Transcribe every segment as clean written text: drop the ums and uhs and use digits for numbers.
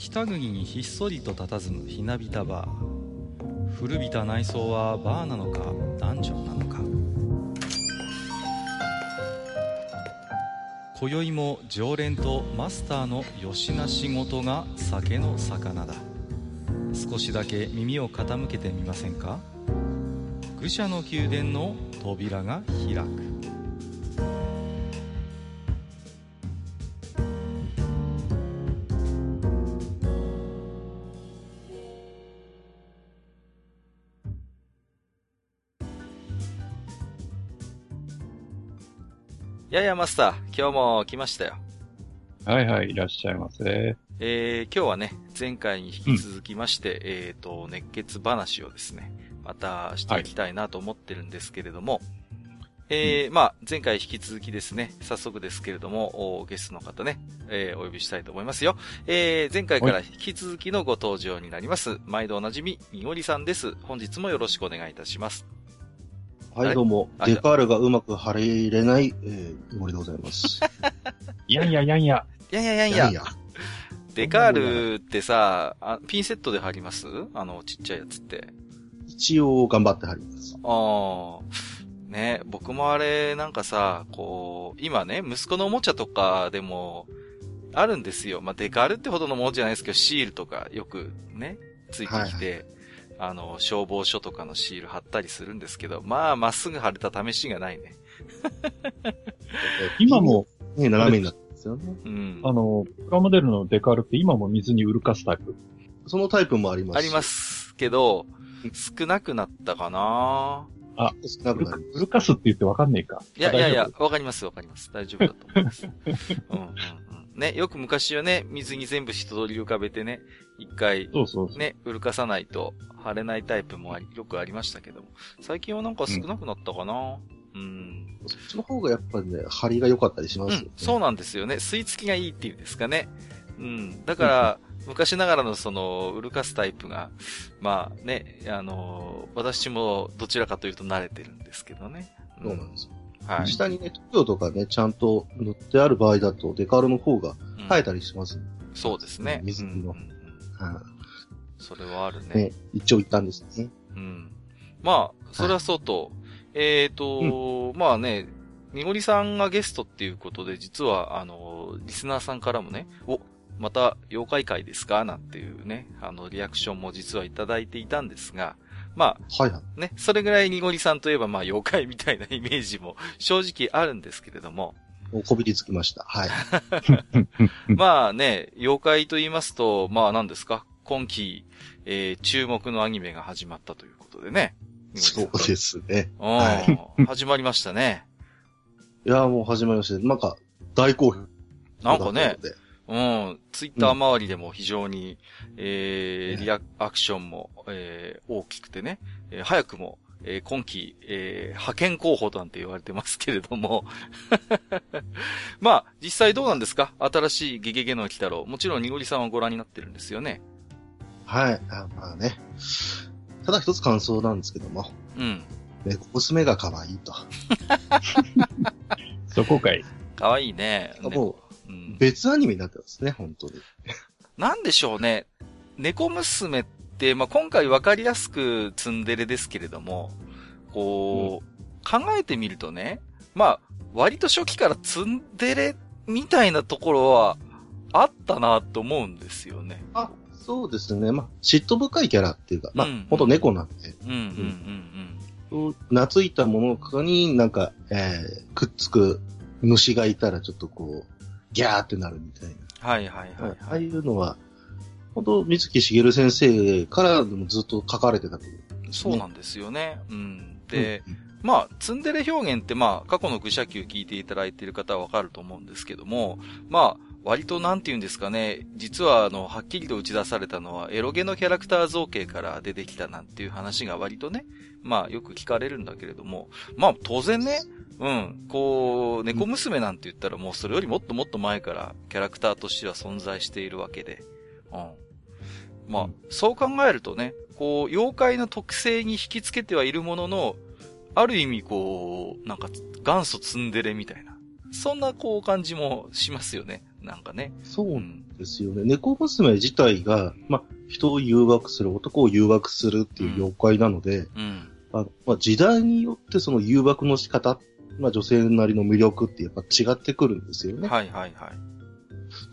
北国にひっそりと佇むひなびたバー。古びた内装はバーなのかダンジョンなのか。今宵も常連とマスターのよしな仕事が酒の魚だ。少しだけ耳を傾けてみませんか。愚者の宮殿の扉が開く。いやいやマスター、今日も来ましたよ。 はいはい、いらっしゃいませ。 今日はね、前回に引き続きまして、熱血話をですね、またしていきたいなと思ってるんですけれども、まあ、前回引き続きですね、早速ですけれども、ゲストの方ね、お呼びしたいと思いますよ。前回から引き続きのご登場になります、毎度おなじみ、みごりさんです。本日もよろしくお願いいたします。 はい、どうも。デカールがうまく入れない、みごりでございます。 いやいやいやいや。 いやいやいやいや。デカールってさ、ピンセットで貼ります？ちっちゃいやつって。 一応頑張って貼ります。 ね、僕もあれ、なんかさ、こう、今ね、息子のおもちゃとかでも、あるんですよ。まあ、デカールってほどのものじゃないですけど、シールとかよくね、ついてきて、はいはい、消防署とかのシール貼ったりするんですけど、まあ、まっすぐ貼れた試しがないね。 今も、 ね、斜めになってますよね。 うん。 プラモデルのデカールって今も水にうるかすタイプ？ そのタイプもあります。 ありますけど、少なくなったかな。 少なくなります。 うるかすって言ってわかんねえか。 いやいやいや、わかりますわかります。大丈夫だと思います。うんうんうん。ね、よく昔はね、水に全部一通り浮かべてね、一回、ね、うるかさないと貼れないタイプもよくありましたけども、最近はなんか少なくなったかな。 そっちの方がやっぱりね、張りが良かったりしますよね。 そうなんですよね。吸い付きがいいっていうんですかね。だから、昔ながらのその、ウルカスタイプが、まあね、私もどちらかというと慣れてるんですけどね。 そうなんですよ。 はい。 下にね、塗料とかね、ちゃんと塗ってある場合だと、デカールの方が生えたりします、ねそうですね。 水の。 それはあるね。 ね、一応言ったんですね。 まあ、それはそうと、まあね、みごりさんがゲストっていうことで、実は、リスナーさんからもね、また、妖怪会ですかなんていうね、リアクションも実はいただいていたんですが、まあ、 はいはい。 ね、それぐらいにごりさんといえば、まあ、妖怪みたいなイメージも正直あるんですけれども。 こびりつきました。はい。 まあね、妖怪と言いますと、まあ何ですか、今期、注目のアニメが始まったということでね。 そうですね。 はい。始まりましたね。 いや、もう始まりました。なんか、大好評。 なんかね、ツイッター周りでも非常に、アクションも、大きくてね、早くも、今期、派遣候補なんて言われてますけれども。まあ、実際どうなんですか？新しいゲゲゲの鬼太郎。もちろん、にごりさんはご覧になってるんですよね。 はい。まあね。ただ一つ感想なんですけども。猫娘が可愛いと。 そこかい。 可愛いね。 もう、別アニメになってますね、本当に。 なんでしょうね。猫娘って、まあ、今回わかりやすくツンデレですけれども、こう、考えてみるとね、まあ、割と初期からツンデレみたいなところはあったなと思うんですよね。 そうですね。まあ、嫉妬深いキャラっていうか、まあ、ほんと猫なんで。懐いたものかになんか、くっつく虫がいたらちょっとこう、ギャーってなるみたいな。 はいはいはい。 ああいうのは、本当水木しげる先生からでもずっと書かれてたことですね。 そうなんですよね。で、まあ、ツンデレ表現ってまあ、過去の愚者級聞いていただいている方はわかると思うんですけども、まあ、割となんて言うんですかね、実ははっきりと打ち出されたのは、エロゲのキャラクター造形から出てきたなんていう話が割とね、まあ、よく聞かれるんだけれども、まあ、当然ね、こう、猫娘なんて言ったらもうそれよりもっともっと前からキャラクターとしては存在しているわけで、まあ、そう考えるとね、こう、妖怪の特性に引きつけてはいるものの、ある意味こう、なんか元祖ツンデレみたいなそんなこう感じもしますよね。なんかね。 そうですよね。猫娘自体が、人を誘惑する、男を誘惑するっていう妖怪なので、時代によってその誘惑の仕方、女性なりの魅力ってやっぱ違ってくるんですよね。 はいはいはい。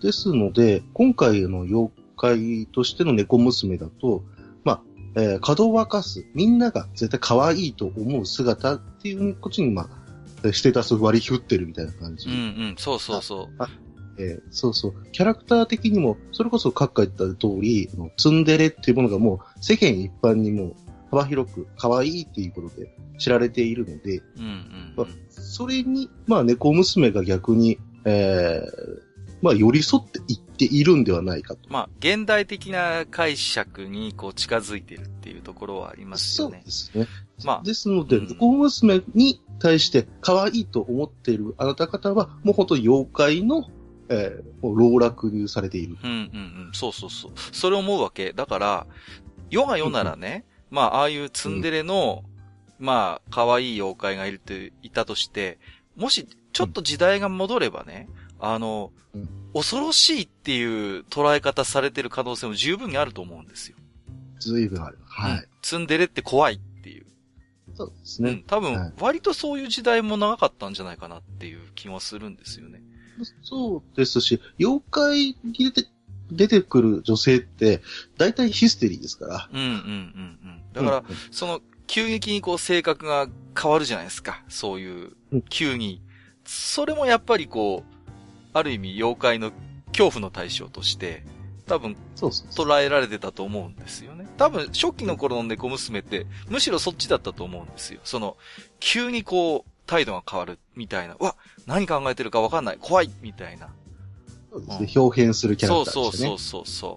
ですので、今回の妖怪としての猫娘だと、かどわかす、みんなが絶対可愛いと思う姿っていうこっちにステータス割り振ってるみたいな感じ。 そうそうそう。 そうそう。キャラクター的にも、それこそ閣下言った通り、ツンデレっていうものがもう世間一般にも幅広く可愛いっていうことで知られているので、それに、猫娘が逆に、寄り添っていっているんではないかと。 現代的な解釈にこう近づいてるっていうところはありますよね。 そうですね。ですので、猫娘に対して可愛いと思っているあなた方は、もう本当妖怪の、もう籠絡されている。 そうそうそう。それ思うわけ。だから、世が世ならね、ああいうツンデレの、可愛い妖怪がいたとして、もし、ちょっと時代が戻ればね、恐ろしいっていう捉え方されてる可能性も十分にあると思うんですよ。 随分ある。はい。 ツンデレって怖いっていう。 そうですね。 多分、割とそういう時代も長かったんじゃないかなっていう気もするんですよね。 そうですし、妖怪に出てくる女性って、大体ヒステリーですから。 だから、その、急激にこう性格が変わるじゃないですか。そういう、急に。それもやっぱりこう、ある意味妖怪の恐怖の対象として、多分、捉えられてたと思うんですよね。多分、初期の頃の猫娘って、むしろそっちだったと思うんですよ。その、急にこう、態度が変わる、みたいな。何考えてるかわかんない。怖いみたいな。 そうですね。表現するキャラクターですね。 そう。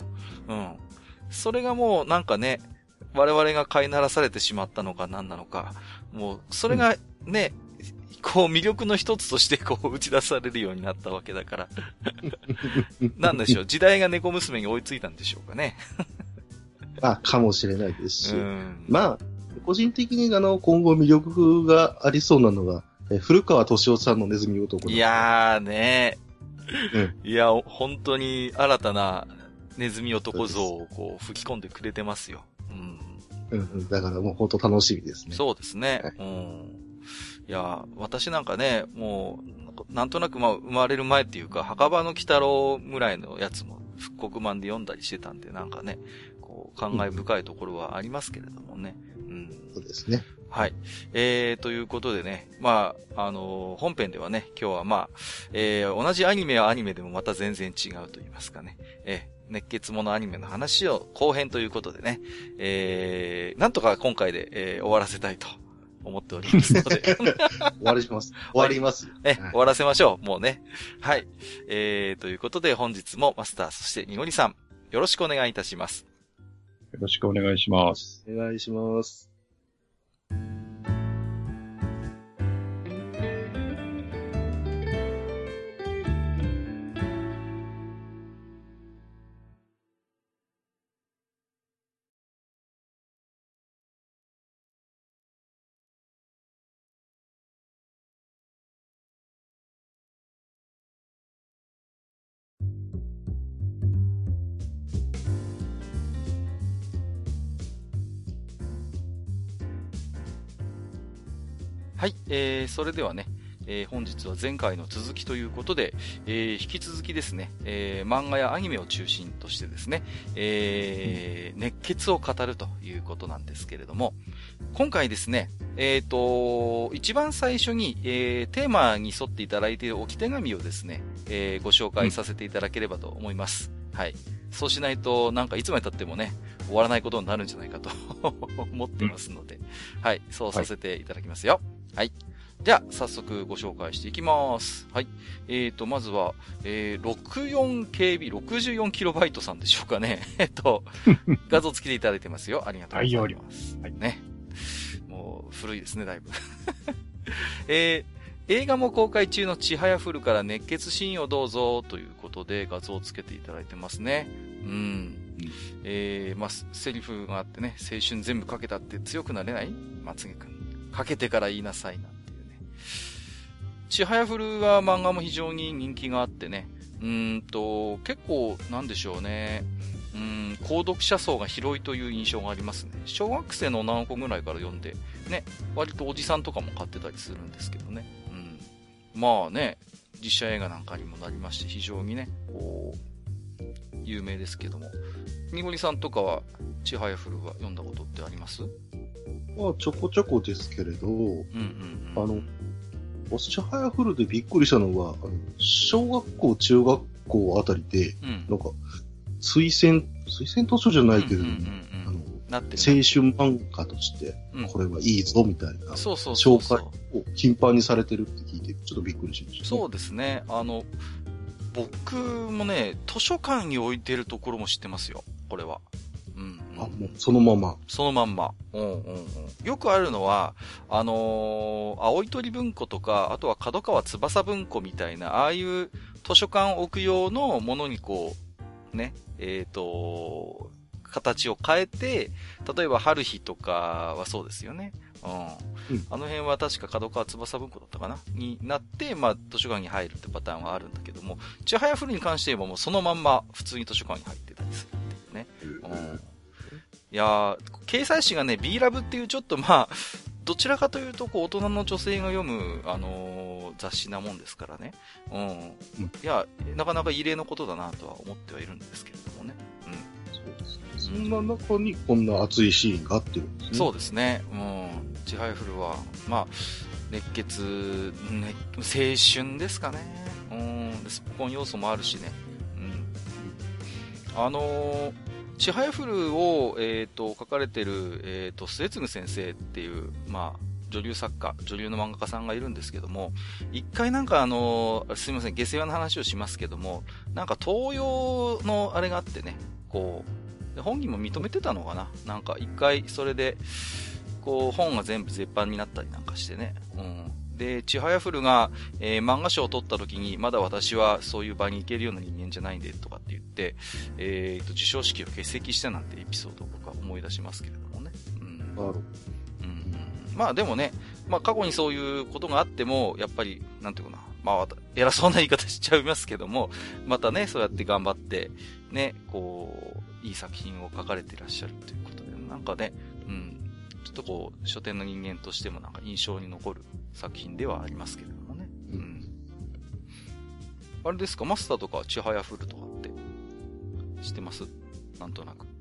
それがもうなんかね、我々が飼いならされてしまったのか何なのか、もう、それがね、こう魅力の一つとしてこう打ち出されるようになったわけだから。なんでしょう、時代が猫娘に追いついたんでしょうかね。 かもしれないですし。個人的に今後魅力がありそうなのが、古川敏夫さんのネズミ男。 いやーねいや、本当に新たなネズミ男像をこう吹き込んでくれてますよ。 だからもう本当楽しみですね。 そうですね。いや、私なんかね、もう、なんとなく生まれる前っていうか、墓場の鬼太郎ぐらいのやつも復刻版で読んだりしてたんで、なんかね、こう、感慨深いところはありますけれどもね。 そうですね。 はい。ということでね、本編ではね、今日は同じアニメはアニメでもまた全然違うと言いますかね。熱血ものアニメの話を後編ということでね、なんとか今回で、終わらせたいと思っておりますので。 終わります。終わります。 終わらせましょう。もうね。はい。ということで本日もマスター、そしてニゴリさん、よろしくお願いいたします。 よろしくお願いします。 お願いします。 はい、それではね、本日は前回の続きということで、引き続きですね、漫画やアニメを中心としてですね、熱血を語るということなんですけれども、今回ですね、一番最初に、テーマに沿っていただいている置き手紙をですね、ご紹介させていただければと思います。はい。そうしないと、なんかいつまで経ってもね、終わらないことになるんじゃないかと思ってますので、はい、そうさせていただきますよ。はい。じゃあ、早速ご紹介していきます。はい。まずは、64KB、64KB さんでしょうかね。画像付きでいただいてますよ。ありがとうございます。はい。ね。もう、古いですね、だいぶ。映画も公開中のちはやふるから熱血シーンをどうぞということで画像をつけていただいてますね。セリフがあってね、青春全部かけたって強くなれない？まつげくん。かけてから言いなさいなんていうね。 ちはやふるは漫画も非常に人気があってね、結構、なんでしょうね。購読者層が広いという印象がありますね。小学生の女の子ぐらいから読んで、ね、割とおじさんとかも買ってたりするんですけどね。まあね、実写映画なんかにもなりまして、非常にね、こう、有名ですけども。にごりさんとかは、ちはやふるは読んだことってあります？ ちょこちょこですけれど、ちはやふるでびっくりしたのは、小学校、中学校あたりで、なんか、推薦図書じゃないけれども、 なって青春漫画として、これはいいぞみたいな、紹介を頻繁にされてるって聞いて、ちょっとびっくりしました、ね。 そうですね。僕もね、図書館に置いてるところも知ってますよ、これは。 もうそのまま。 そのまんま。よくあるのは、青い鳥文庫とか、あとは角川翼文庫みたいな、ああいう図書館置く用のものにこう、ね、形を変えて、例えば春日とかはそうですよね。あの辺は確か角川翼文庫だったかなになって、まあ図書館に入るってパターンはあるんだけども、ちはやふるに関して言えばもうそのまんま普通に図書館に入ってたりするっていうね。いやー、掲載誌がね、B ラブっていうちょっとまあ、どちらかというとこう大人の女性が読む、雑誌なもんですからね。いや、なかなか異例のことだなとは思ってはいるんですけれどもね。 そんな中にこんな熱いシーンがあってるんですね。 そうですね。ちはやふるは、まあ、熱血、青春ですかね。スポコン要素もあるしね。ちはやふるを、書かれてる、末次先生っていう、まあ、女流の漫画家さんがいるんですけども、一回なんかすいません、下世話の話をしますけども、なんか東洋のあれがあってね、こう、本人も認めてたのかな、なんか一回それで、こう、本が全部絶版になったりなんかしてね。で、ちはやふるが、漫画賞を取った時に、まだ私はそういう場に行けるような人間じゃないんで、とかって言って、授賞式を欠席したなんてエピソードを僕は思い出しますけれどもね。まあでもね、まあ過去にそういうことがあっても、やっぱり、なんていうかな、まあ偉そうな言い方しちゃいますけども、またね、そうやって頑張って、ね、こう、いい作品を書かれていらっしゃるということで、なんかね、ちょっとこう、書店の人間としてもなんか印象に残る作品ではありますけれどもね。あれですか、マスターとかちはやふるとかって知ってます？なんとなく。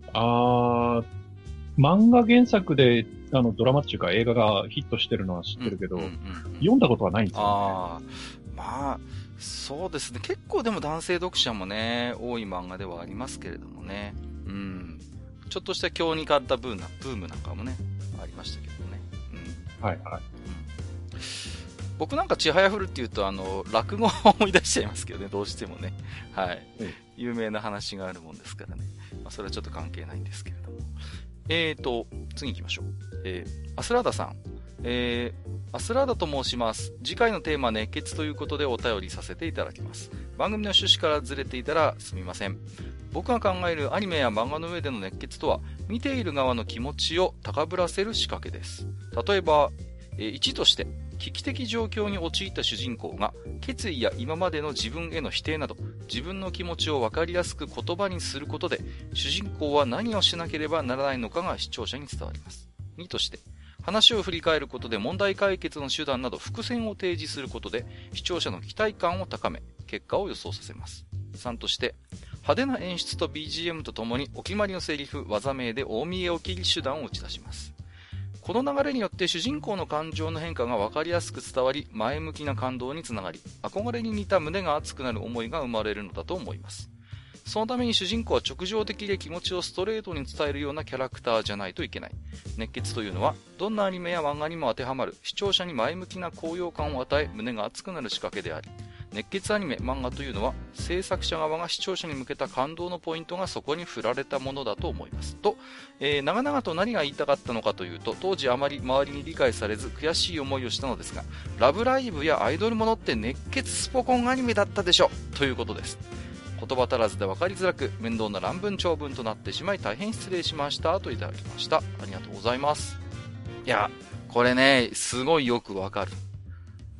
漫画原作で、ドラマっていうか映画がヒットしてるのは知ってるけど、読んだことはないんですよね。 まあ、そうですね。結構でも男性読者もね、多い漫画ではありますけれどもね。ちょっとした今日に変わったブームなんかもね、ありましたけどね。 はいはい。 僕なんかちはやふるっていうと落語を思い出しちゃいますけどね、どうしてもね。はい。有名な話があるもんですからね。まあ、それはちょっと関係ないんですけれども。次行きましょう。アスラーダさん。アスラーダと申します。次回のテーマは熱血ということでお便りさせていただきます。番組の趣旨からずれていたらすみません。僕が考えるアニメや漫画の上での熱血とは、見ている側の気持ちを高ぶらせる仕掛けです。例えば、1として、危機的状況に陥った主人公が、決意や今までの自分への否定など、自分の気持ちを分かりやすく言葉にすることで、主人公は何をしなければならないのかが視聴者に伝わります。2として、話を振り返ることで問題解決の手段など伏線を提示することで、視聴者の期待感を高め、結果を予想させます。3として、派手な演出と BGM とともにお決まりのセリフ、技名で大見えを切り手段を打ち出します。この流れによって主人公の感情の変化が分かりやすく伝わり、前向きな感動につながり、憧れに似た胸が熱くなる思いが生まれるのだと思います。そのために主人公は直情的で気持ちをストレートに伝えるようなキャラクターじゃないといけない。熱血というのは、どんなアニメや漫画にも当てはまる、視聴者に前向きな高揚感を与え、胸が熱くなる仕掛けであり、熱血アニメ、漫画というのは、制作者側が視聴者に向けた感動のポイントがそこに振られたものだと思います。と、長々と何が言いたかったのかというと、当時あまり周りに理解されず悔しい思いをしたのですが、ラブライブやアイドルものって熱血スポコンアニメだったでしょということです。言葉足らずで分かりづらく、面倒な乱文長文となってしまい大変失礼しましたといただきました。ありがとうございます。いや、これね、すごいよくわかる。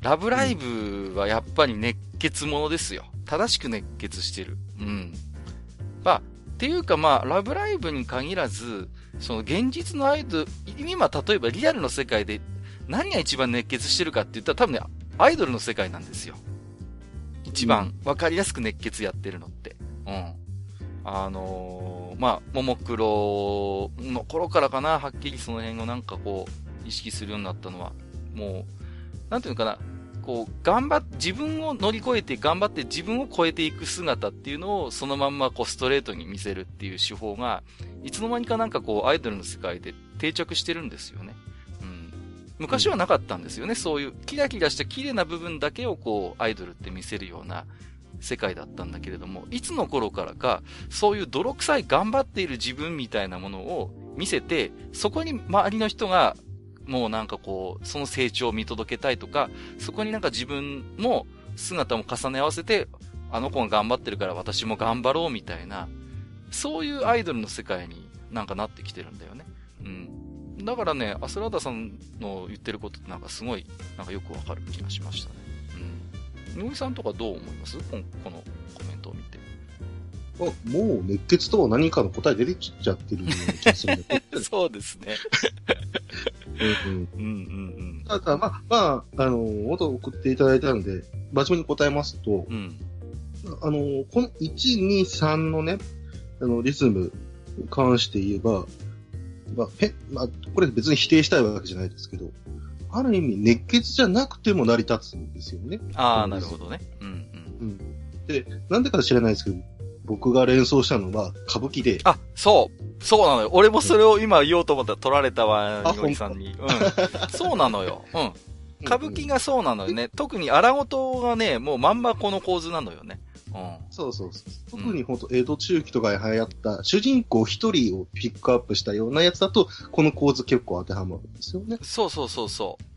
ラブライブはやっぱり熱血ものですよ。正しく熱血してる。うん。まあ、っていうかまあ、ラブライブに限らず、その現実のアイドル、今例えばリアルの世界で何が一番熱血してるかって言ったら多分ね、アイドルの世界なんですよ。一番わかりやすく熱血やってるのって。うん。まあ、ももクロの頃からかな、はっきりその辺をなんかこう、意識するようになったのは、もう、なんていうのかな、こう、自分を乗り越えて頑張って自分を超えていく姿っていうのをそのまんまこうストレートに見せるっていう手法が、いつの間にかなんかこうアイドルの世界で定着してるんですよね。うん。昔はなかったんですよね。そういうキラキラした綺麗な部分だけをこうアイドルって見せるような世界だったんだけれども、いつの頃からかそういう泥臭い頑張っている自分みたいなものを見せて、そこに周りの人がもうなんかこう、その成長を見届けたいとか、そこになんか自分も姿も重ね合わせて、あの子が頑張ってるから私も頑張ろうみたいな、そういうアイドルの世界になんかなってきてるんだよね。うん。だからね、アスラーダさんの言ってることってなんかすごい、なんかよくわかる気がしましたね。うん。ぬぐいさんとかどう思います？このコメントを見て。 もう熱血とは何かの答え出てきちゃってるような気がするんで。 そうですね。ただ、まあ、元送っていただいたので、真面目に答えますと、この1、2、3のね、リズムに関して言えば、これ別に否定したいわけじゃないですけど、ある意味熱血じゃなくても成り立つんですよね。 ああ、なるほどね。 で、なんでか知らないですけど、僕が連想したのは歌舞伎で。 あ、そうなのよ。俺もそれを今言おうと思ったら取られたわ、ニゴリさんに。そうなのよ。歌舞伎がそうなのよね。特に荒事がね、もうまんまこの構図なのよね。 そう。特に本当江戸中期とかに流行った主人公一人をピックアップしたようなやつだと、この構図結構当てはまるんですよね。 そう。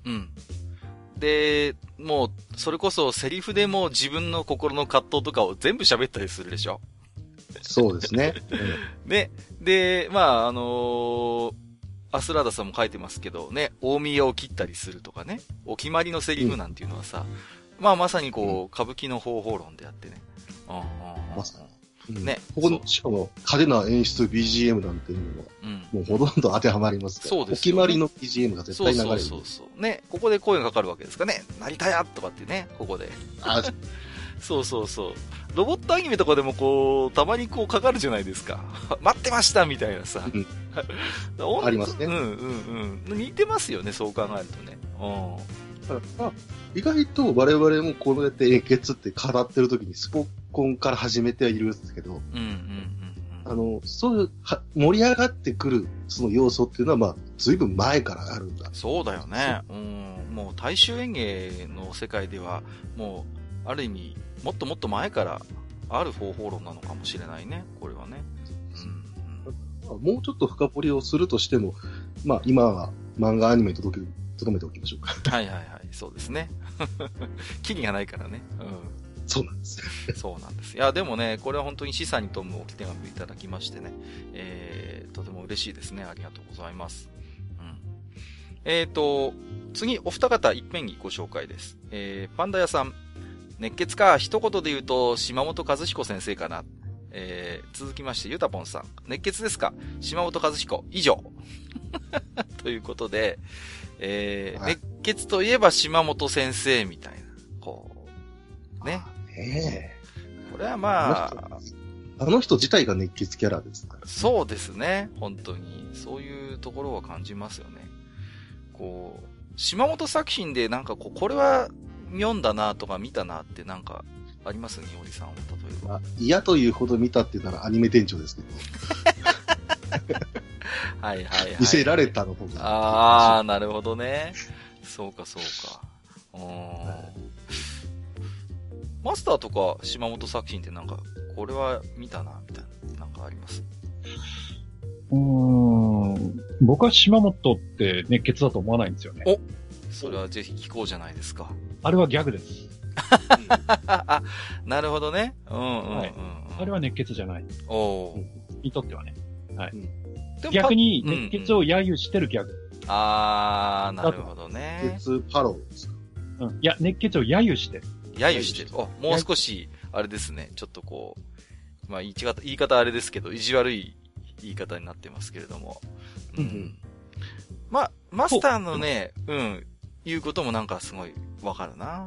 で、もう、それこそセリフでもう自分の心の葛藤とかを全部喋ったりするでしょ。 そうですね。 で、まあ、アスラーダさんも書いてますけどね、大宮を切ったりするとかね、お決まりのセリフなんていうのはさ、まさにこう、歌舞伎の方法論であってね。ね。 ここの、しかも、派手な演出 BGM なんていうのは、もうほとんど当てはまりますから。そうです、ね。お決まりの BGM が絶対流れる。 そう。ね。ここで声がかかるわけですかね。成田屋とかってね、ここで。そう。ロボットアニメとかでもこう、たまにこうかかるじゃないですか。待ってましたみたいなさ。 ありますね。 似てますよね、そう考えるとね。 意外と我々もこうやって熱血って語ってる時にスポコンから始めてはいるんですけど、そういう盛り上がってくるその要素っていうのは随分前からあるんだ。 そうだよね。もう大衆演芸の世界ではもうある意味もっともっと前からある方法論なのかもしれないね。これはね。 もうちょっと深掘りをするとしても、今は漫画アニメにとどめておきましょうか。 はい。そうですね。キリがないからね。 そうなんです。 そうなんです。いや、でもね、これは本当に示唆に富むお手紙をいただきましてね、とても嬉しいですね。ありがとうございます。次、お二方いっぺんにご紹介です。パンダ屋さん。熱血か、一言で言うと、島本和彦先生かな。続きまして、ゆたぽんさん。熱血ですか？島本和彦。以上。ということで、熱血といえば島本先生みたいな。こう。ね。これはあの人自体が熱血キャラですから、ね。 そうですね。本当に。そういうところは感じますよね。こう、島本作品でなんかこれは読んだなとか見たなってなんかありますね、おりさんは、例えば。 嫌というほど見たって言ったらアニメ店長ですけど。 はい。 見せられたの方が。 ああ、なるほどね。そうか。マスターとか島本作品ってなんか、これは見たな、みたいな、なんかあります？ 僕は島本って熱血だと思わないんですよね。 それはぜひ聞こうじゃないですか。 あれはギャグです。 なるほどね。 あれは熱血じゃない。にとってはね。はい。逆に熱血を揶揄してるギャグ。 なるほどね。 熱血パロですか。 うん。いや、熱血を揶揄してる。 揶揄してる。もう少し、あれですね、ちょっとこう、まあ言い方あれですけど、意地悪い言い方になってますけれども。うん。まあ、マスターのね、言うこともなんかすごいわかるな。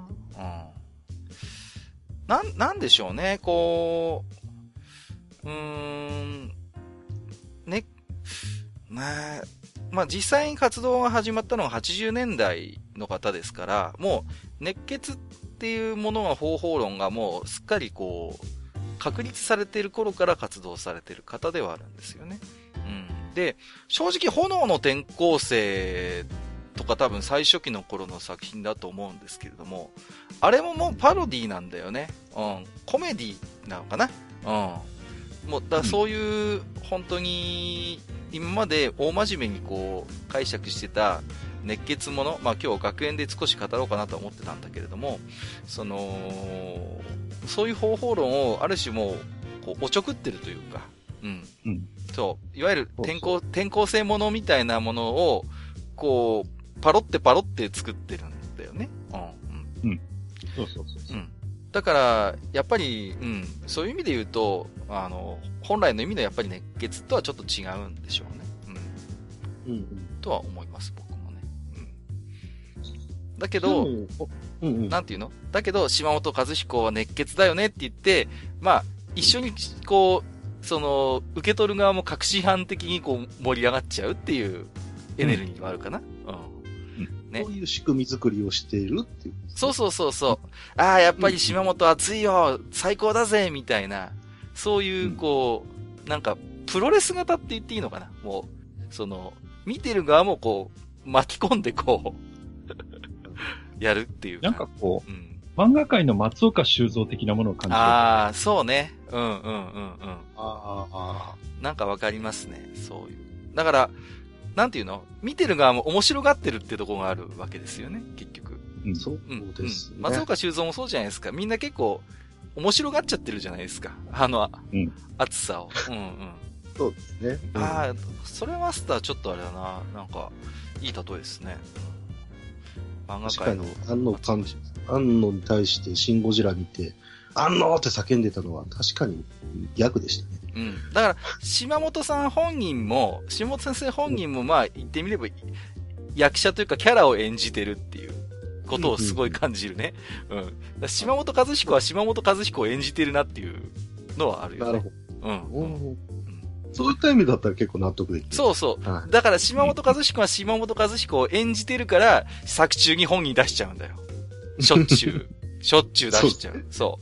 なんでしょうね、こう、ね、まあ実際に活動が始まったのは80年代の方ですから、もう熱血っていうものが方法論がもうすっかりこう、確立されている頃から活動されている方ではあるんですよね。で、正直炎の転校生とか多分最初期の頃の作品だと思うんですけれども、あれももうパロディなんだよね。コメディなのかな。もうそういう本当に今まで大真面目にこう解釈してた熱血もの、まあ今日学園で少し語ろうかなと思ってたんだけれども、そういう方法論をある種もうこうおちょくってるというか、そう、いわゆる転校生ものみたいなものをこうパロって作ってるんだよね。 そう。 だから、やっぱり、そういう意味で言うと、本来の意味のやっぱり熱血とはちょっと違うんでしょうね。とは思います、僕もね。だけど、なんていうの？だけど、島本和彦は熱血だよねって言って、まあ、一緒に、こう、受け取る側も確信犯的にこう、盛り上がっちゃうっていうエネルギーはあるかな。 ね、そういう仕組み作りをしているっていう。 そう。ああ、やっぱり島本熱いよ、最高だぜ、みたいな。そういう、こう、なんか、プロレス型って言っていいのかな？もう、見てる側もこう、巻き込んでこう、やるっていうか。 なんかこう、漫画界の松岡修造的なものを感じる。 ああ、そうね。なんかわかりますね。そういう。だから、なんていうの？見てる側も面白がってるってところがあるわけですよね、結局。 そうですね。 松岡修造もそうじゃないですか。みんな結構、面白がっちゃってるじゃないですか。熱さを。 そうですね。 ああ、それマスターちょっとあれだな。なんか、いい例えですね。漫画界の。 安野に対してシンゴジラ見て、安野って叫んでたのは確かに逆でしたね。 だから、島本さん本人も、島本先生本人もまあ言ってみれば、役者というかキャラを演じてるっていうことをすごい感じるね。島本和彦は島本和彦を演じてるなっていうのはあるよね。 なるほど。そういった意味だったら結構納得できる。 そう。だから島本和彦は島本和彦を演じてるから、作中に本人出しちゃうんだよ。しょっちゅう出しちゃう。そう。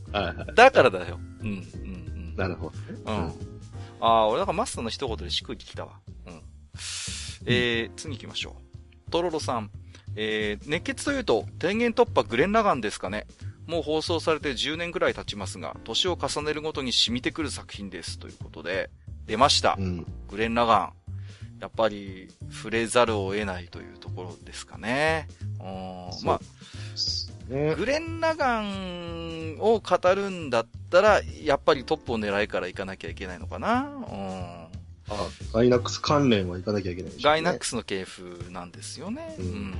だからだよ。 なるほど。 俺なんかマスターの一言でしっくりきたわ。次行きましょう。トロロさん。熱血というと、天元突破グレン・ラガンですかね。もう放送されて10年くらい経ちますが、年を重ねるごとに染みてくる作品です。ということで、出ました。グレン・ラガン。やっぱり、触れざるを得ないというところですかね。まあ、グレン・ラガンを語るんだったら、やっぱりトップを狙いから行かなきゃいけないのかな。 ガイナックス関連は行かなきゃいけないでしょうね。 ガイナックスの系譜なんですよね。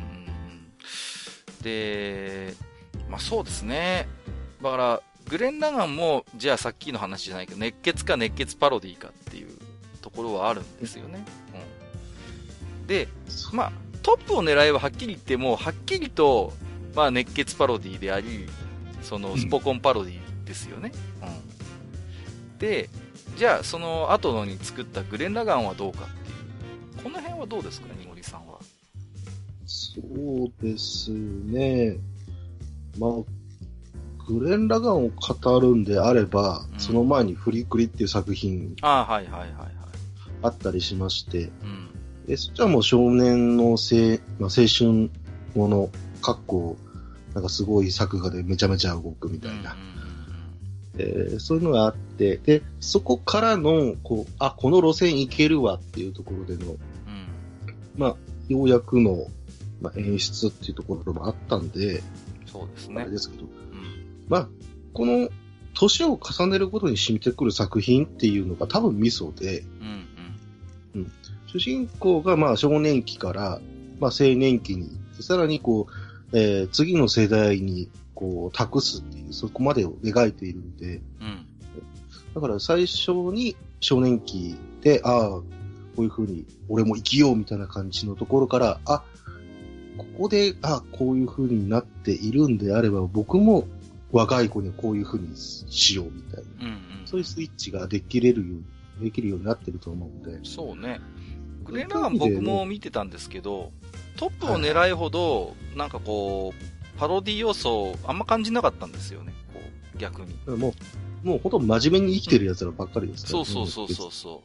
で、まあそうですね。だから、グレン・ラガンも、じゃあさっきの話じゃないけど、熱血か熱血パロディかっていうところはあるんですよね。で、まあ、トップを狙えばはっきり言っても、はっきりと、まあ熱血パロディであり、スポコンパロディですよね。で、じゃあその後のに作ったグレン・ラガンはどうかっていう。この辺はどうですかね、ニゴリさんは。 そうですね。まあ、グレン・ラガンを語るんであれば、その前にフリクリっていう作品あったりしまして、そっちはもう少年の青春もの、なんかすごい作画でめちゃめちゃ動くみたいな。そういうのがあって、で、そこからの、この路線いけるわっていうところでの、まあ、ようやくの、演出っていうところもあったんで、 そうですね。 あれですけど、まあ、この、年を重ねるごとに染みてくる作品っていうのが多分ミソで、主人公がまあ少年期から、まあ青年期に、さらにこう、 次の世代に、こう、託すっていう、そこまでを描いているんで、 うん。 だから最初に少年期で、こういう風に俺も生きようみたいな感じのところから、ここで、こういう風になっているんであれば、僕も若い子にはこういう風にしようみたいな、そういうスイッチができるようになってると思うんで。 そうね。グレン・ラガン僕も見てたんですけど、トップを狙いほど、なんかこう、パロディ要素あんま感じなかったんですよね、こう、逆に。 もうほんと真面目に生きてる奴らばっかりですから、ね。 そう。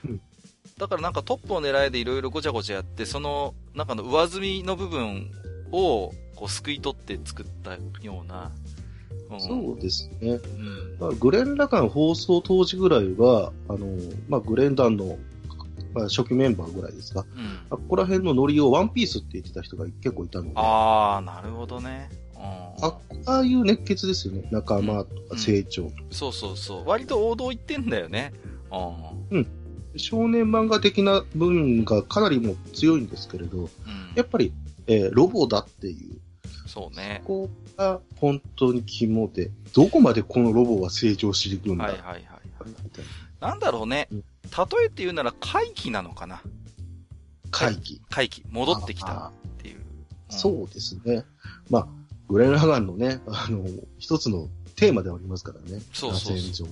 だからなんかトップを狙いでいろいろごちゃごちゃやって、その中の上積みの部分をこう救い取って作ったような。 そうですね。グレン・ラガン放送当時ぐらいは、グレン団の、初期メンバーぐらいですが、ここら辺のノリをワンピースって言ってた人が結構いたので。 なるほどね。 ああいう熱血ですよね。仲間とか成長。 そう。割と王道言ってんだよね。 少年漫画的な分がかなりも強いんですけれど、やっぱり、ロボだっていう。 そうね。 ここが本当に肝で、どこまでこのロボは成長していくんだ。 なんだろうね。例えて言うなら怪奇なのかな。怪奇。戻ってきたっていう。 そうですね。グレン・ラガンのね、一つのテーマではありますからね。 そう。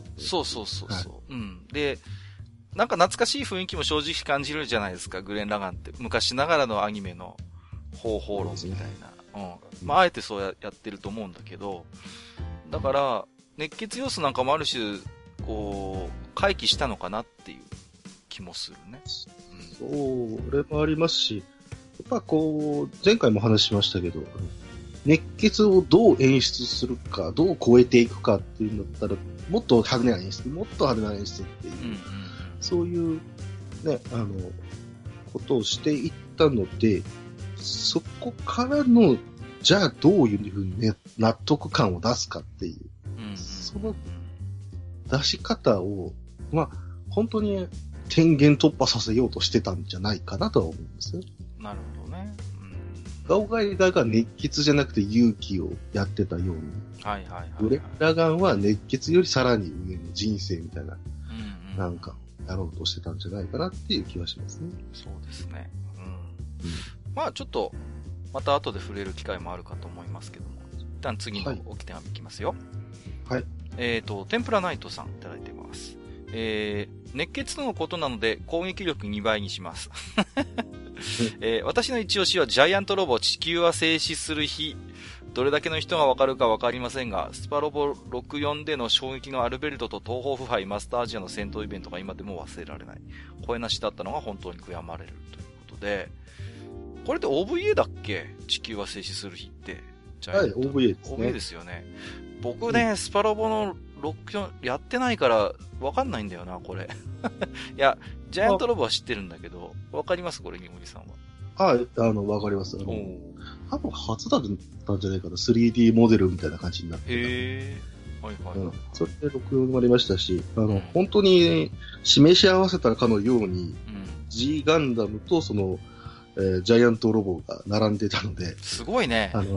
で、なんか懐かしい雰囲気も正直感じるじゃないですか、グレン・ラガンって。昔ながらのアニメの方法論みたいな。あえてそうやってると思うんだけど、だから、熱血要素なんかもある種、こう、回帰したのかなっていう気もするね。 それもありますし、やっぱこう、前回も話しましたけど、熱血をどう演出するか、どう超えていくかっていうんだったら、もっと派手な演出っていう、そういう、ね、ことをしていったので、そこからの、じゃあどういうふうに、ね、納得感を出すかっていう、その出し方を、本当に天元突破させようとしてたんじゃないかなとは思うんですよ。 なるほどね。 ガオガイガが熱血じゃなくて勇気をやってたように、グレン・ラガンは熱血よりさらに上の人生みたいな、なんかやろうとしてたんじゃないかなっていう気はしますね。 そうですね。ちょっと、また後で触れる機会もあるかと思いますけども、一旦次の置き手紙いきますよ。 はい。 天ぷらナイトさんいただいてます。熱血とのことなので攻撃力2倍にします。私の一押しはジャイアントロボ地球は静止する日。どれだけの人がわかるかわかりませんが、スパロボ64での衝撃のアルベルトと東方腐敗マスターアジアの戦闘イベントが今でも忘れられない。声なしだったのが本当に悔やまれるということで、これって OVA だっけ？地球は静止する日って。 はい、OVA ですね。 OVA ですよね。僕ね、スパロボの64やってないからわかんないんだよな、これ。いや、ジャイアントロボは知ってるんだけど、わかりますこれ、ニモリさんは。 はい、わかります。多分初だったんじゃないかな、3D モデルみたいな感じになってた。 へー。はい。 それで64もありましたし、本当に示し合わせたかのように、G ガンダムとその、ジャイアントロボが並んでたので。 すごいね。 はい。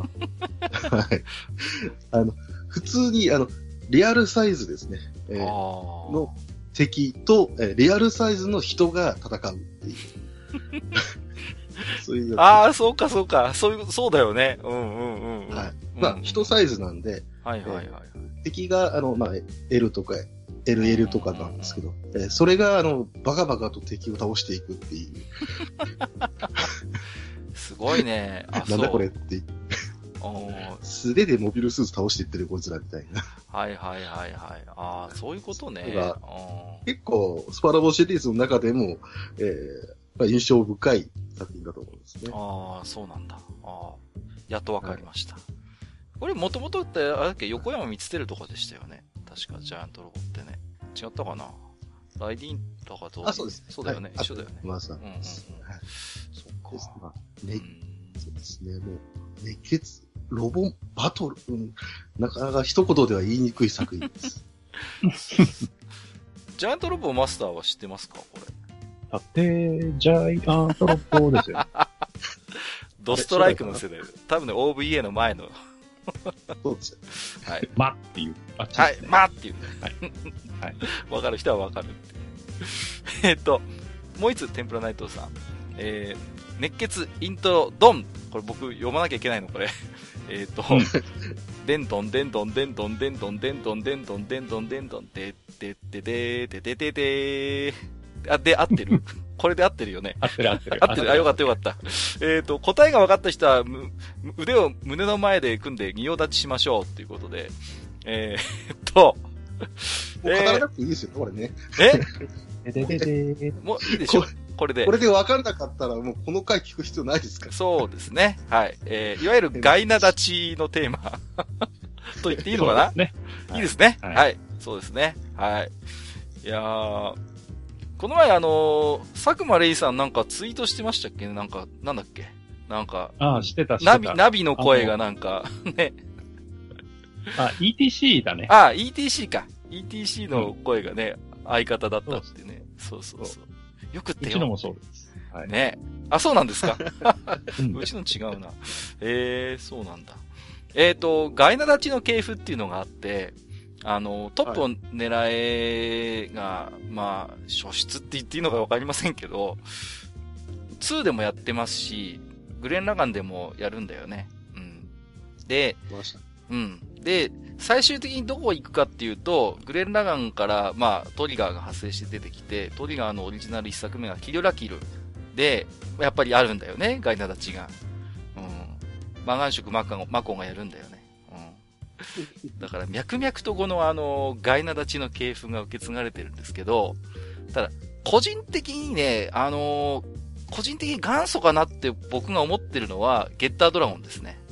普通に、リアルサイズですね。の敵と、リアルサイズの人が戦うっていう。そういうやつ。そうか。そうだよね。 はい。人サイズなんで。 はい。 敵が、L とか、LL とかなんですけど、それが、バカバカと敵を倒していくっていう。 すごいね。 なんだこれって言って。素手でモビルスーツ倒していってるこいつらみたいな。 はい。そういうことね。 結構、スパラボシリーズの中でも、印象深い作品だと思うんですね。 そうなんだ。やっとわかりました。これもともとって、あれだっけ、横山光輝とかでしたよね。確か、ジャイアントロボってね。違ったかな？ライディンとかと。 そうです。 そうだよね。一緒だよね。 そっか。そうですね。もう、熱血、ロボバトル、なかなか一言では言いにくい作品です。 ジャイアントロボマスターは知ってますかこれ。 ジャイアントロボですよ。 ドストライクの世代で。多分ね、OVA の前の。 そうですよ。 はい。 っていう。 はい、っていう。 はい。はい。 わかる人はわかる。もう一つ、天ぷら内藤さん。熱血イントロドン。これ僕読まなきゃいけないのこれ。でんどんでんどんでんどんでんどんでんどんでんどんでんどんでんどんでででででででであ、で、合ってるこれで合ってるよね。 合ってる。 あ、よかった。答えが分かった人は、腕を胸の前で組んで仁王立ちしましょうっていうことで。 もう語らなくていいですよ、これね。 もういいでしょこれで分かんなかったらもうこの回聞く必要ないですから。 そうですね。はい。いわゆるガイナ立ちのテーマと言っていいのかな、ね、いいですね、はい。そうですね。はい。いやー、この前佐久間レイさんなんかツイートしてましたっけね、なんだっけしてた。 ナビの声がね。 ETC だね。 ETC か。ETC の声がね、相方だったってね。そう。よくってよ。 うちのもそうです。 はい、ね。そうなんですか。うちの違うな。そうなんだ。ガイナ立ちの系譜っていうのがあって、トップを狙えが、初出って言っていいのかわかりませんけど、2でもやってますし、グレン・ラガンでもやるんだよね。うん。で、で、最終的にどこ行くかっていうと、グレン・ラガンから、トリガーが発生して出てきて、トリガーのオリジナル一作目がキルラキルで、やっぱりあるんだよね、ガイナ立ちが。魔眼色マコがやるんだよね。だから脈々とこのガイナ立ちの系譜が受け継がれてるんですけど、ただ、個人的にね、個人的に元祖かなって僕が思ってるのは、ゲッタードラゴンですね。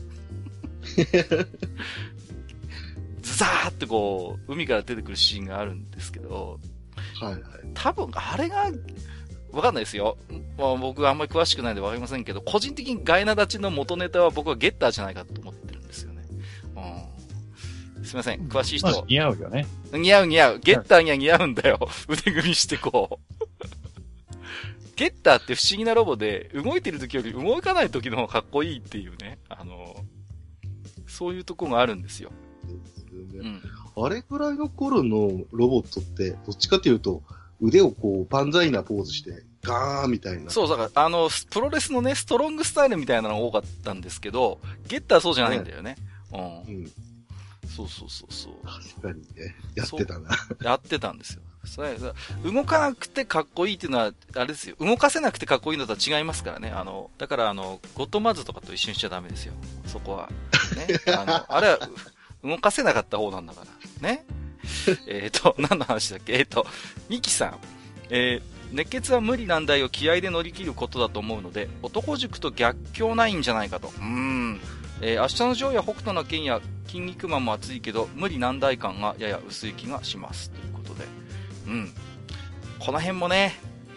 ズザーってこう、海から出てくるシーンがあるんですけど、多分、あれが、わかんないですよ。僕はあんまり詳しくないんでわかりませんけど、個人的にガイナ立ちの元ネタは僕はゲッターじゃないかと思ってるんですよね。すいません。詳しい人。 似合うよね。 似合う。ゲッターには似合うんだよ。腕組みしてこう。ゲッターって不思議なロボで、動いてる時より動かない時の方がかっこいいっていうね。そういうとこがあるんですよ。 あれぐらいの頃のロボットって、どっちかというと、腕をこう、パンザイなポーズして、ガーンみたいな。 そう、だから、プロレスのね、ストロングスタイルみたいなのが多かったんですけど、ゲッターはそうじゃないんだよね。そう。 確かにね。やってたな。 やってたんですよ。動かなくてかっこいいっていうのは、あれですよ。動かせなくてかっこいいのとは違いますからね。だからゴッドマズとかと一緒にしちゃダメですよ。そこは。ね。あれは、動かせなかった方なんだから。ね。何の話だっけミキさん。熱血は無理難題を気合で乗り切ることだと思うので、男塾と逆境ないんじゃないかと。明日のジョーや北斗の拳や筋肉マンも熱いけど、無理難題感がやや薄い気がします。ということで。この辺もね、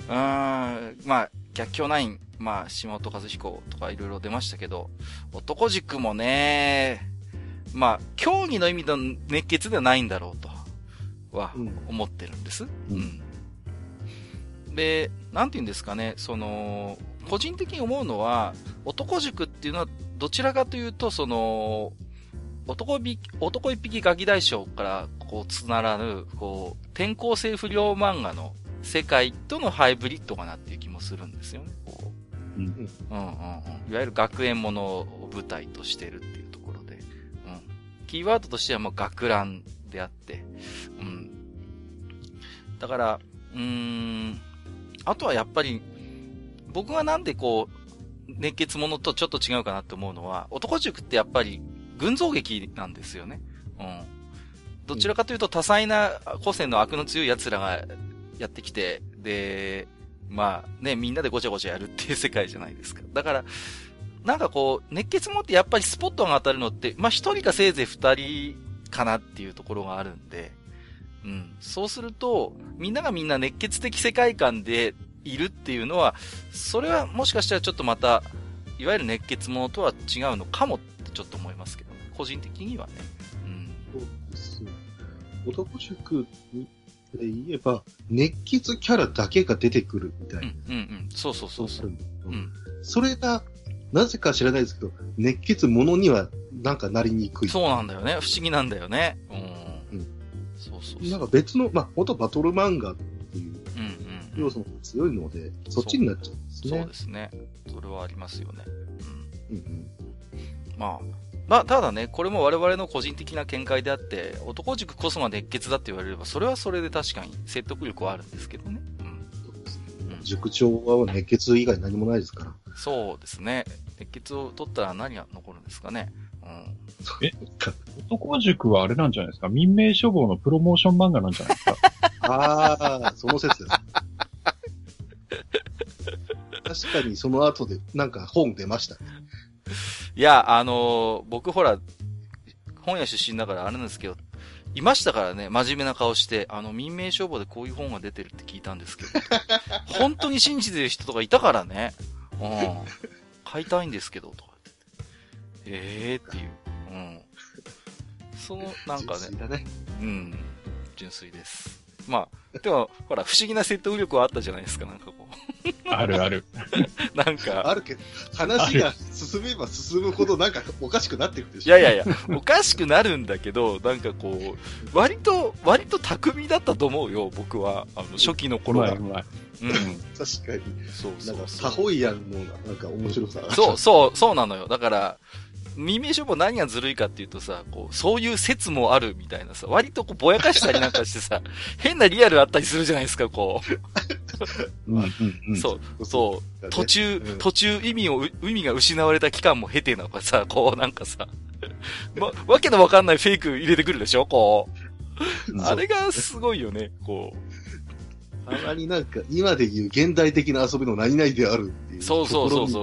逆境ナイン、島本和彦とかいろいろ出ましたけど、男塾もね、競技の意味の熱血ではないんだろうとは思ってるんです。で、なんて言うんですかね、個人的に思うのは、男塾っていうのはどちらかというと、男一匹ガキ大将からこうつながる、こう、転校生不良漫画の世界とのハイブリッドかなっていう気もするんですよね。いわゆる学園ものを舞台としてるっていうところで。キーワードとしてはもう学ランであって。だから、あとはやっぱり、僕がなんでこう、熱血ものとちょっと違うかなって思うのは、男塾ってやっぱり群像劇なんですよね。どちらかというと多彩な個性の悪の強い奴らがやってきて、で、みんなでごちゃごちゃやるっていう世界じゃないですか。だから、なんかこう、熱血もってやっぱりスポットが当たるのって、一人かせいぜい二人かなっていうところがあるんで、そうすると、みんながみんな熱血的世界観でいるっていうのは、それはもしかしたらちょっとまた、いわゆる熱血ものとは違うのかもってちょっと思いますけどね。個人的にはね。 そうですね。男塾で言えば、熱血キャラだけが出てくるみたいな。 そう。 それが、 なぜか知らないですけど、熱血ものにはなんかなりにくい。 そうなんだよね。不思議なんだよね。うん。そう。 なんか別の、本当バトル漫画っていう要素も強いので、そっちになっちゃうんですね。 そうですね。それはありますよね。まあ、ただね、これも我々の個人的な見解であって、男塾こそが熱血だって言われれば、それはそれで確かに説得力はあるんですけどね。 そうですね。塾長は熱血以外何もないですから。 そうですね。熱血を取ったら何が残るんですかね。 男塾はあれなんじゃないですか、民命処方のプロモーション漫画なんじゃないですか。 その説です。確かにその後でなんか本出ましたね。 いや、僕ほら、本屋出身だからあれなんですけど、いましたからね、真面目な顔して、民命消防でこういう本が出てるって聞いたんですけど、本当に信じてる人とかいたからね、買いたいんですけど、とか言って。っていう。その、なんかね。 純粋だね。 純粋です。まあ、でも、ほら、不思議な説得力はあったじゃないですか、なんかこう。 あるある。 なんか。 あるけど、話が進めば進むほどなんかおかしくなってくるでしょ。 いや、おかしくなるんだけど、なんかこう、割と巧みだったと思うよ、僕は。初期の頃は。 うまい。 確かに。 そう。 なんか、タホイヤンのなんか面白さ。 そうなのよ。だから、民命処方何がずるいかっていうとさ、こう、そういう説もあるみたいなさ、割とこうぼやかしたりなんかしてさ、変なリアルあったりするじゃないですか、こう。そう。途中意味が失われた期間も経てなのかさ、こうなんかさ、わけのわかんないフェイク入れてくるでしょ、こう。あれがすごいよね、こう。 たまになんか、今で言う現代的な遊びの何々であるっていう。 そう。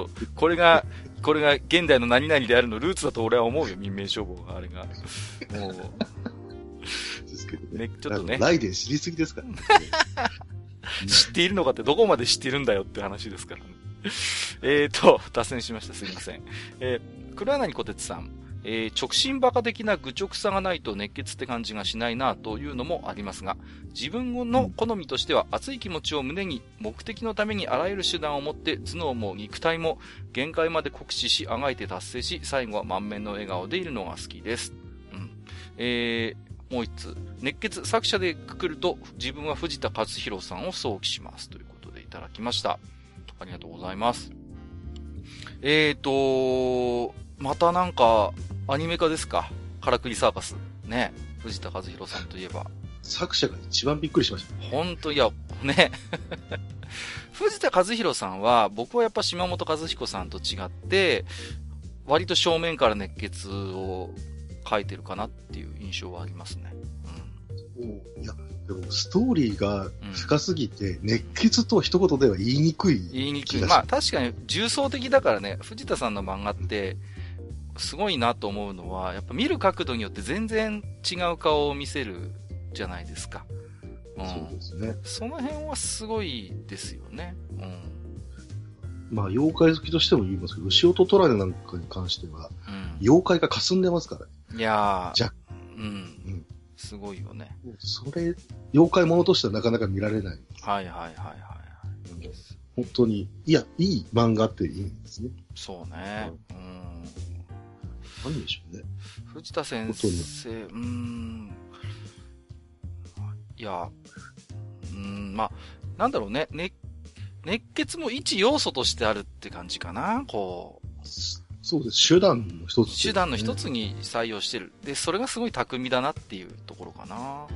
これが現代の何々であるのルーツだと俺は思うよ、民命消防が、あれが。もう。 ですけどね。ちょっとね。 ライデン知りすぎですからね。 知っているのかってどこまで知ってるんだよって話ですからね。脱線しました。すいません。黒柳小鉄さん。直進バカ的な愚直さがないと熱血って感じがしないなというのもありますが、自分の好みとしては熱い気持ちを胸に目的のためにあらゆる手段を持って頭脳も肉体も限界まで酷使しあがいて達成し、最後は満面の笑顔でいるのが好きです。もう一つ。熱血作者でくくると自分は藤田和弘さんを想起します。ということでいただきました。ありがとうございます。またなんか、アニメ化ですか。カラクリサーカス。ね。藤田和弘さんといえば。 作者が一番びっくりしました。 ほんと、いや、ね。藤田和弘さんは、僕はやっぱ島本和彦さんと違って、割と正面から熱血を書いてるかなっていう印象はありますね。 いや、でもストーリーが深すぎて、熱血と一言では言いにくい。 言いにくい。まあ確かに重層的だからね、藤田さんの漫画って、すごいなと思うのは、やっぱ見る角度によって全然違う顔を見せるじゃないですか。 そうですね。 その辺はすごいですよね。 まあ、妖怪好きとしても言いますけど、牛音トラネなんかに関しては、妖怪が霞んでますから。 いやー。すごいよね。 それ、妖怪ものとしてはなかなか見られない。 はい。 本当に、いい漫画っていいんですね。 そうね。 何でしょうね。 藤田先生、いや、まあ、なんだろうね。熱血も一要素としてあるって感じかな、こう。 そうです。手段の一つ、 手段の一つに採用してる。で、それがすごい巧みだなっていうところかな。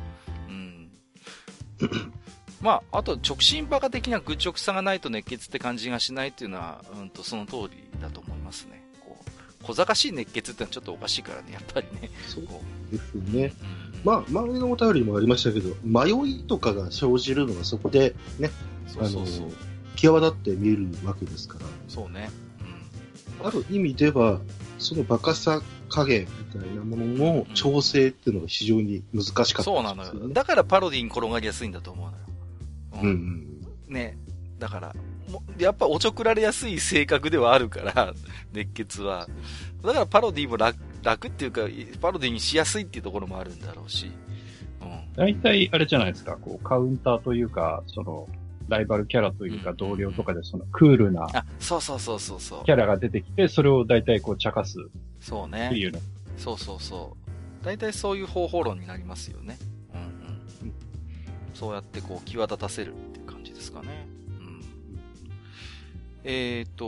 まあ、あと、直進バカ的な愚直さがないと熱血って感じがしないっていうのは、その通りだと思いますね。こう、小賢しい熱血ってのはちょっとおかしいからね、やっぱりね。 そうですね。まあ、周りのお便りもありましたけど、迷いとかが生じるのがそこで、ね、際立って見えるわけですから。 そうね。 ある意味では、そのバカさ加減みたいなものの調整っていうのが非常に難しかった、ね、 そうなのよ。だからパロディに転がりやすいんだと思うのよ。ね。だから、やっぱおちょくられやすい性格ではあるから、熱血は。だからパロディも楽っていうか、パロディにしやすいっていうところもあるんだろうし。 大体あれじゃないですか、こう、カウンターというか、 ライバルキャラというか同僚とかでそのクールな、 そうそうそうそうそう。 キャラが出てきて、それを大体こう茶化す。 そうね。 っていうの。 そうそうそう。大体そういう方法論になりますよね。うんうん。そうやってこう際立たせるっていう感じですかね。うん。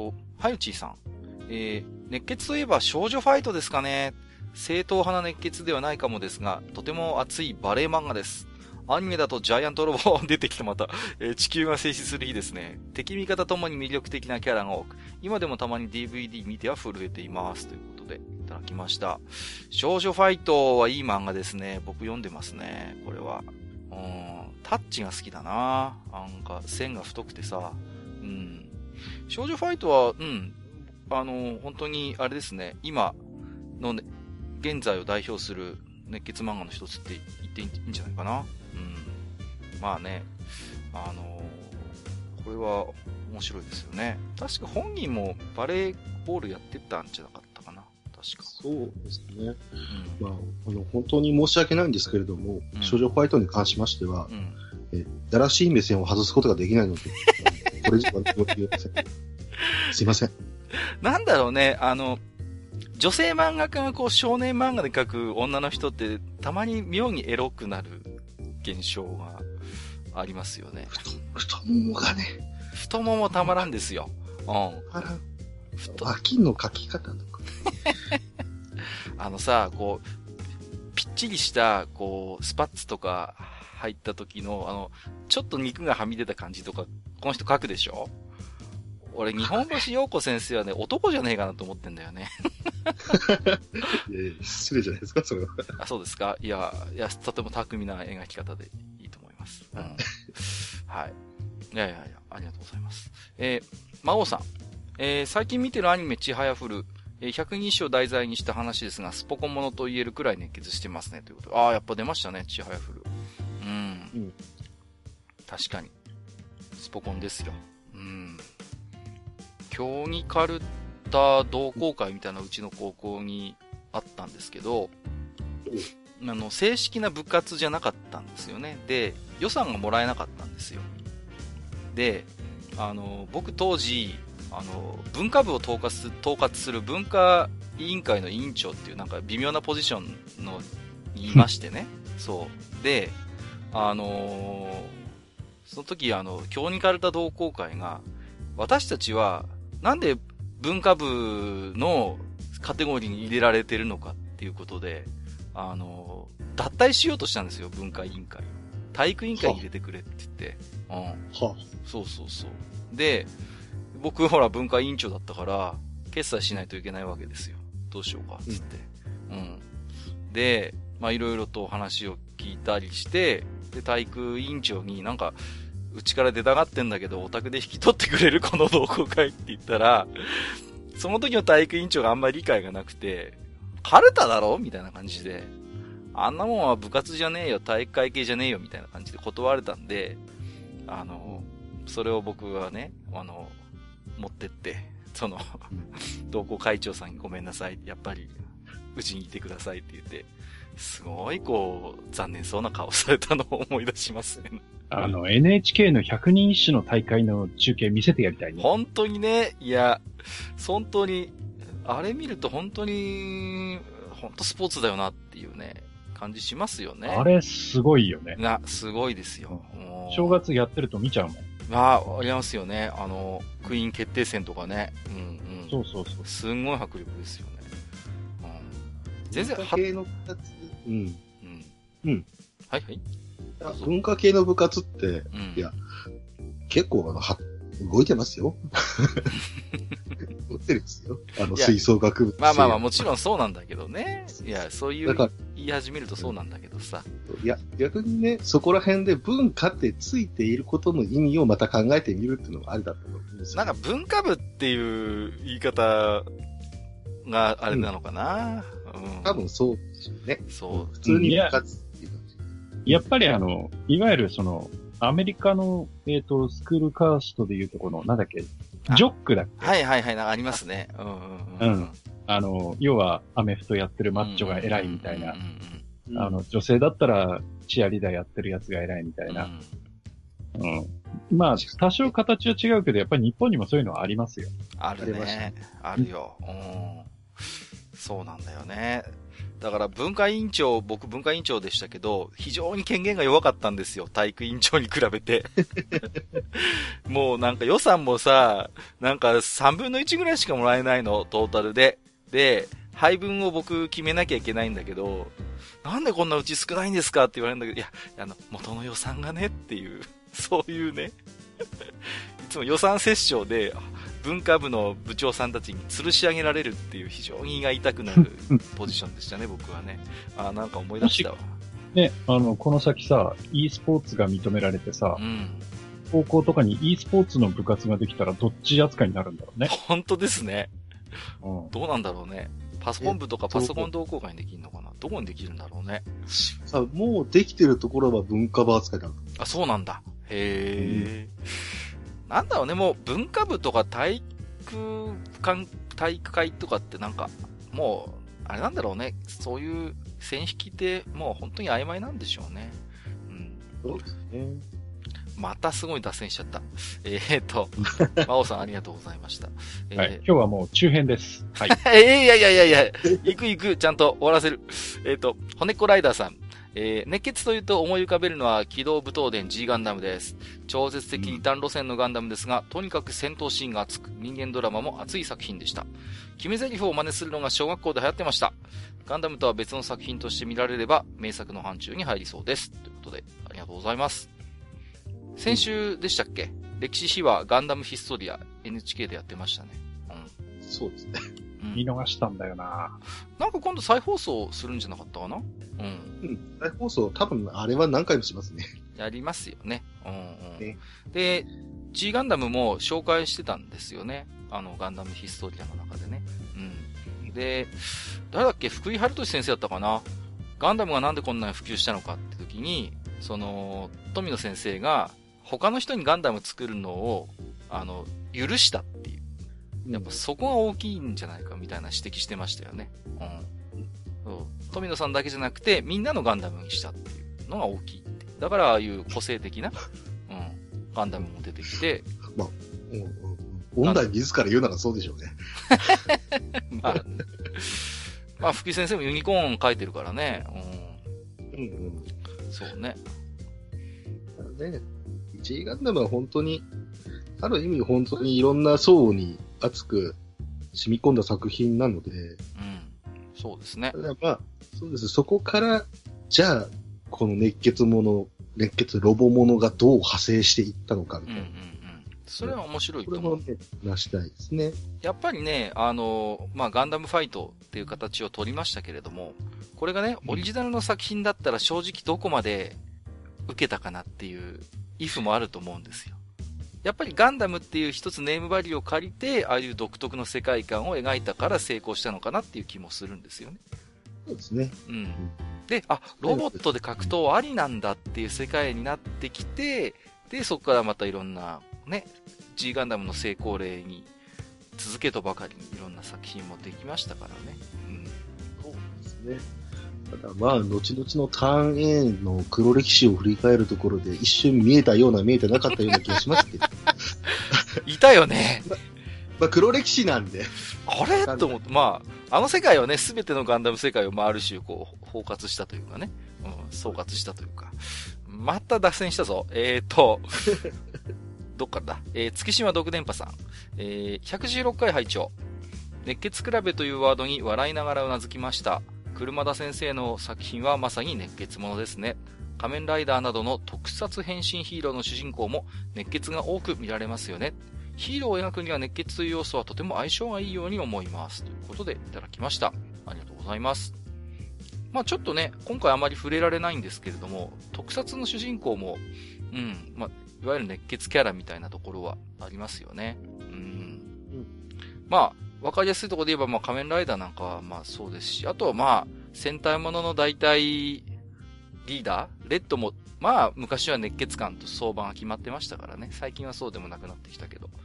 はゆちーさん。熱血といえば少女ファイトですかね。正統派な熱血ではないかもですが、とても熱いバレエ漫画です。アニメだとジャイアントロボ出てきたまた、地球が静止する日ですね。敵味方ともに魅力的なキャラが多く、今でもたまに DVD 見ては震えています。ということで、いただきました。少女ファイトはいい漫画ですね。僕読んでますね。これは。タッチが好きだな。なんか、線が太くてさ。うん。少女ファイトは、うん。本当に、あれですね。今のね、現在を代表する熱血漫画の一つって言っていいんじゃないかな。まあね、これは面白いですよね。確か本人もバレーボールやってたんじゃなかったかな。確か。 そうですね。まあ、本当に申し訳ないんですけれども、少女ファイトに関しましては、だらしい目線を外すことができないので、これ以上はごめんなさい。すいません。 なんだろうね、女性漫画家がこう少年漫画で描く女の人ってたまに妙にエロくなる現象がありますよね。 太ももがね。 太ももたまらんですよ。 脇の描き方とか。 さ、こう、ぴっちりした、こう、スパッツとか入った時の、ちょっと肉がはみ出た感じとか、この人描くでしょ？俺、日本橋陽子先生はね、男じゃねえかなと思ってんだよね。 いやいや、失礼じゃないですか、それは。 そうですか？いや、とても巧みな描き方でいいと思います。はい。いや、ありがとうございます。魔王さん。最近見てるアニメ、ちはやふる。百人一首を題材にした話ですが、スポコンものと言えるくらい熱血してますね。ということで。やっぱ出ましたね、ちはやふる。確かに。スポコンですよ。競技カルタ同好会みたいなうちの高校にあったんですけど、正式な部活じゃなかったんですよね。で、予算がもらえなかったんですよ。で、僕当時、文化部を統括する文化委員会の委員長っていうなんか微妙なポジションのにいましてね。そう。で、その時競技カルタ同好会が、私たちはなんで文化部のカテゴリーに入れられてるのかっていうことで、脱退しようとしたんですよ、文化委員会。体育委員会に入れてくれって言って。そうそうそう。で、僕ほら文化委員長だったから、決裁しないといけないわけですよ。どうしようか、つって。で、まあいろいろと話を聞いたりして、で、体育委員長になんか、うちから出たがってんだけど、お宅で引き取ってくれるこの同好会って言ったら、その時の体育委員長があんまり理解がなくて、カルタだろみたいな感じで、あんなもんは部活じゃねえよ、体育会系じゃねえよ、みたいな感じで断れたんで、それを僕がね、持ってって、同好会長さんにごめんなさい、やっぱり、うちにいてくださいって言って、すごいこう、残念そうな顔されたのを思い出しますね。 NHK の百人一首の大会の中継見せてやりたいね。 本当にね、いや、本当に、あれ見ると本当に、本当スポーツだよなっていうね、感じしますよね。 あれすごいよね。 すごいですよ。 正月やってると見ちゃうもん。 ありますよね。クイーン決定戦とかね。 そうそうそう。 すんごい迫力ですよね。 全然、文化系の部活、 はいはい。 文化系の部活って、いや、結構動いてますよ。動いてるんですよ。吹奏楽部。 まあ、もちろんそうなんだけどね。いや、そういう言い始めるとそうなんだけどさ。 いや、逆にね、そこら辺で文化ってついていることの意味をまた考えてみるっていうのがありだと思うんですよ。 なんか文化部っていう言い方があれなのかな。 多分そうですよね。 そう。 普通に部活っていう。 やっぱりいわゆるアメリカの、スクールカーストでいうとこの、なんだっけ、ジョックだっけ？ はい、ありますね。 要は、アメフトやってるマッチョが偉いみたいな。女性だったら、チアリーダーやってるやつが偉いみたいな。 まあ、多少形は違うけど、やっぱり日本にもそういうのはありますよ。 あるね。あるよ。そうなんだよね。だから僕文化委員長でしたけど、非常に権限が弱かったんですよ。体育委員長に比べて。もうなんか予算もさ、なんか3分の1ぐらいしかもらえないの、トータルで。で、配分を僕決めなきゃいけないんだけど、なんでこんなうち少ないんですかって言われるんだけど、いや、元の予算がねっていう、そういうね。いつも予算折衝で、文化部の部長さんたちに吊るし上げられるっていう非常に胃が痛くなるポジションでしたね、僕はね。なんか思い出したわ。 ね、この先さ、e スポーツが認められてさ、高校とかに e スポーツの部活ができたらどっち扱いになるんだろうね。 本当ですね。どうなんだろうね。パソコン部とかパソコン同好会にできるのかな、どこにできるんだろうね。 さあ、もうできてるところは文化部扱いだ。 あ、そうなんだ。へー。なんだろうね、もう文化部とか体育会とかってなんか、もう、あれなんだろうね、そういう線引きってもう本当に曖昧なんでしょうね。 そうですね。 またすごい脱線しちゃった。真央さんありがとうございました。 はい、今日はもう中編です。はい。 いや、行く、ちゃんと終わらせる。骨っこライダーさん。熱血というと思い浮かべるのは機動武闘伝 G ガンダムです。超絶的異端路線のガンダムですが、とにかく戦闘シーンが熱く、人間ドラマも熱い作品でした。決め台詞を真似するのが小学校で流行ってました。ガンダムとは別の作品として見られれば、名作の範疇に入りそうです。ということで、ありがとうございます。先週でしたっけ、歴史秘話ガンダムヒストリア NHK でやってましたね。 そうですね。 見逃したんだよな。 なんか今度再放送するんじゃなかったかな。 再放送多分あれは何回もしますね。 やりますよね。で、G ガンダムも紹介してたんですよね。ガンダムヒストリアの中でね。で、誰だっけ、福井春俊先生だったかな。ガンダムがなんでこんなに普及したのかって時に、富野先生が他の人にガンダム作るのを、許したっていう。やっぱそこが大きいんじゃないかみたいな指摘してましたよね。富野さんだけじゃなくて、みんなのガンダムにしたっていうのが大きいって。だからああいう個性的な、ガンダムも出てきて。 本来自ら言うならそうでしょうね。 まあ、福井先生もユニコーン書いてるからね。そうね。 G ガンダムは本当に、ある意味本当にいろんな層に熱く染み込んだ作品なので。 そうですね。 まあ、そうです。そこから、じゃあ、この熱血ロボものがどう派生していったのかみたいな。 それは面白いと思う。 これもね、出したいですね。 やっぱりね、ガンダムファイトっていう形を取りましたけれども、これがね、オリジナルの作品だったら正直どこまで受けたかなっていう、イフもあると思うんですよ。やっぱりガンダムっていう一つネームバリューを借りて、ああいう独特の世界観を描いたから成功したのかなっていう気もするんですよね。 そうですね。 で、ロボットで格闘ありなんだっていう世界になってきて、で、そこからまたいろんな、ね、G ガンダムの成功例に続けとばかりにいろんな作品もできましたからね。 そうですね。ただまあ、後々のターン A の黒歴史を振り返るところで一瞬見えたような見えてなかったような気がしますけど。 いたよね。 黒歴史なんで。 あれと思って、あの世界はね、すべてのガンダム世界をある種包括したというかね、総括したというか。また脱線したぞ。どっからだ、月島独電波さん。116回拝聴。熱血比べというワードに笑いながらうなずきました。車田先生の作品はまさに熱血ものですね。仮面ライダーなどの特撮変身ヒーローの主人公も熱血が多く見られますよね。ヒーローを描くには熱血という要素はとても相性がいいように思います。ということでいただきました。ありがとうございます。ちょっとね、今回あまり触れられないんですけれども、特撮の主人公も、いわゆる熱血キャラみたいなところはありますよね。わかりやすいところで言えば、仮面ライダーなんかはそうですし、あとは戦隊ものの大体リーダーレッドも、昔は熱血感と相場が決まってましたからね。最近はそうでもなくなってきたけど。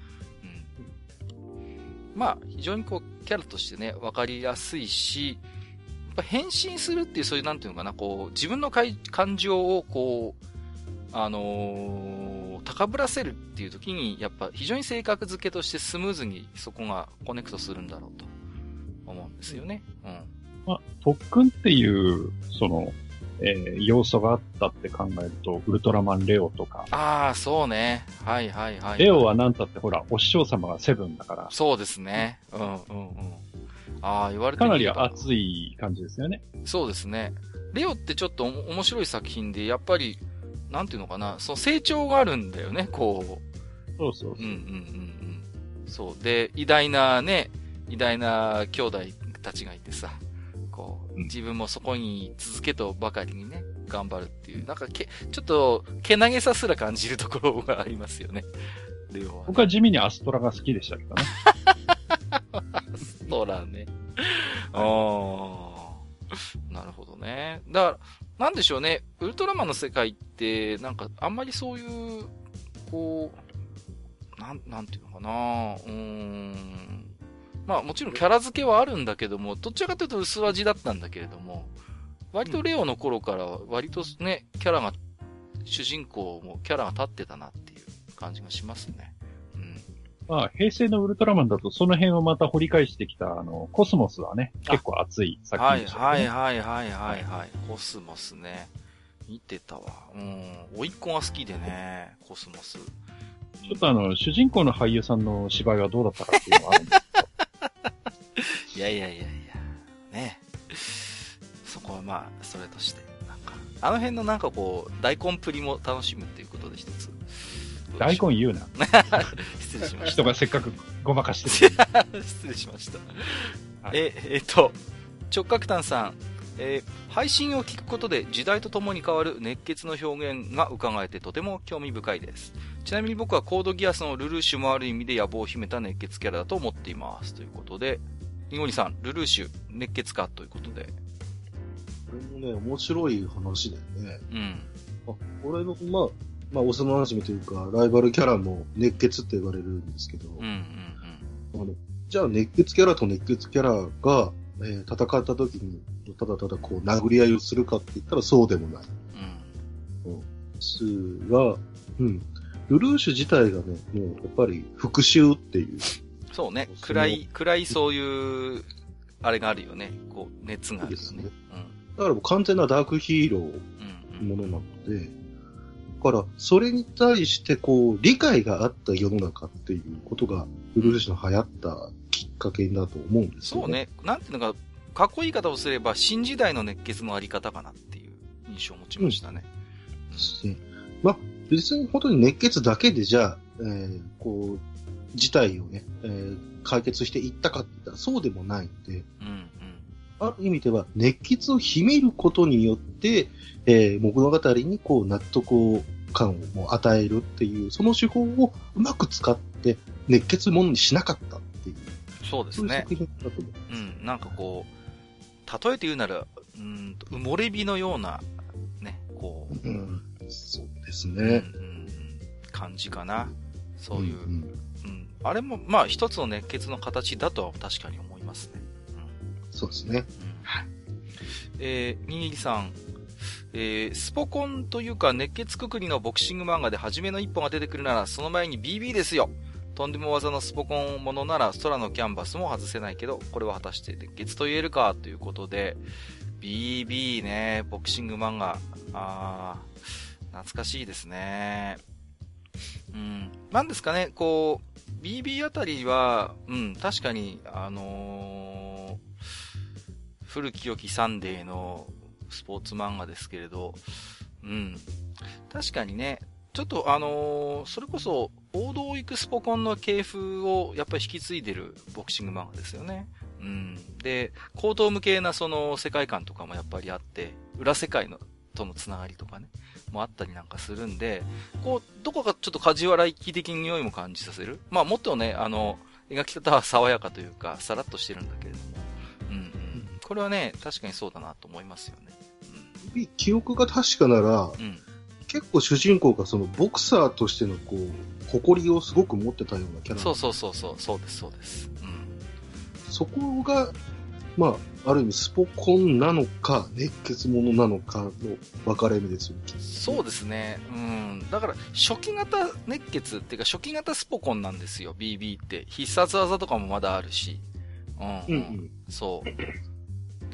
非常にキャラとしてね、わかりやすいし、やっぱ変身するっていう、そういうなんていうのかな、自分の感情を高ぶらせるっていう時に、やっぱ非常に性格付けとしてスムーズにそこがコネクトするんだろうと思うんですよね。うん。 まあ、特訓っていう、要素があったって考えると、ウルトラマンレオとか。 ああ、そうね。はいはいはい。 レオはなんたってほら、お師匠様がセブンだから。 そうですね。うんうんうん。ああ、言われてみればかなり熱い感じですよね。 そうですね。レオってちょっと面白い作品で、やっぱり、なんていうのかな、その成長があるんだよね、こう。そうそうそう。 うんうんうんうん。そう。で、偉大な兄弟たちがいてさ、こう、自分もそこに続けとばかりにね、頑張るっていう、なんかちょっと、けなげさすら感じるところがありますよね。レオは、ね。 僕は地味にアストラが好きでしたけどね。 アストラね。ああ。なるほどね。だから、なんでしょうね。ウルトラマンの世界って、なんか、あんまりそういう、こう、なんていうのかなまあもちろんキャラ付けはあるんだけども、どちらかというと薄味だったんだけれども、割とレオの頃から割とね、主人公もキャラが立ってたなっていう感じがしますね。うん。 まあ、平成のウルトラマンだとその辺をまた掘り返してきた、コスモスはね、結構熱い作品でしたね。 はいはいはいはい。コスモスね。見てたわ。甥っ子が好きでね、コスモス。 ちょっと主人公の俳優さんの芝居はどうだったかっていうのがあるんですけど。 いや。ね。そこはまあ、それとして。なんか、あの辺のなんかこう、大根プリも楽しむっていうことで一つ。 大根言うな。 失礼しました。 人がせっかくごまかしてる。失礼しました。 はい、 直角炭さん。配信を聞くことで時代とともに変わる熱血の表現が伺えてとても興味深いです。ちなみに僕はコードギアスのルルーシュもある意味で野望を秘めた熱血キャラだと思っています。ということで、ニゴリさん、ルルーシュ、熱血かということで。 これもね、面白い話だよね。 うん。 これの、まあ、幼馴染というか、ライバルキャラも熱血って言われるんですけど、じゃあ熱血キャラと熱血キャラが、戦った時に、ただただこう、殴り合いをするかって言ったらそうでもない。が、ルルーシュ自体がね、もうやっぱり復讐っていう。 そうね。暗いそういう、あれがあるよね。こう、熱があるよね。ですね。 だからもう完全なダークヒーローものなので、だから、それに対して、こう、理解があった世の中っていうことが、ルルーシュの流行ったきっかけだと思うんですよね。 そうね。なんていうのか、かっこいい言い方をすれば、新時代の熱血のあり方かなっていう印象を持ちましたね。 まあ、別に本当に熱血だけでじゃあ、こう、事態をね、解決していったかって言ったらそうでもないので、ある意味では熱血を秘めることによって、物語にこう納得感を与えるっていう、その手法をうまく使って熱血ものにしなかったっていう。 そうですね。 そういう作品だと思います。 なんかこう、例えて言うなら、埋もれ日のような、ね、こう。 そうですね。 感じかな。そういう。あれも、まあ一つの熱血の形だとは確かに思いますね。 そうですね。 はい。ニニリさん、スポコンというか熱血くくりのボクシング漫画で初めの一歩が出てくるならその前に BB ですよ。とんでも技のスポコンものなら空のキャンバスも外せないけど、これは果たして熱血と言えるかということで、BB ね、ボクシング漫画。懐かしいですね。なんですかね、こう、BB あたりは、確かに、古き良きサンデーのスポーツ漫画ですけれど、確かにね、ちょっとそれこそ、王道行くスポコンの系風をやっぱり引き継いでるボクシング漫画ですよね。で、高等無形なその世界観とかもやっぱりあって、裏世界とのつながりとかね、もあったりなんかするんで、こう、どこかちょっとカジュアライ気的に匂いも感じさせる。まあもっとね、描き方は爽やかというか、さらっとしてるんだけれども。これはね、確かにそうだなと思いますよね。 記憶が確かなら、結構主人公がそのボクサーとしてのこう、誇りをすごく持ってたようなキャラ。 そうです、そうです。 そこが、 まあ、ある意味スポコンなのか、熱血ものなのかの分かれ目ですよね。 そうですね。うん。だから、初期型熱血っていうか、初期型スポコンなんですよ、BB って。必殺技とかもまだあるし。うん、うん。うんうん、そう。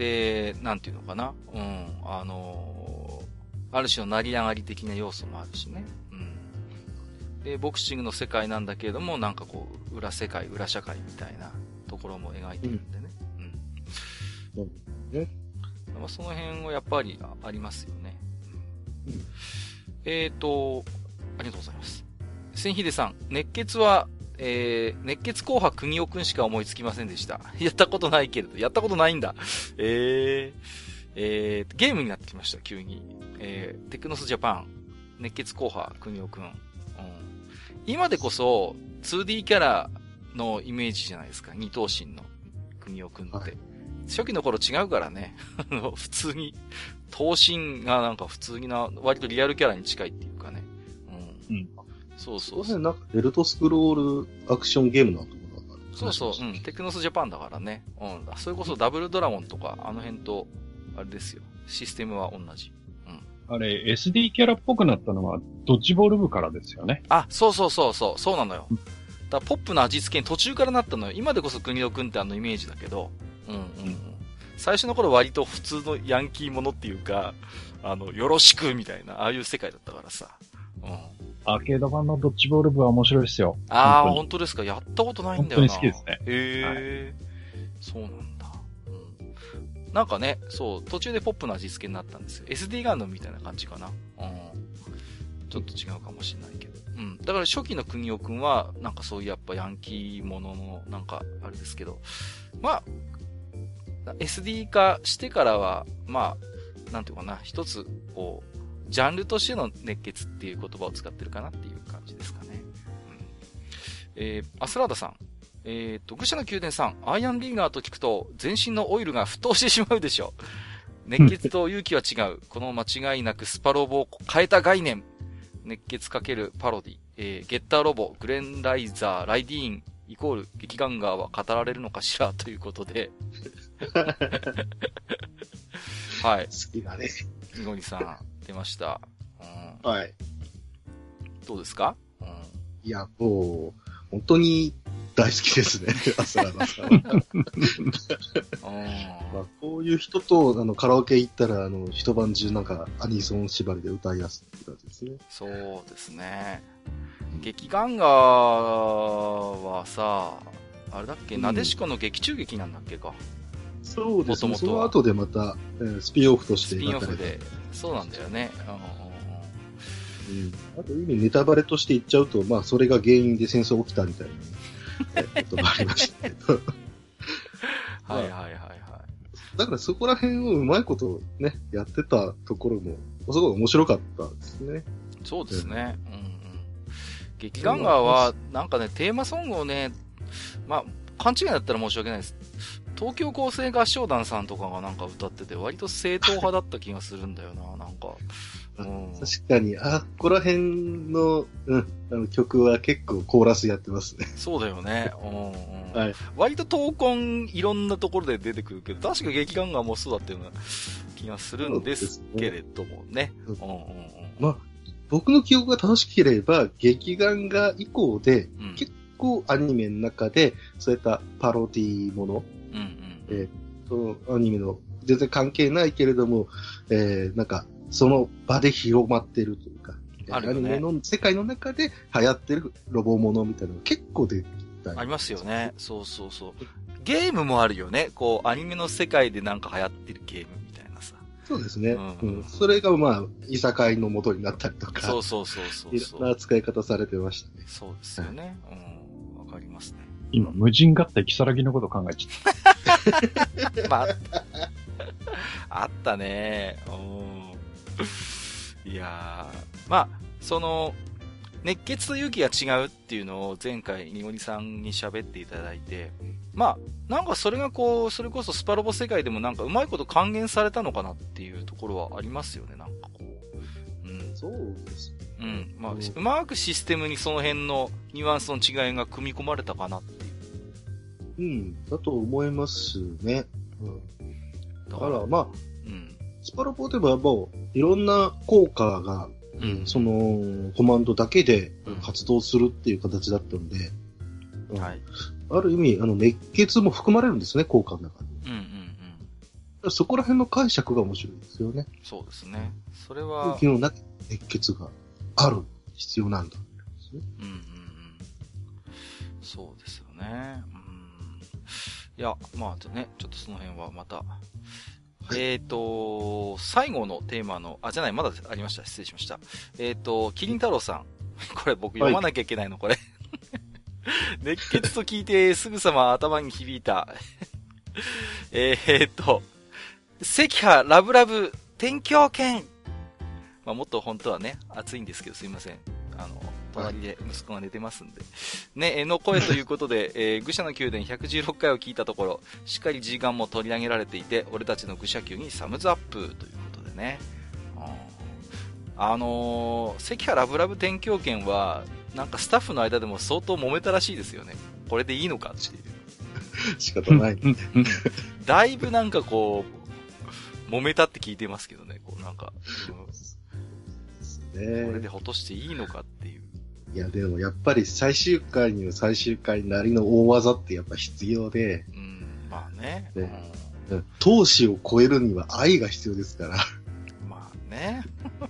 で、なんていうのかな。うん。ある種の成り上がり的な要素もあるしね。うん。で、ボクシングの世界なんだけれども、なんかこう、裏世界、裏社会みたいなところも描いてるんでね。うん。まあ、その辺はやっぱりありますよね。うん、ありがとうございます。千秀さん、熱血は、熱血紅白国尾くんしか思いつきませんでした。やったことないけれど、やったことないんだ。ゲームになってきました、急に。テクノスジャパン、熱血紅白国尾くん。うん。今でこそ、2D キャラのイメージじゃないですか、二頭身の国尾くんって。はい、初期の頃違うからね。普通に、頭身がなんか普通に割とリアルキャラに近いっていうかね。うん。うん、 そうそうそう。なんかエルトスクロールアクションゲームのところだった。 そうそう、うん。テクノスジャパンだからね。うん。それこそダブルドラゴンとか、あの辺と、あれですよ。システムは同じ。 うん。あれ、SD キャラっぽくなったのは、ドッジボール部からですよね。 あ、そうなのよ。だからポップな味付けに途中からなったのよ。今でこそ国尾くんってイメージだけど。うんうんうん。最初の頃割と普通のヤンキーものっていうか、よろしくみたいな、ああいう世界だったからさ。うん。 アーケード版のドッジボール部は面白いですよ。 ああ、本当ですか。やったことないんだよな。 本当に好きですね。 へえ、はい、そうなんだ。うん。なんかね、そう、途中でポップな味付けになったんですよ。SD ガンダムみたいな感じかな。うん。ちょっと違うかもしれないけど。うん。だから初期の国尾くんは、なんかそういうやっぱヤンキーものの、なんか、あれですけど。まあ、SD 化してからは、まあ、なんていうかな、一つ、こう、ジャンルとしての熱血っていう言葉を使ってるかなっていう感じですかね。うん、アスラーダさん。愚者の宮殿さん、アイアンリーガーと聞くと、全身のオイルが沸騰してしまうでしょう。熱血と勇気は違う。この間違いなくスパロボを変えた概念。熱血×パロディ。ゲッターロボ、グレンライザー、ライディーン、イコール、劇ガンガーは語られるのかしらということで。はい。 好きだね。 みごりさん、出ました。 うん、はい。 どうですか？うん、 いや、もう、本当に大好きですね、アスラダさんは。まあ、こういう人とカラオケ行ったら、一晩中なんかアニソン縛りで歌い出すって感じですね。 そうですね。劇ガンガーはさ、あれだっけ、なでしこの劇中劇なんだっけか。 そうですね。その後でまた、スピンオフとしてスピンオフで。そうなんだよね。 うん。あと意味ネタバレとして言っちゃうと、まあそれが原因で戦争起きたみたいなことがありましたけど。 はいはいはいはい。 だからそこら辺をうまいことね、やってたところも、すごい面白かったですね。 そうですね。うんうん。劇ガンガーは、なんかね、テーマソングをね、まあ、勘違いだったら申し訳ないです。東京高生合唱団さんとかがなんか歌ってて、割と正統派だった気がするんだよな、なんか。 うん、確かに、ここら辺の、曲は結構コーラスやってますね。 そうだよね。 うん、はい。 割と闘魂いろんなところで出てくるけど、確か劇ガンガーもそうだったような気がするんですけれどもね。 まあ、僕の記憶が正しければ、劇ガンガー以降で、結構アニメの中で、そういったパロディもの、アニメの全然関係ないけれども、なんか、その場で広まってるというか、アニメの世界の中で流行ってるロボものみたいなのが結構出てきたり。 ありますよね。そうそうそう。ゲームもあるよね。こう、アニメの世界でなんか流行ってるゲームみたいなさ。 そうですね。それがまあ、いさかいの元になったりとか。 そうそう。 いろんな扱い方されてましたね。 そうですよね。わかりますね。 今、無人合体、キサラギのこと考えちゃった。 まあ、あったね。いやー、まあ、熱血と勇気が違うっていうのを前回、にごりさんに喋っていただいて、まあ、なんかそれがこう、それこそスパロボ世界でもなんかうまいこと還元されたのかなっていうところはありますよね、なんかこう。うん。 そうですね。 うん。まあ、うまくシステムにその辺のニュアンスの違いが組み込まれたかなっていう。 だと思いますね。 だからまあ、スパロボではもういろんな効果が、そのコマンドだけで発動するっていう形だったので、 はい、 ある意味熱血も含まれるんですね、効果の中に。そこら辺の解釈が面白いですよね。 そうですね。それは空気の中に熱血がある必要なんだ、ね。 そうですよね。いや、まあね、ちょっとその辺はまた。はい、最後のテーマの、じゃない、まだありました。失礼しました。キリン太郎さん。これ僕読まなきゃいけないの、これ。熱血と聞いてすぐさま頭に響いた。赤波ラブラブ天狂犬。まあ、もっと本当はね、熱いんですけどすいません。隣で息子が寝てますんで。ね、の声ということで、愚者の宮殿116回を聞いたところ、しっかり G ガンも取り上げられていて、俺たちの愚者級にサムズアップということでね。赤波ラブラブ天狂犬は、なんかスタッフの間でも相当揉めたらしいですよね。これでいいのかっていう。 仕方ない。 だいぶなんかこう、揉めたって聞いてますけどね、こうなんか。これで落としていいのかっていう。 いや、でもやっぱり最終回には最終回なりの大技ってやっぱ必要で。 まあね。 闘志を超えるには愛が必要ですから。 まあね。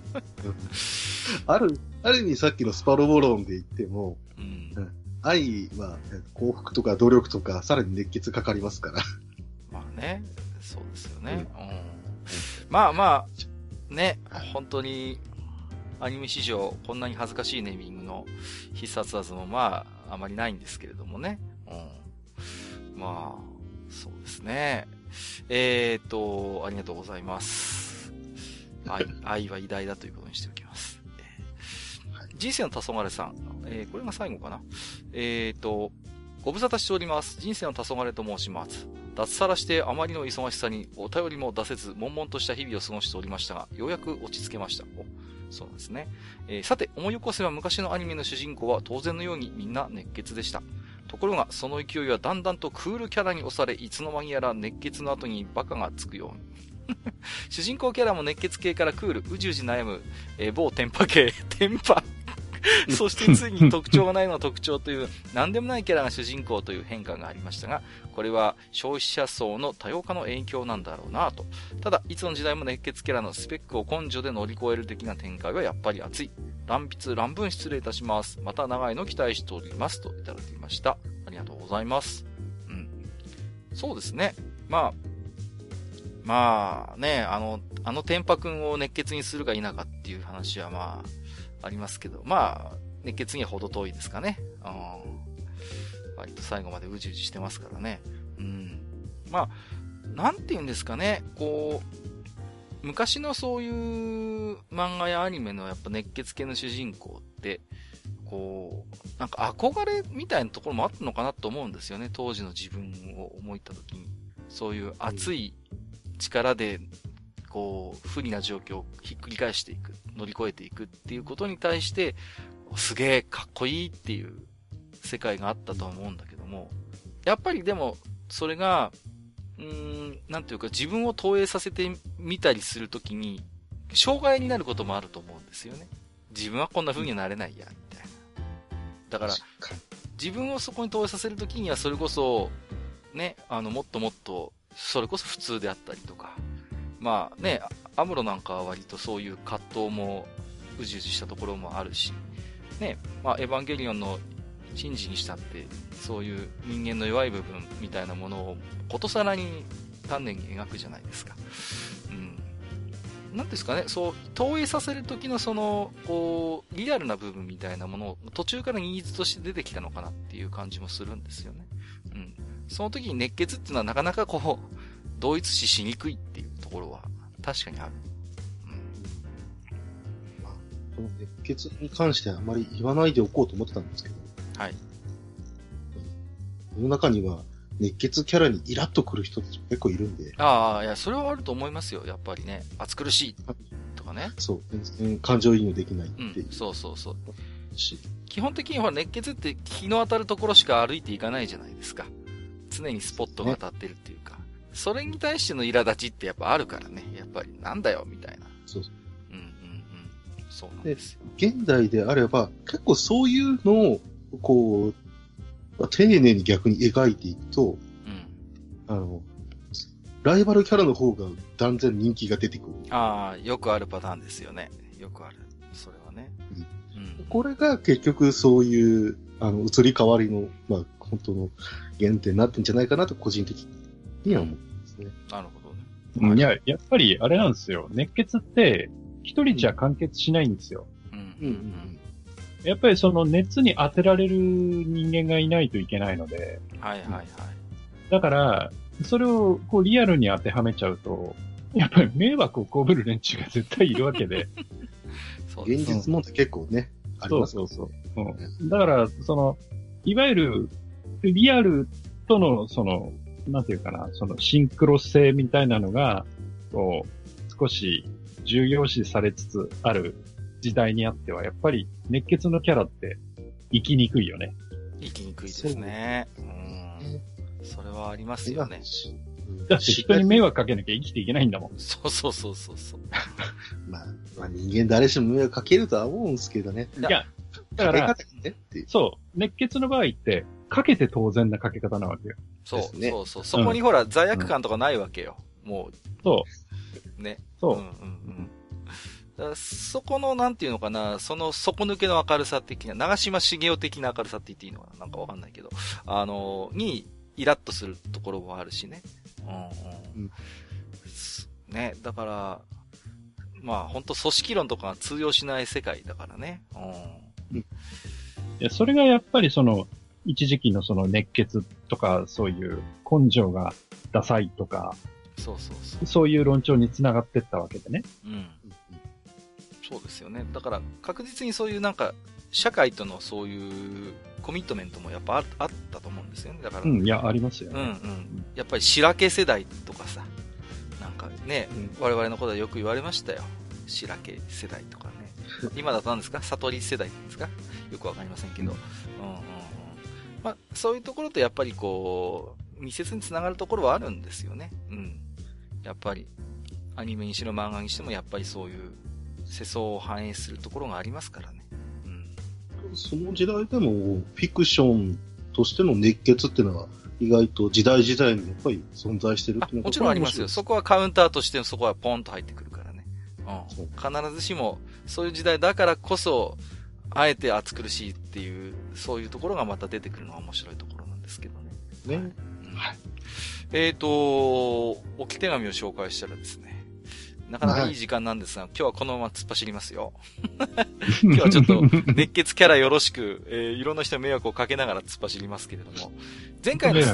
ある意味さっきのスパロボ論で言っても、愛は幸福とか努力とかさらに熱血かかりますから。 まあね。そうですよね。まあまあ、ね、本当に、アニメ史上こんなに恥ずかしいネーミングの必殺技もまああまりないんですけれどもね。まあそうですね。ありがとうございます。愛は偉大だということにしておきます。人生の黄昏さん、これが最後かな。ご無沙汰しております。人生の黄昏と申します。脱サラしてあまりの忙しさにお便りも出せず悶々とした日々を過ごしておりましたが、ようやく落ち着けました。そうですね。さて、思い起こせば昔のアニメの主人公は当然のようにみんな熱血でした。ところが、その勢いはだんだんとクールキャラに押され、いつの間にやら熱血の後にバカがつくように。主人公キャラも熱血系からクール、うじうじ悩む、某テンパ系、テンパ。そしてついに特徴がないのは特徴という、何でもないキャラが主人公という変化がありましたが、これは消費者層の多様化の影響なんだろうなと。ただ、いつの時代も熱血キャラのスペックを根性で乗り越える的な展開はやっぱり熱い。乱文失礼いたします。また長いの期待しております。といただきました。ありがとうございます。そうですね。まあね、あの天パ君を熱血にするか否かっていう話はまあ、ありますけど、まあ、熱血には程遠いですかね。割と最後までうじうじしてますからね。まあ、なんて言うんですかね、こう、昔のそういう漫画やアニメのやっぱ熱血系の主人公って、こう、なんか憧れみたいなところもあったのかなと思うんですよね。当時の自分を思いったときに。そういう熱い力で、こう、不利な状況をひっくり返していく、乗り越えていくっていうことに対して、すげえかっこいいっていう世界があったと思うんだけども、やっぱりでも、それが、なんていうか自分を投影させてみたりするときに、障害になることもあると思うんですよね。自分はこんな風にはなれないや、みたいな。だから、自分をそこに投影させるときには、それこそ、ね、もっともっと、それこそ普通であったりとか、まあね、アムロなんかは割とそういう葛藤もうじうじしたところもあるし、ね、まあエヴァンゲリオンのシンジにしたって、そういう人間の弱い部分みたいなものをことさらに丹念に描くじゃないですか。なんですかね、そう、投影させる時のその、こう、リアルな部分みたいなものを途中からニーズとして出てきたのかなっていう感じもするんですよね。その時に熱血っていうのはなかなかこう、同一視しにくいっていうところは確かにある。 まあ、この熱血に関してはあまり言わないでおこうと思ってたんですけど。 はい。 世の中には熱血キャラにイラッとくる人って結構いるんで。 いや、それはあると思いますよ、やっぱりね。暑苦しいとかね。 そう、全然感情移入できないっていう。 そう。基本的には熱血って日の当たるところしか歩いていかないじゃないですか。常にスポットが当たってるっていうか。 それに対しての苛立ちってやっぱあるからね。やっぱりなんだよ、みたいな。 そうそう。 うんうんうん。そうなんですよ。 現代であれば、結構そういうのを、こう、丁寧に逆に描いていくと、 うん。 ライバルキャラの方が断然人気が出てくる。 ああ、よくあるパターンですよね。よくある。それはね。 うん。 うん。 これが結局そういう、移り変わりの、まあ、本当の原点になってんじゃないかなと個人的には思うんですね。 なるほどね。 いや、やっぱりあれなんですよ。熱血って一人じゃ完結しないんですよ。 うんうんうんやっぱりその熱に当てられる人間がいないといけないので。 はいはいはい。 だから、それをこうリアルに当てはめちゃうと、やっぱり迷惑を被る連中が絶対いるわけで。 そうです。 現実問題結構ね、ありますからね。 そう。うん。だから、いわゆる、リアルとの、なんていうかな、シンクロ性みたいなのが、こう、少し重要視されつつある時代にあっては、やっぱり熱血のキャラって生きにくいよね。 生きにくいですね。それはありますよね。 だって人に迷惑かけなきゃ生きていけないんだもん。 そう。 まあ人間誰しも迷惑かけるとは思うんですけどね。 いや、だから、 ねっていうそう、熱血の場合って、かけて当然なかけ方なわけよ。 そう、 ねそう。そこにほら、罪悪感とかないわけよ。もう。 そう。 ね。 そう。 だからそこの、なんていうのかな、その底抜けの明るさ的な、長嶋茂雄的な明るさって言っていいのかな、なんかわかんないけど、に、イラッとするところもあるしね。ね、だから、まあ本当組織論とかが通用しない世界だからね。 いや、それがやっぱり一時期の熱血とか、そういう根性がダサいとか、そういう論調につながってったわけでね。 そうですよね。だから確実にそういうなんか、社会とのそういうコミットメントもやっぱあったと思うんですよね。だから。 いや、ありますよね。 やっぱり白毛世代とかさ、なんかね、我々のことはよく言われましたよ。白毛世代とかね。今だと何ですか？悟り世代ですか？よくわかりませんけど。まあ、そういうところとやっぱりこう、密接につながるところはあるんですよね。やっぱり、アニメにしろ漫画にしてもやっぱりそういう世相を反映するところがありますからね。 その時代でも、フィクションとしての熱血っていうのは、意外と時代時代にやっぱり存在してるっていうのはもちろんありますよ。そこはカウンターとしてそこはポンと入ってくるからね。必ずしも、そういう時代だからこそ、あえて暑苦しいっていう、そういうところがまた出てくるのは面白いところなんですけどね。 ね。 はい。置き手紙を紹介したらですね、なかなかいい時間なんですが、今日はこのまま突っ走りますよ。今日はちょっと熱血キャラよろしく、いろんな人に迷惑をかけながら突っ走りますけれども、前回の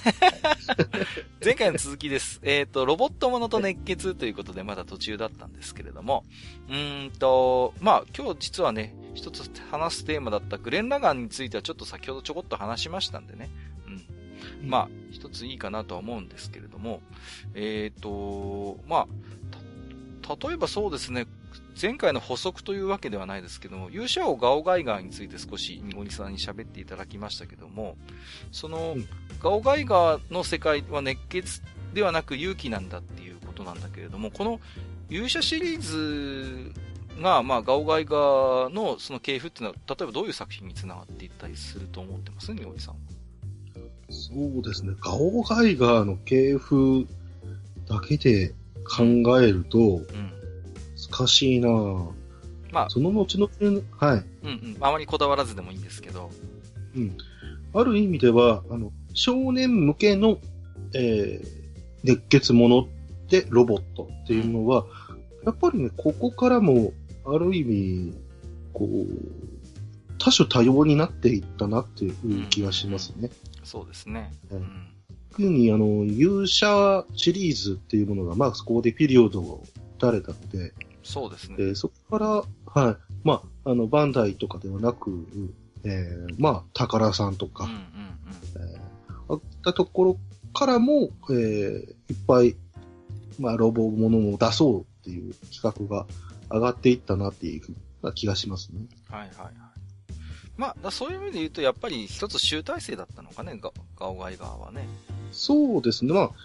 続きです。ロボットものと熱血ということでまだ途中だったんですけれども、まあ今日実はね、一つ話すテーマだったグレン・ラガンについてはちょっと先ほどちょこっと話しましたんでね、まあ一ついいかなとは思うんですけれども、まあ例えばそうですね、前回の補足というわけではないですけども、勇者王ガオガイガーについて少しニゴニさんに喋っていただきましたけども、ガオガイガーの世界は熱血ではなく勇気なんだっていうことなんだけれども、この勇者シリーズが、まあ、ガオガイガーのその系譜っていうのは、例えばどういう作品につながっていったりすると思ってますニゴニさんは。 そうですね、ガオガイガーの系譜だけで考えると、難しいなぁ。まあ、その後の、はい。 あまりこだわらずでもいいんですけど。 ある意味では、少年向けの、熱血ものでロボットっていうのは、やっぱりね、ここからも、ある意味、こう、多種多様になっていったなっていう気がしますね。 そうですね。 特に勇者シリーズっていうものが、まあそこでピリオドを打たれたので、 そうですね。 そこから、はい。まあ、バンダイとかではなく、まあ、宝さんとか、あったところからも、いっぱい、まあ、ロボものを出そうっていう企画が上がっていったなっていうふうな気がしますね。 まあ、そういう意味で言うと、やっぱり一つ集大成だったのかね、ガオガイガーはね。 そうですね。まあ、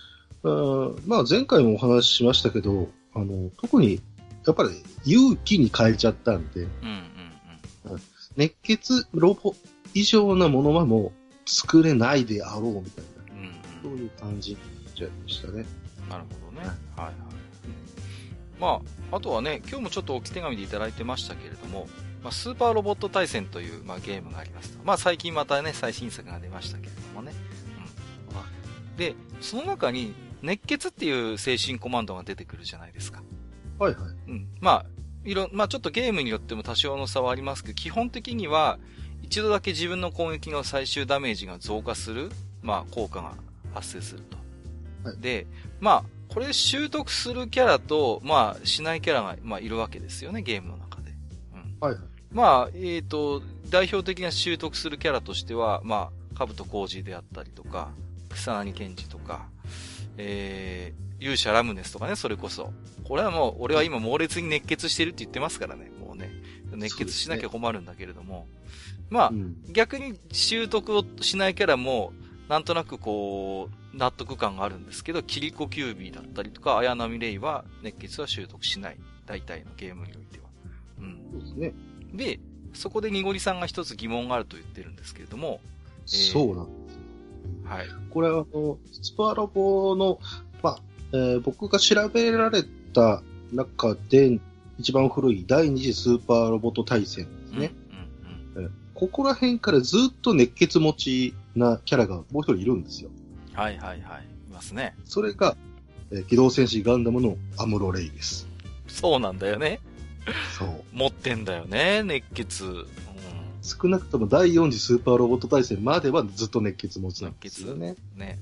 まあ前回もお話ししましたけど、特に、やっぱり勇気に変えちゃったんで、熱血ロボ以上なものはもう作れないであろうみたいな、そういう感じになっちゃいましたね。 なるほどね。はいはい。まあ、あとはね、今日もちょっと置き手紙でいただいてましたけれども、まあ、スーパーロボット対戦という、まあ、ゲームがありますと。まあ、最近またね、最新作が出ましたけれどもね。で、その中に、熱血っていう精神コマンドが出てくるじゃないですか。 はいはい。 まあ、まあちょっとゲームによっても多少の差はありますけど、基本的には、一度だけ自分の攻撃の最終ダメージが増加する、まあ効果が発生すると。はい、で、まあ、これ習得するキャラと、まあ、しないキャラが、まあ、いるわけですよね、ゲームの中で。 はいはい。 まあ、代表的な習得するキャラとしては、まあ、兜小路であったりとか、草薙賢治とか、勇者ラムネスとかね、それこそ。これはもう、俺は今猛烈に熱血してるって言ってますからね、もうね。熱血しなきゃ困るんだけれども。まあ、逆に習得をしないキャラも、なんとなくこう、納得感があるんですけど、キリコキュービーだったりとか、綾波レイは熱血は習得しない。大体のゲームにおいては。 そうですね。 で、そこでニゴリさんが一つ疑問があると言ってるんですけれども。 そうなんですよ。 はい。 これはスパロボの、まあ、僕が調べられた中で、一番古い第二次スーパーロボット対戦ですね。ここら辺からずっと熱血持ちなキャラがもう一人いるんですよ。 はいはいはい。いますね。 それが、機動戦士ガンダムのアムロレイです。 そうなんだよね。 そう。 持ってんだよね、熱血。 少なくとも第4次スーパーロボット対戦まではずっと熱血持ちなんですよね。 ね。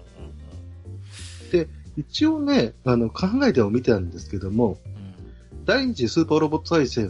で、一応ね、考えてもみたんですけども、第2次スーパーロボット対戦って、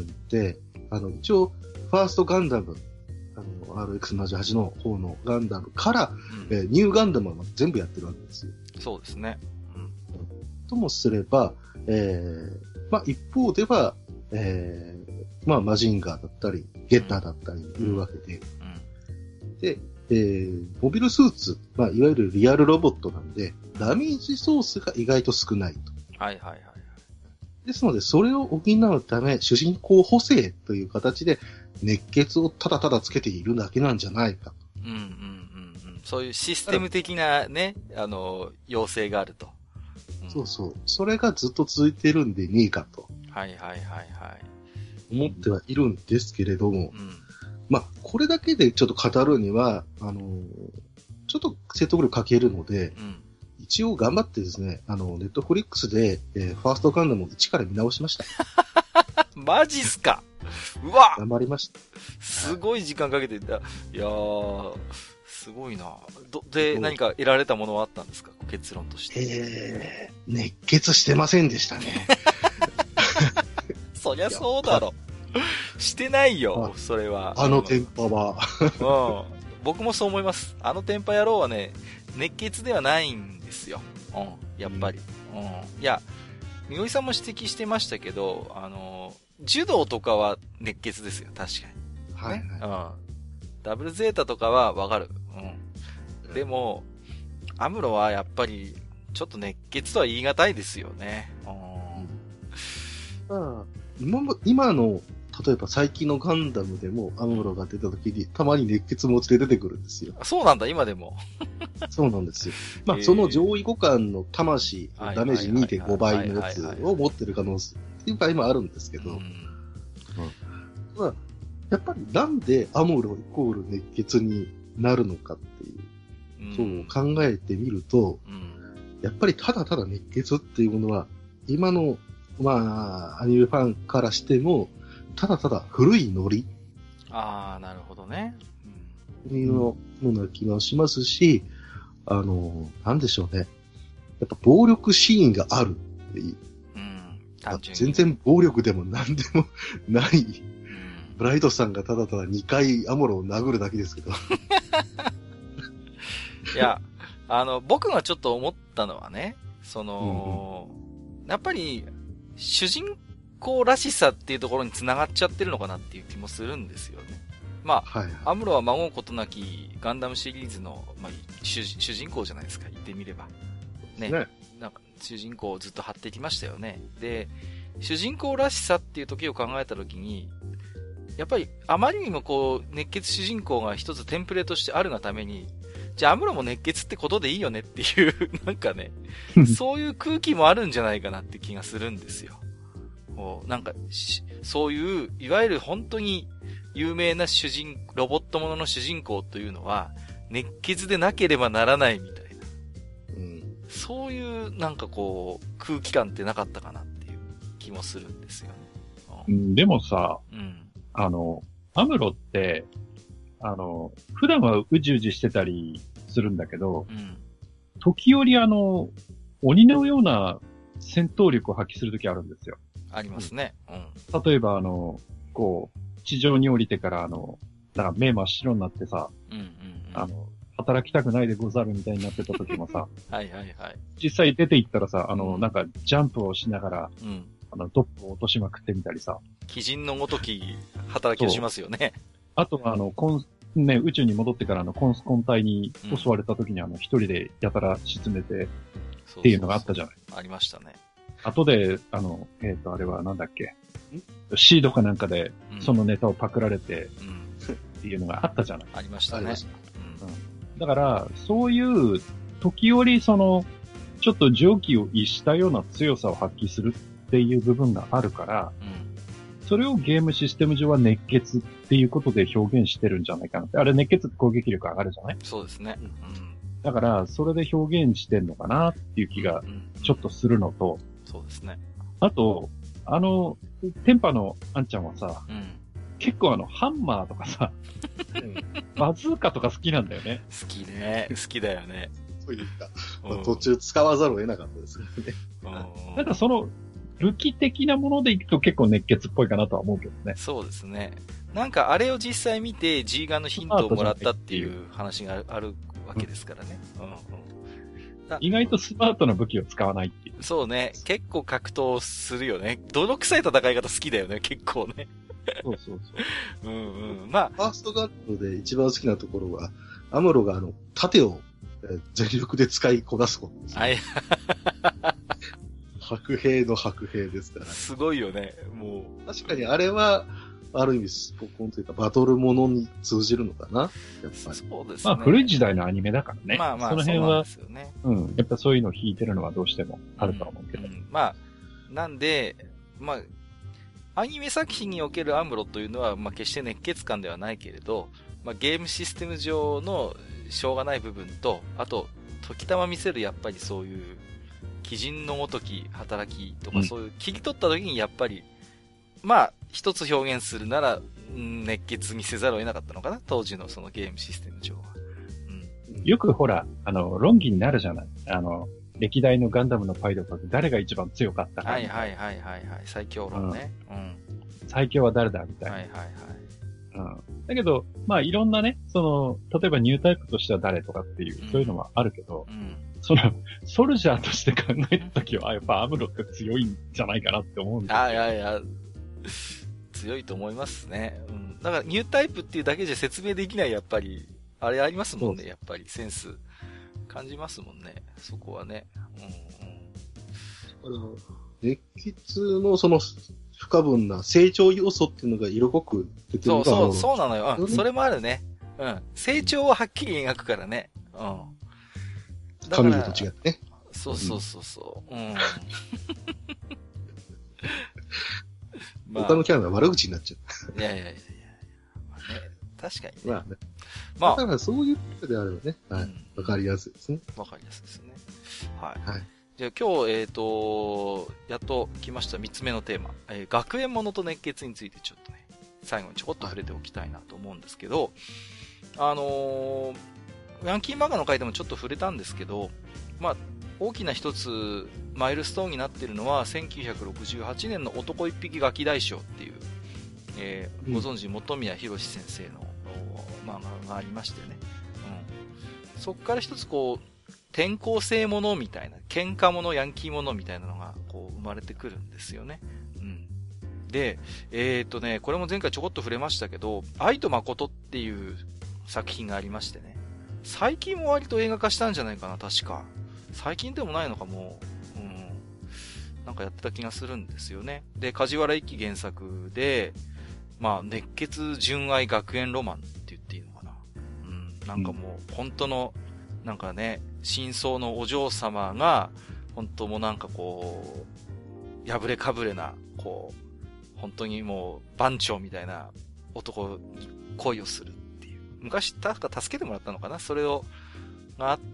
一応、ファーストガンダム、RX78 の方のガンダムから、ニューガンダムは全部やってるわけですよ。 そうですね。 ともすれば、まあ一方では、まあマジンガーだったり、ゲッターだったりいるわけで、で、モビルスーツ、まあいわゆるリアルロボットなんで、ダメージソースが意外と少ないと。 はいはいはい。 ですので、それを補うため、主人公補正という形で、熱血をただただつけているだけなんじゃないかと。 そういうシステム的なね、要請があると。 そうそう。それがずっと続いてるんでねえかと。 はいはいはいはい。 思ってはいるんですけれども、まあ、これだけでちょっと語るには、ちょっと説得力欠けるので、一応頑張ってですね、ネットフリックスで、ファーストガンダムを一から見直しました。 マジっすか。うわ頑張りました。 すごい時間かけてた。いやー、すごいな。で、何か得られたものはあったんですか、結論として。 熱血してませんでしたね。 そりゃそうだろ。してないよ、それは。 テンパは。 僕もそう思います。テンパ野郎はね、熱血ではないんですよ。やっぱり。いや、みごりさんも指摘してましたけど、柔道とかは熱血ですよ、確かに。はい。ダブルゼータとかはわかる。でも、アムロはやっぱり、ちょっと熱血とは言い難いですよね。 今の、例えば最近のガンダムでもアムロが出た時にたまに熱血持ちで出てくるんですよ。 そうなんだ、今でも。 そうなんですよ。まあ、その上位互換の魂、ダメージ 2.5 倍のやつを持ってる可能性っていうか今あるんですけど、まあ、やっぱりなんでアムロイコール熱血になるのかっていう、そう考えてみると、やっぱりただただ熱血っていうものは、今の、まあ、アニメファンからしても、ただただ古いノリ。 ああ、なるほどね。 いうような気がしますし、なんでしょうね。やっぱ暴力シーンがあるっていう。全然暴力でも何でもない。ブライトさんがただただ2回アムロを殴るだけですけど。 いや、僕がちょっと思ったのはね、やっぱり、主人公らしさっていうところに繋がっちゃってるのかなっていう気もするんですよね。まあ、アムロは孫うことなきガンダムシリーズの、まあ、主人公じゃないですか、言ってみれば。ね。 ね、なんか主人公をずっと張ってきましたよね。で、主人公らしさっていう時を考えた時に、やっぱりあまりにもこう、熱血主人公が一つテンプレートしてあるがために、じゃあアムロも熱血ってことでいいよねっていう、なんかね、そういう空気もあるんじゃないかなって気がするんですよ。なんか、そういう、いわゆる本当に有名なロボットものの主人公というのは、熱血でなければならないみたいな。うん、そういうなんかこう、空気感ってなかったかなっていう気もするんですよね。 うん、でもさ、うん、アムロって、普段はうじうじしてたりするんだけど、うん、時折鬼のような戦闘力を発揮するときあるんですよ。 ありますね。うん。例えばこう、地上に降りてからなんか目真っ白になってさ、うんうんうん、働きたくないでござるみたいになってた時もさ、 はいはいはい。 実際出て行ったらさ、なんかジャンプをしながら、うん、ドップを落としまくってみたりさ。 鬼人のごとき働きをしますよね。 あとはね、宇宙に戻ってからコンスコン隊に襲われた時に一人でやたら沈めてっていうのがあったじゃない。 ありましたね。 後で、あれはなんだっけシードかなんかで、そのネタをパクられて、っていうのがあったじゃない。 ありましたね。 だから、そういう、時折ちょっと常軌を逸したような強さを発揮するっていう部分があるから、それをゲームシステム上は熱血っていうことで表現してるんじゃないかなって。あれ熱血って攻撃力上がるじゃない？ そうですね。 だから、それで表現してんのかなっていう気がちょっとするのと、 そうですね。 あと、テンパのあんちゃんはさ、結構ハンマーとかさ、バズーカとか好きなんだよね。 好きね。好きだよね。 そう言った。途中使わざるを得なかったですよね。 なんか武器的なものでいくと結構熱血っぽいかなとは思うけどね。 そうですね。なんかあれを実際見て G ガンのヒントをもらったっていう話があるわけですからね。 意外とスマートな武器を使わないっていう。 そうね。結構格闘するよね。泥臭い戦い方好きだよね、結構ね。 そうそうそう。 うんうん。まあ。 ファーストガンドで一番好きなところは、アムロが盾を全力で使いこなすことです、ね。はい。白兵の白兵ですから。 すごいよね、もう。確かにあれは、ある意味スポコンというかバトルものに通じるのかな、やっぱり。 そうですね。 まあ古い時代のアニメだからね。 まあまあ、 その辺は、 そうなんですよね。 うん。やっぱそういうのを引いてるのはどうしてもあるとは思うけど。 まあ、なんで、まあ、アニメ作品におけるアムロというのは、まあ決して熱血感ではないけれど、まあゲームシステム上のしょうがない部分と、あと、時たま見せるやっぱりそういう、鬼人のごとき働きとかそういう切り取った時にやっぱり、まあ一つ表現するなら熱血にせざるを得なかったのかな、当時のそのゲームシステム上は。 よくほら、論議になるじゃない。歴代のガンダムのパイロットって誰が一番強かったか。 はいはいはいはいはい。最強論ね。 最強は誰だみたいな。はいはいはい。だけど、まあいろんなね、例えばニュータイプとしては誰とかっていう、そういうのはあるけど、ソルジャーとして考えたときは、やっぱアムロって強いんじゃないかなって思うんですよ。 いや、強いと思いますね。だからニュータイプっていうだけじゃ説明できない、やっぱり、あれありますもんね、やっぱりセンス。感じますもんね、そこはね。 熱血の不可分な成長要素っていうのが色濃く出てるのがそうなのよ。それもあるね。成長をはっきり描くからね。 神と違ってね。 そう。 他のキャラが悪口になっちゃう。いや。まあね、確かにね。 まあね。だからそういうことであればね、はい。わかりやすいですね。 わかりやすいですね。はい。じゃあ今日、やっと来ました3つ目のテーマ。学園ものと熱血についてちょっとね、最後にちょこっと触れておきたいなと思うんですけど、ヤンキーマガの回でもちょっと触れたんですけど、まあ、大きな一つマイルストーンになっているのは1968年の男一匹ガキ大将っていう、ご存知本宮博先生の漫画がありましてね、そこから一つこう転校生ものみたいな、喧嘩もの、ヤンキーものみたいなのがこう生まれてくるんですよね。で、これも前回ちょこっと触れましたけど、愛と誠っていう作品がありましてね。最近も割と映画化したんじゃないかな、確か。 最近でもないのかもなんかやってた気がするんですよね。で、梶原一騎原作で、まあ、熱血純愛学園ロマンって言っていいのかな。なんかもう、本当の、なんかね、真相のお嬢様が、本当もなんかこう、破れかぶれな、こう、本当にもう、番長みたいな男に恋をするっていう。昔、確か助けてもらったのかな、それを、があって、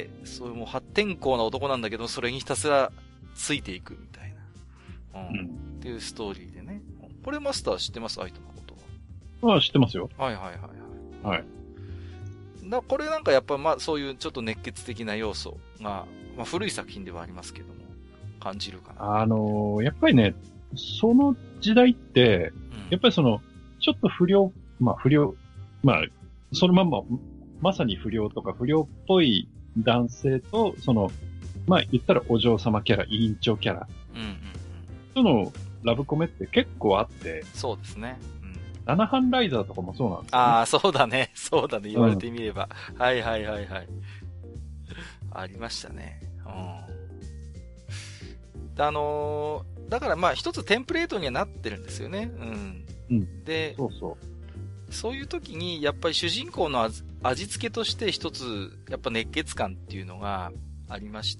そういうもう破天荒な男なんだけど、それにひたすらついていくみたいな。っていうストーリーでね。これマスター知ってます？アイトのことは。知ってますよ。 はいはいはいはい。はい。これなんかやっぱまあそういうちょっと熱血的な要素が、まあ古い作品ではありますけども、感じるかな。 やっぱりね、その時代って、やっぱりその、ちょっと不良、そのまんま、まさに不良とか不良っぽい男性と、その、まあ言ったらお嬢様キャラ、委員長キャラ。そのラブコメって結構あって。 そうですね。 七班ライザーとかもそうなんですよ、ね。 ああ、そうだね。そうだね。言われてみれば。はいはいはいはい。ありましたね。だからまあ一つテンプレートにはなってるんですよね。で、そういう時にやっぱり主人公の味付けとして一つやっぱ熱血感っていうのがありまして、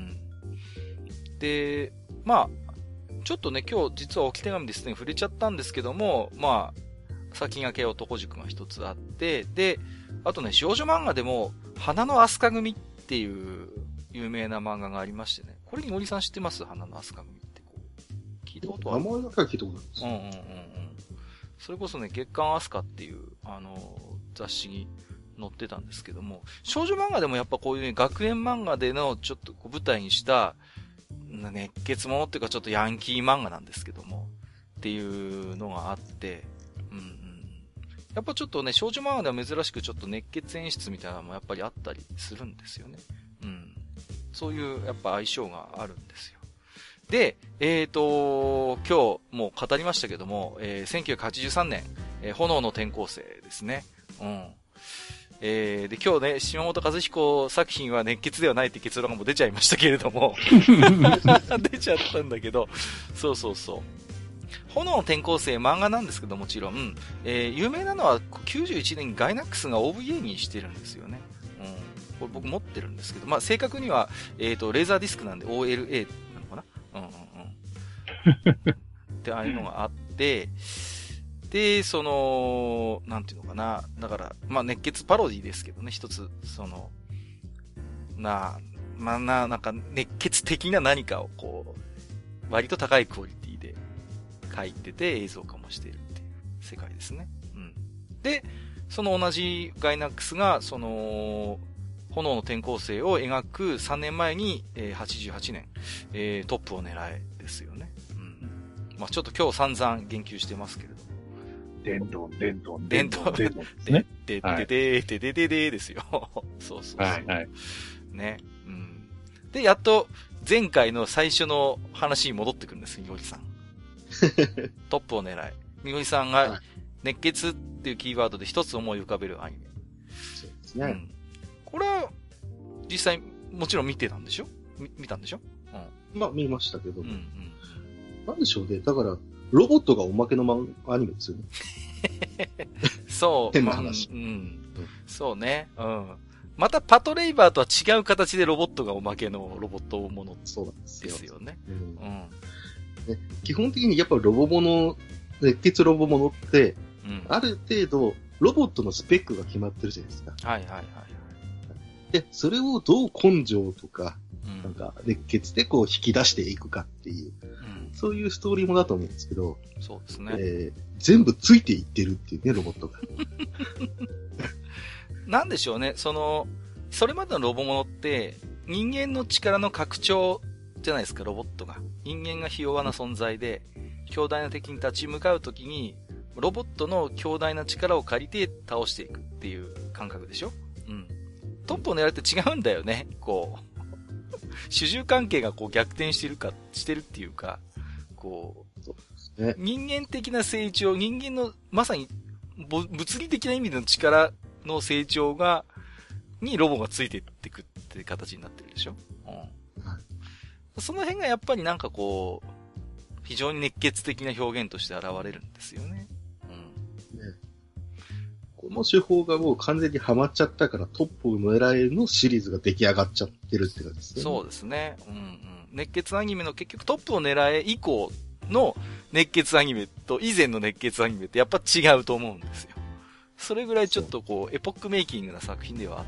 で、まあちょっとね今日実は置き手紙ですね触れちゃったんですけども、まあ先駆け男塾が一つあって、で、あとね少女漫画でも花の飛鳥組っていう有名な漫画がありましてね、これに森さん知ってます？花の飛鳥組ってこう聞いたことある？ 名前だけは聞いたことあるんです。 それこそね、月刊アスカっていう、雑誌に載ってたんですけども、少女漫画でもやっぱこういうね、学園漫画でのちょっとこう舞台にした、熱血ものっていうかちょっとヤンキー漫画なんですけども、っていうのがあって、やっぱちょっとね、少女漫画では珍しくちょっと熱血演出みたいなのもやっぱりあったりするんですよね。そういうやっぱ相性があるんですよ。で、今日もう語りましたけども、1983年、炎の転校生ですね。で、今日ね、島本和彦作品は熱血ではないって結論がもう出ちゃいましたけれども。出ちゃったんだけど、そうそうそう。炎の転校生漫画なんですけどもちろん、有名なのは91年にガイナックスが OVA にしてるんですよね。これ僕持ってるんですけど、まあ、正確には、レーザーディスクなんで OLA なのかなってああいうのがあって、で、なんていうのかな。だから、まあ、熱血パロディですけどね、一つ、なんか、熱血的な何かをこう、割と高いクオリティで書いてて映像化もしているっていう世界ですね。で、その同じガイナックスが、炎の転校生を描く3年前に、88年、トップを狙えですよね。まあちょっと今日散々言及してますけれど。 でんどんですね。でですよ。そう。 はいはい。 ね。で、やっと前回の最初の話に戻ってくるんです、みのりさん。トップを狙え。みのりさんが熱血っていうキーワードで一つ思い浮かべるアニメ。 そうですね。 これは、実際、もちろん見てたんでしょ？見たんでしょ？ まあ、見ましたけど。なんでしょうね。だから、ロボットがおまけのアニメですよね。 そう。 変な話。 そうね。また、パトレイバーとは違う形でロボットがおまけのロボットものですよね。 基本的にやっぱ熱血ロボものって、ある程度、ロボットのスペックが決まってるじゃないですか。 はい。 で、それをどう根性とか、なんか、熱血でこう引き出していくかっていう、そういうストーリーもだと思うんですけど、 そうですね。 全部ついていってるっていうね、ロボットが。 なんでしょうね、それまでのロボものって、人間の力の拡張じゃないですか、ロボットが。人間がひ弱な存在で、強大な敵に立ち向かうときに、ロボットの強大な力を借りて倒していくっていう感覚でしょ？トップを狙って違うんだよね、こう。主従関係がこう逆転してるっていうか、こう、人間的な成長、人間のまさに物理的な意味での力の成長にロボがついてってくって形になってるでしょ。うん。はい、その辺がやっぱりなんかこう、非常に熱血的な表現として現れるんですよね。うん。ね、 この手法がもう完全にハマっちゃったからトップを狙えのシリーズが出来上がっちゃってるって感じですね。 そうですね。うんうん。熱血アニメの結局トップを狙え以降の熱血アニメと以前の熱血アニメってやっぱ違うと思うんですよ。それぐらいちょっとこうエポックメイキングな作品ではあった。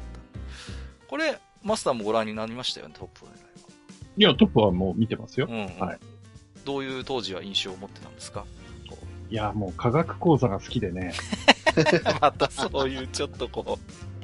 これマスターもご覧になりましたよね、トップを狙えば。 いや、トップはもう見てますよ。 うん、うん。はい。どういう当時は印象を持ってたんですか？ いや、もう科学講座が好きでね。 またそういうちょっとこ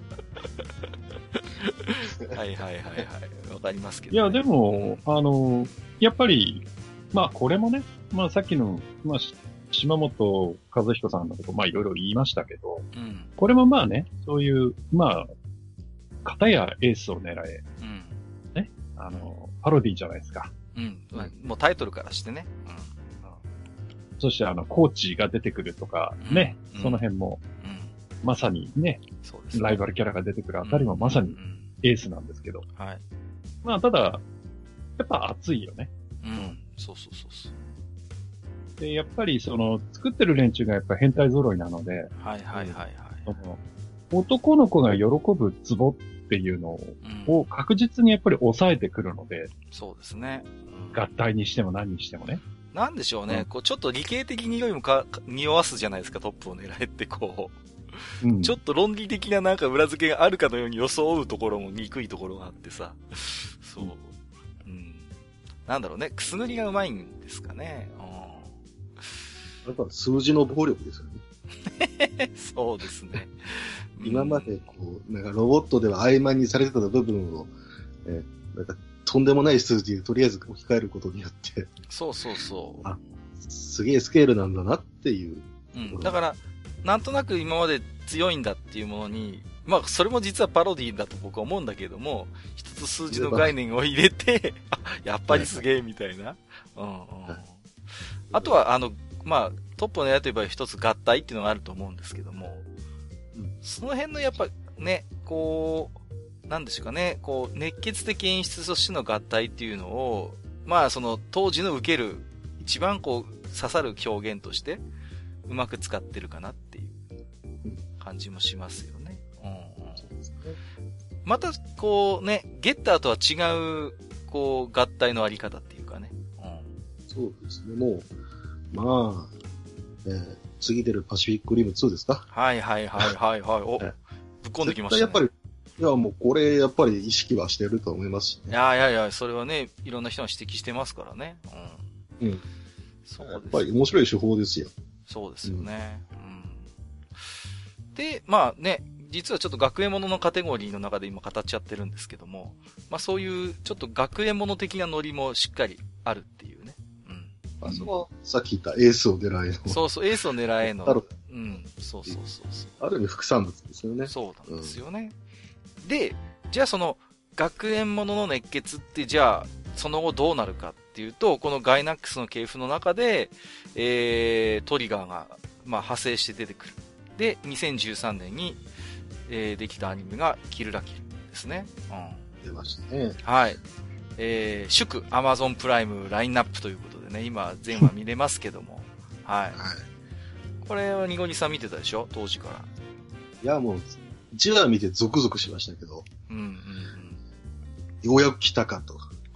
うはいはいはいはい。わかりますけど、ね。 いや、でも、やっぱり、まあこれもね、まあさっきの、まあ島本和彦さんのこと、まあいろいろ言いましたけど、うん、これもまあね、そういう、まあ、片やエースを狙え、うん、ね、パロディじゃないですか。 うん。もうタイトルからしてね。うん。 そしてコーチが出てくるとか、ね、うん、その辺も、うん、まさにね、そうですね、ライバルキャラが出てくるあたりもまさにエースなんですけど。はい。まあ、ただ、やっぱ熱いよね。 うん。そうそうそうそう。 で、やっぱり作ってる連中がやっぱ変態揃いなので、はいはいはいはい。 男の子が喜ぶツボっていうのを確実にやっぱり抑えてくるので、 そうですね。 合体にしても何にしてもね。 なんでしょうね。こう、ちょっと理系的匂いも匂わすじゃないですか、トップを狙えってこう。うん、ちょっと論理的ななんか裏付けがあるかのように装うところも憎いところがあってさ。そう。うん。なんだろうね。くす塗りがうまいんですかね。 やっぱ数字の暴力ですよね。そうですね。 今までこう、なんかロボットでは曖昧にされてた部分を、なんかとんでもない数字でとりあえず置き換えることによって。 そうそうそう。 あ、すげえスケールなんだなっていう。 うん。だから、なんとなく今まで強いんだっていうものに、まあ、それも実はパロディーだと僕は思うんだけども、一つ数字の概念を入れて、あ、やっぱりすげえみたいな。うんうん。あとは、まあ、トップを狙うといえば一つ合体っていうのがあると思うんですけども、その辺のやっぱね、こう、なんでしょうかね、こう、熱血的演出としての合体っていうのを、まあ、当時の受ける、一番こう、刺さる表現として、うまく使ってるかなっていう感じもしますよね。うんうん、また、こうね、ゲッターとは違う、こう、合体のあり方っていうかね。うん、 そうですね、もう、まあ、次出るパシフィックリム2ですか？ はいはいはいはいはい。お、ぶっ込んできましたね。 やっぱり、いやもうこれやっぱり意識はしてると思いますしね。 いやいやいや、それはね、いろんな人が指摘してますからね。うん。うん。 そうです。やっぱり面白い手法ですよ。 そうですよね。うん。で、まあね、実はちょっと学園もののカテゴリーの中で今語っちゃってるんですけども、まあそういうちょっと学園もの的なノリもしっかりあるっていうね。 うん。あそこはさっき言ったエースを狙えの。 そうそう、エースを狙えの。うん。そうそうそうそう。 ある意味副産物ですよね。 そうなんですよね。で、じゃあその学園ものの熱血ってじゃあその後どうなるかっていうと、このガイナックスの系譜の中で、トリガーが、まあ、派生して出てくる。で、2013年に、できたアニメがキルラキルですね。 うん。出ましたね。 はい。祝 Amazon プライムラインナップということでね、今全話見れますけども。はい。はい。これはニゴニさん見てたでしょ？当時から。 いや、もう、1話見てゾクゾクしましたけど。うんうんうん。ようやく来たかと。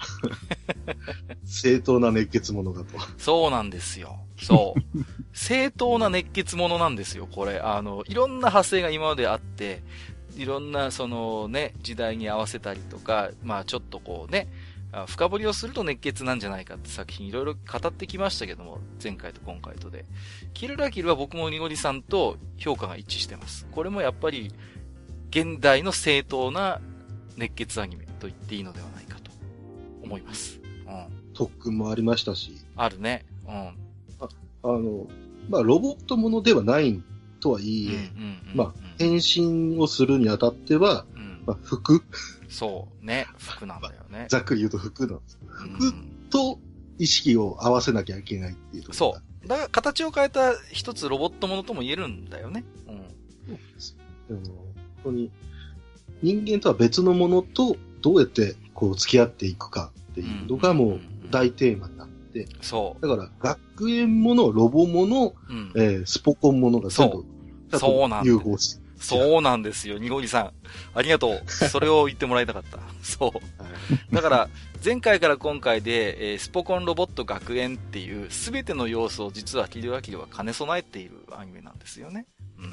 正当な熱血ものだと。 そうなんですよ。そう。正当な熱血ものなんですよ、これ。いろんな派生が今まであって、いろんな、時代に合わせたりとか、まあちょっとこうね、深掘りをすると熱血なんじゃないかって作品いろいろ語ってきましたけども、前回と今回とで。キルラキルは僕もニゴリさんと評価が一致してます。これもやっぱり、現代の正当な熱血アニメと言っていいのではないかと思います。うん。 特訓もありましたし。 あるね。うん。 まあ、ロボットものではないとはいえ、まあ、変身をするにあたっては、まあ、服そうね。服なんだよね。 ざっくり言うと服なんです。服と意識を合わせなきゃいけないっていうところ。 そう。だから形を変えた一つロボットものとも言えるんだよね。うん。 そうです。本当に、 人間とは別のものとどうやってこう付き合っていくかっていうのがもう大テーマになって、 そう。 だから学園もの、ロボもの、スポコンものが全部融合して。 そうなんですよ。にごりさん。ありがとう。それを言ってもらいたかった。そう。だから、前回から今回で、スポコンロボット学園っていうすべての要素を実はキリュウアキラは兼ね備えているアニメなんですよね。うん。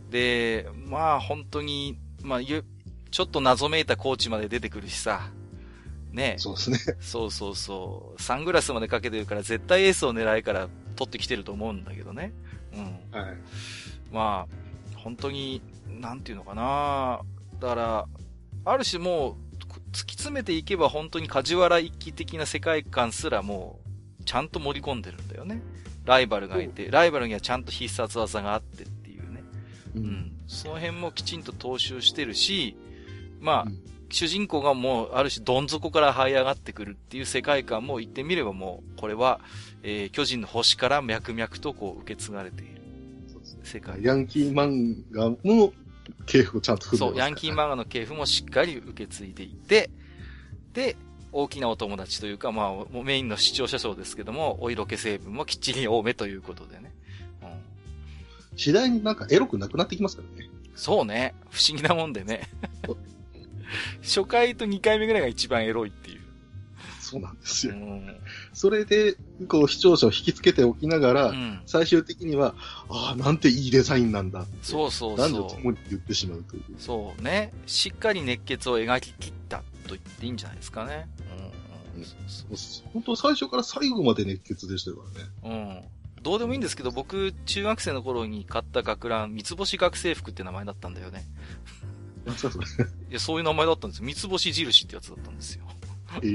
で、まあ本当に、まあちょっと謎めいたコーチまで出てくるしさ。ね。 そうですね。 そうそうそう。サングラスまでかけてるから絶対エースを狙いから取ってきてると思うんだけどね。うん。はい。まあ、本当に、なんていうのかな。だから、ある種もう、突き詰めていけば本当に梶原一騎的な世界観すらもう、ちゃんと盛り込んでるんだよね。ライバルがいて、ライバルにはちゃんと必殺技があってっていうね。うん。その辺もきちんと踏襲してるし、まあ、主人公がもう、ある種どん底から這い上がってくるっていう世界観も言ってみればもう、これは、巨人の星から脈々とこう受け継がれている。世界。 ヤンキー漫画の系譜をちゃんと踏んでますから、 そう、ヤンキー漫画の系譜もしっかり受け継いでいて、で、大きなお友達というか、まあ、もうメインの視聴者層ですけども、お色気成分もきっちり多めということでね。うん。 次第になんかエロくなくなってきますからね。 そうね。不思議なもんでね。初回と2回目ぐらいが一番エロいっていう。 そうなんですよ。それで、こう、視聴者を引きつけておきながら、最終的には、ああ、なんていいデザインなんだって。 そうそうそう。 何度も言ってしまうという。 そうね。しっかり熱血を描き切ったと言っていいんじゃないですかね。 本当最初から最後まで熱血でしたからね。 うん。どうでもいいんですけど、僕、中学生の頃に買った学ラン、三つ星学生服って名前だったんだよね。 いや、そういう名前だったんですよ。三つ星印ってやつだったんですよ。うん。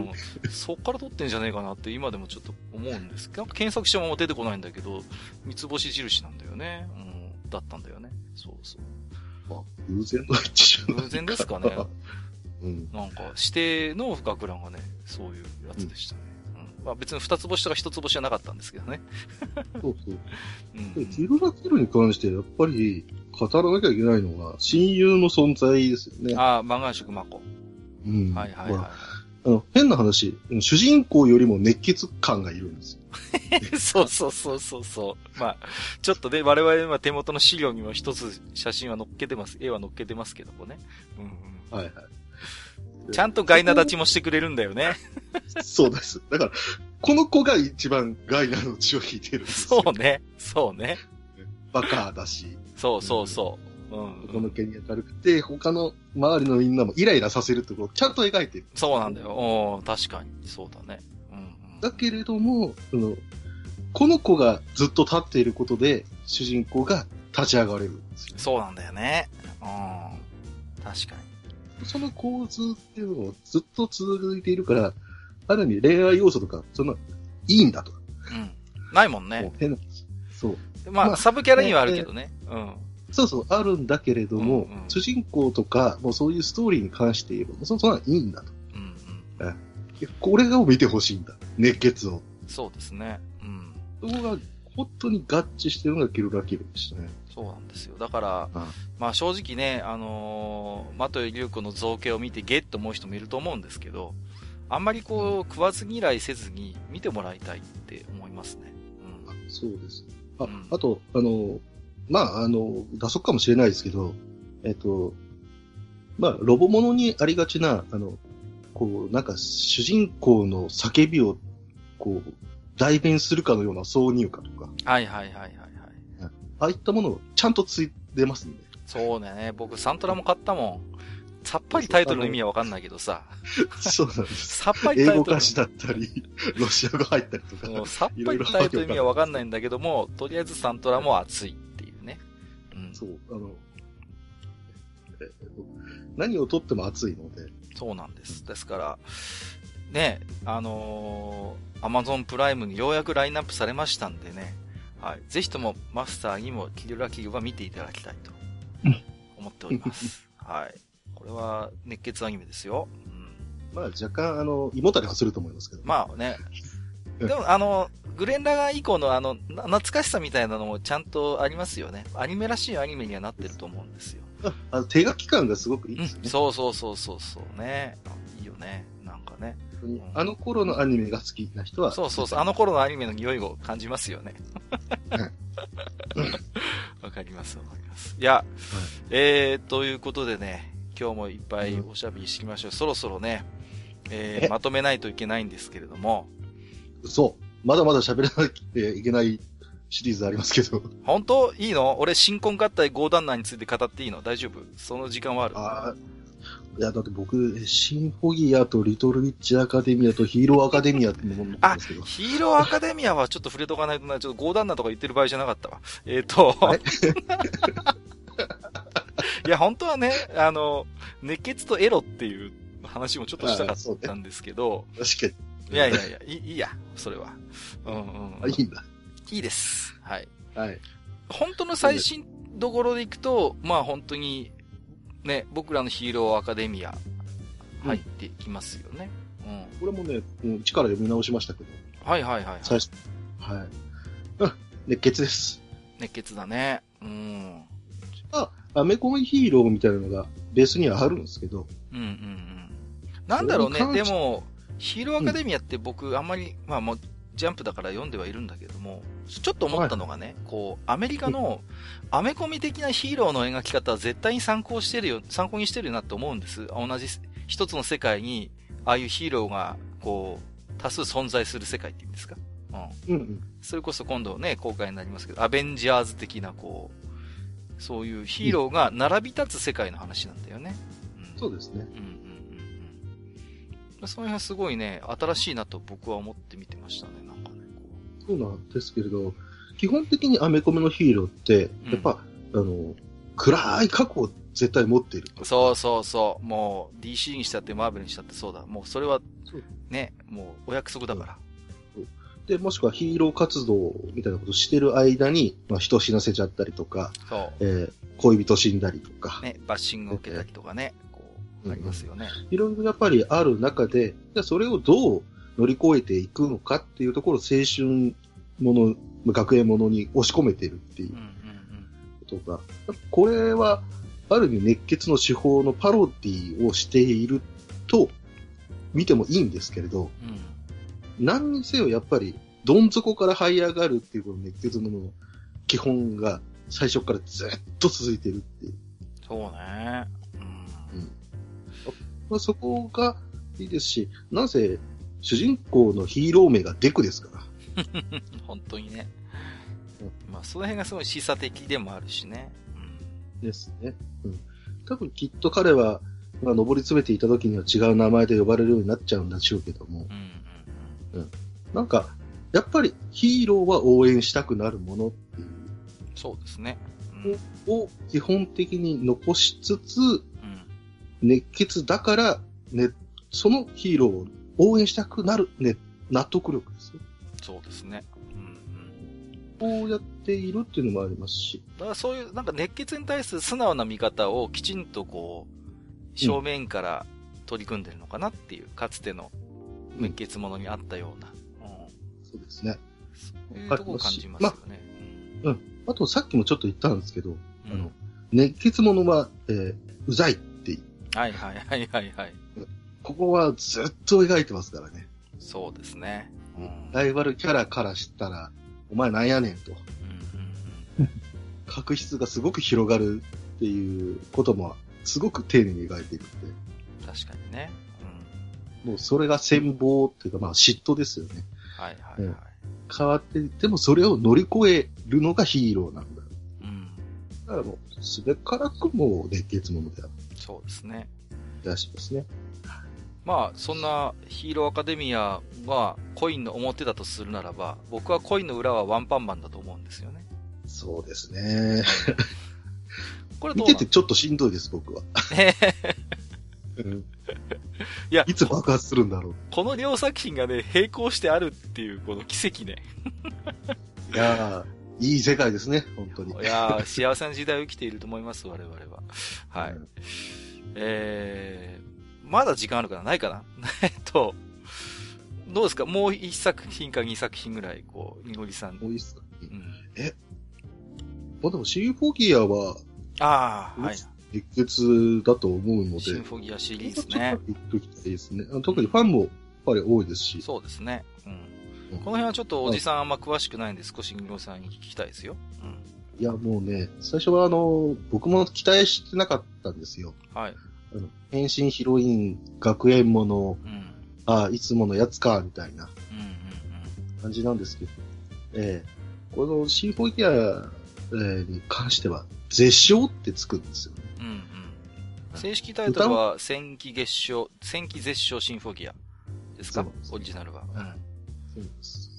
そっから撮ってんじゃねえかなって今でもちょっと思うんですけど、検索しても出てこないんだけど、三つ星印なんだよね。うん。だったんだよね。そうそう。 あ、偶然の一致じゃないかな。 偶然ですかね。うん。なんか、指定の学ランがね、そういうやつでしたね。うん。まあ別に二つ星とか一つ星はなかったんですけどね。 そうそう。うん。キルラキルに関してやっぱり語らなきゃいけないのは親友の存在ですよね。 ああ、漫画宿マコ。 うん。 はいはいはい。 まあ、変な話、主人公よりも熱血感がいるんですよ。そう。まあ、ちょっとね、我々は手元の資料にも一つ写真は載っけてます、絵は載っけてますけどもね。うん。はいはい。ちゃんとガイナ立ちもしてくれるんだよね。 そうです。だから、この子が一番ガイナの血を引いてるんですよ。 そうね。 バカだし。 そう。 この毛に明るくて、他の周りのみんなもイライラさせるってことをちゃんと描いてる。 そうなんだよ。確かに。そうだね。 だけれども、この子がずっと立っていることで、主人公が立ち上がれるんですよ。 そうなんだよね。確かに。その構図っていうのをずっと続いているから、ある意味恋愛要素とか、いいんだと。 ないもんね。 もう変な。そう。 まあ、サブキャラにはあるけどね。 そう、あるんだけれども、主人公とか、もうそういうストーリーに関して言えば、そんなんいいんだと。これを見てほしいんだ。熱血を。 そうですね。 そこが本当に合致してるのがキルラキルでしたね。 そうなんですよ。だから、まあ正直ね、マトイ・リュウコの造形を見てゲッと思う人もいると思うんですけど、あんまりこう、食わず嫌いせずに見てもらいたいって思いますね。 そうです。あと、まあ、打足かもしれないですけど、まあ、ロボものにありがちな、こう、なんか、主人公の叫びを、こう、代弁するかのような挿入歌とか。 はい。 ああいったものをちゃんとついてますんで。 そうね。僕、サントラも買ったもん。さっぱりタイトルの意味はわかんないけどさ。 そうなんです。 さっぱりタイトル。 英語歌詞だったり、ロシア語入ったりとか。 さっぱりタイトルの意味はわかんないんだけども、とりあえずサントラも熱いっていうね。 そう、何をとっても熱いので。 そうなんです。ですから、ね、Amazon プライムにようやくラインナップされましたんでね。はい。ぜひともマスターにもキルラキルは見ていただきたいと思っております。はい。これは熱血アニメですよ。 まあ若干胃もたれはすると思いますけど。 まあね。でもグレン・ラガン以降の懐かしさみたいなのもちゃんとありますよね。アニメらしいアニメにはなってると思うんですよ。 手書き感がすごくいいですね。 そうね。いいよね。なんかね。 あの頃のアニメが好きな人は。 そう、あの頃のアニメの匂いを感じますよね。わかります。いや、ということでね、今日もいっぱいおしゃべりしてきましょう。そろそろね、まとめないといけないんですけれども。 そう。まだまだ喋らなきゃいけないシリーズありますけど。 本当いいの？俺、新婚合体5旦那について語っていいの？大丈夫？その時間はある？ いや、だって僕、シンフォギアとリトルウィッチアカデミアとヒーローアカデミアってものなんですけど。 ヒーローアカデミアはちょっと触れとかないとな、ちょっと5旦那とか言ってる場合じゃなかったわ。いや、本当はね、熱血とエロっていう話もちょっとしたかったんですけど。 確かに。 いや、いいや、それは。 いいんだ。 いいです。はい。 はい。 本当の最新どころでいくと、まあ本当に、ね、僕らのヒーローアカデミア、入ってきますよね。 これもね、一から読み直しましたけど。 はい。 最初。はい。熱血です。 熱血だね。 アメコミヒーローみたいなのがベースにはあるんですけど。 なんだろうね、でも、ヒーローアカデミアって僕あんまり、まあもう、ジャンプだから読んではいるんだけども、ちょっと思ったのがね、こう、アメリカのアメコミ的なヒーローの描き方は絶対に参考にしてるよなって思うんです。同じ一つの世界に、ああいうヒーローが、こう、多数存在する世界っていうんですか？それこそ今度ね、公開になりますけど、アベンジャーズ的な、こう、そういうヒーローが並び立つ世界の話なんだよね。 そうですね。 その辺はすごいね、新しいなと僕は思って見てましたね、なんかね。 そうなんですけれど、基本的にアメコミのヒーローって、やっぱ、暗い過去を絶対持っている。 そう。もう、DC にしたってマーベルにしたってそうだ。もうそれは、ね、もうお約束だから。 で、もしくはヒーロー活動みたいなことをしてる間に、まあ、人を死なせちゃったりとか、恋人死んだりとか。 ね、バッシングを受けたりとかね。ありますよね。 いろいろやっぱりある中で、それをどう乗り越えていくのかっていうところを青春もの、学園ものに押し込めてるっていうことが、これはある意味熱血の手法のパロディをしていると見てもいいんですけれど、何にせよやっぱりどん底から這い上がるっていうこの熱血ものの基本が最初からずっと続いてるっていう。 そうね。 そこがいいですし、なぜ主人公のヒーロー名がデクですから。 本当にね。まあその辺がすごい示唆的でもあるしね。 ですね。多分きっと彼は、まあ、上り詰めていた時には違う名前で呼ばれるようになっちゃうんでしょうけども。なんか、やっぱりヒーローは応援したくなるものっていう。 そうですね。 を基本的に残しつつ、熱血だから、ね、そのヒーローを応援したくなる、ね、納得力ですよ。 そうですね。 こうやっているっていうのもありますし。 だからそういう、なんか熱血に対する素直な見方をきちんとこう、正面から取り組んでるのかなっていう、かつての熱血ものにあったような。 そうですね。 そういうとこを感じますよね。 あとさっきもちょっと言ったんですけど、熱血ものは、うざいっていう。 はい。 ここはずっと描いてますからね。 そうですね。 ライバルキャラからしたら、お前なんやねんと。確執がすごく広がるっていうことも、すごく丁寧に描いているので。 確かにね。 もうそれが羨望っていうか、まあ嫉妬ですよね。 はい。 変わっていてもそれを乗り越えるのがヒーローなんだ。だからもう、すべからくも熱血ものである。 そうですね。 らしいですね。 まあ、そんなヒーローアカデミアはコインの表だとするならば、僕はコインの裏はワンパンマンだと思うんですよね。 そうですね。 これどう見ててちょっとしんどいです、僕は。いや、いつ爆発するんだろう。 この両作品がね、並行してあるっていう、この奇跡ね。 いやー、いい世界ですね、本当に。 いやー、幸せな時代を生きていると思います、我々は。はい。まだ時間あるかな？ないかなどうですか？もう一作品か二作品ぐらい、こう、にごりさん。 もう一作品。 うん。 まあでもシンフォギアは、 ああ、はい。 熱血だと思うので。 シンフォギアシリーズね。 ちょっと言っときたいですね。特にファンもやっぱり多いですし。 そうですね。うん。この辺はちょっとおじさんあんま詳しくないんで、少しにごりさんに聞きたいですよ。うん。 いや、もうね、最初は僕も期待してなかったんですよ。 はい。 変身ヒロイン、学園もの、 うん。 いつものやつか、みたいな感じなんですけど、このシンフォギア、に関しては、絶唱ってつくんですよね。 うんうん。正式タイトルは、戦記絶唱シンフォギアですか？オリジナルは。 そうです。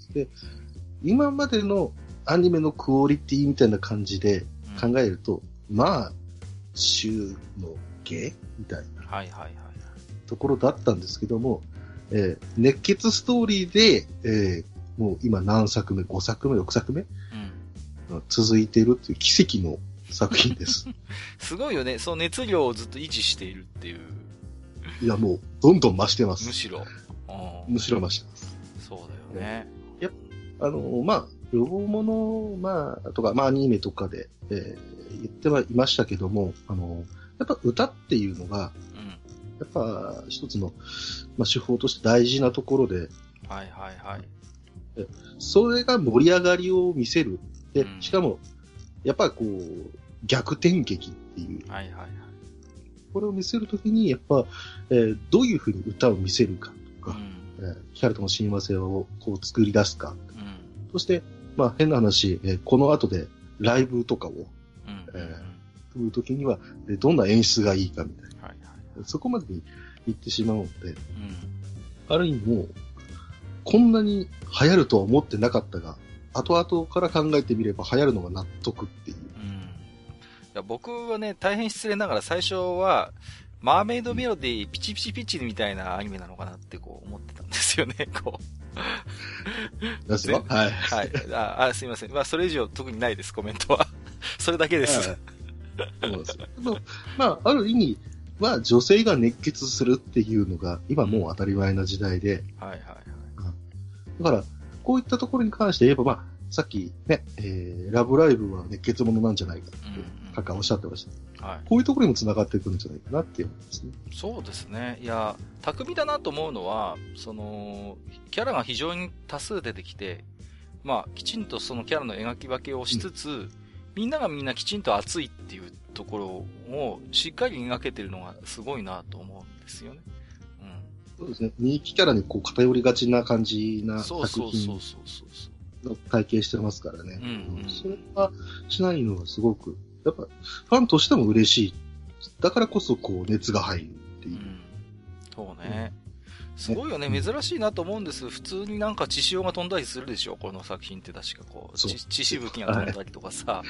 で、今までのアニメのクオリティみたいな感じで考えると、まあ、週の芸みたいなところだったんですけども、熱血ストーリーで、もう今何作目 ?5 作目 ?6 作目、続いているっていう奇跡の作品です。 すごいよね。その熱量をずっと維持しているっていう。 いや、もう、どんどん増してます。 むしろ増してます。 そうだよね。 まあ、予防もの、まあ、とか、まあ、アニメとかで、言ってはいましたけども、やっぱ歌っていうのが、やっぱ一つの、まあ、手法として大事なところで、 はいはいはい。 それが盛り上がりを見せる。で、しかも、やっぱりこう、逆転劇っていう。 はいはいはい。 これを見せるときに、やっぱ、どういうふうに歌を見せるかとか、キャラとの親和性をこう作り出すか。そして、まあ変な話、この後でライブとかを、撮るときには、どんな演出がいいかみたいな。そこまでに行ってしまうので、ある意味もう、こんなに流行るとは思ってなかったが、後々から考えてみれば流行るのが納得っていう。 いや僕はね、大変失礼ながら最初は、マーメイドメロディーピチピチピチみたいなアニメなのかなってこう思ってたんですよね、こう。 ですよ。はい。 はい。すいません。まあ、それ以上特にないです、コメントは。それだけです。 そうですよ。まあ、ある意味は女性が熱血するっていうのが、今もう当たり前な時代で。 はいはいはい。 だから、こういったところに関して言えば、まあ、さっきね、ラブライブは熱血ものなんじゃないかって、カカおっしゃってました。はい。こういうところにも繋がってくるんじゃないかなっていう思いますね。 そうですね。いや、巧みだなと思うのは、その、キャラが非常に多数出てきて、まあ、きちんとそのキャラの描き分けをしつつ、みんながみんなきちんと熱いっていうところをしっかり描けてるのがすごいなと思うんですよね。 そうですね。人気キャラにこう偏りがちな感じな作品の体系してますからね。それがしないのがすごく、やっぱファンとしても嬉しい。だからこそこう熱が入るっていう。 そうね。すごいよね。珍しいなと思うんです。普通になんか血潮が飛んだりするでしょ、この作品って確かこう。血しぶきが飛んだりとかさ。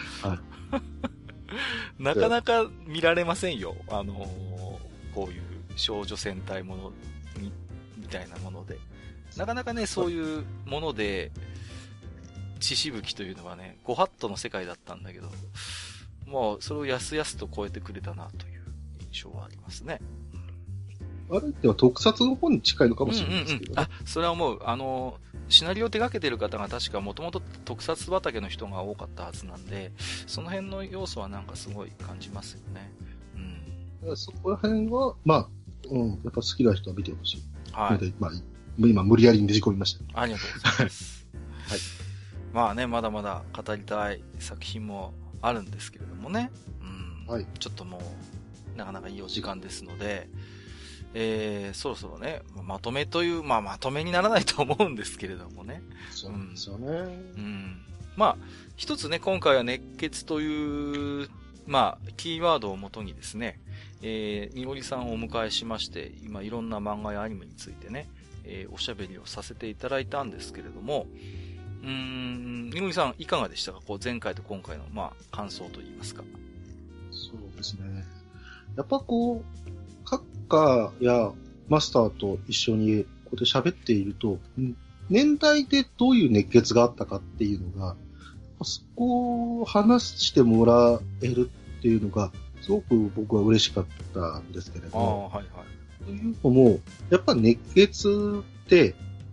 なかなか見られませんよ。こういう少女戦隊ものみたいなもので。なかなかね、そういうもので、血しぶきというのはね、ご法度の世界だったんだけど、もうそれをやすやすと超えてくれたなという印象はありますね。 あれっては特撮の方に近いのかもしれないですけど、ね。 それは思う。シナリオを手掛けてる方が確かもともと特撮畑の人が多かったはずなんで、その辺の要素はなんかすごい感じますよね。 そこら辺は、まあ、やっぱ好きな人は見てほしい。 はい。 まあ、今無理やりねじ込みました。 ありがとうございます。はい。まあね、まだまだ語りたい作品もあるんですけれどもね。はい。ちょっともう、なかなかいいお時間ですので、そろそろね、まとめという、まとめにならないと思うんですけれどもね。 そうですよね。 まあ、一つね、今回は熱血という、キーワードをもとにですね、みおりさんをお迎えしまして、今いろんな漫画やアニメについてね、おしゃべりをさせていただいたんですけれども、みおりさんいかがでしたか？こう前回と今回の、感想といいますか。 そうですね。やっぱこう、カッカーやマスターと一緒にこうやって喋っていると、年代でどういう熱血があったかっていうのが、そこを話してもらえるっていうのが、すごく僕は嬉しかったんですけれども。というのも、やっぱ熱血って、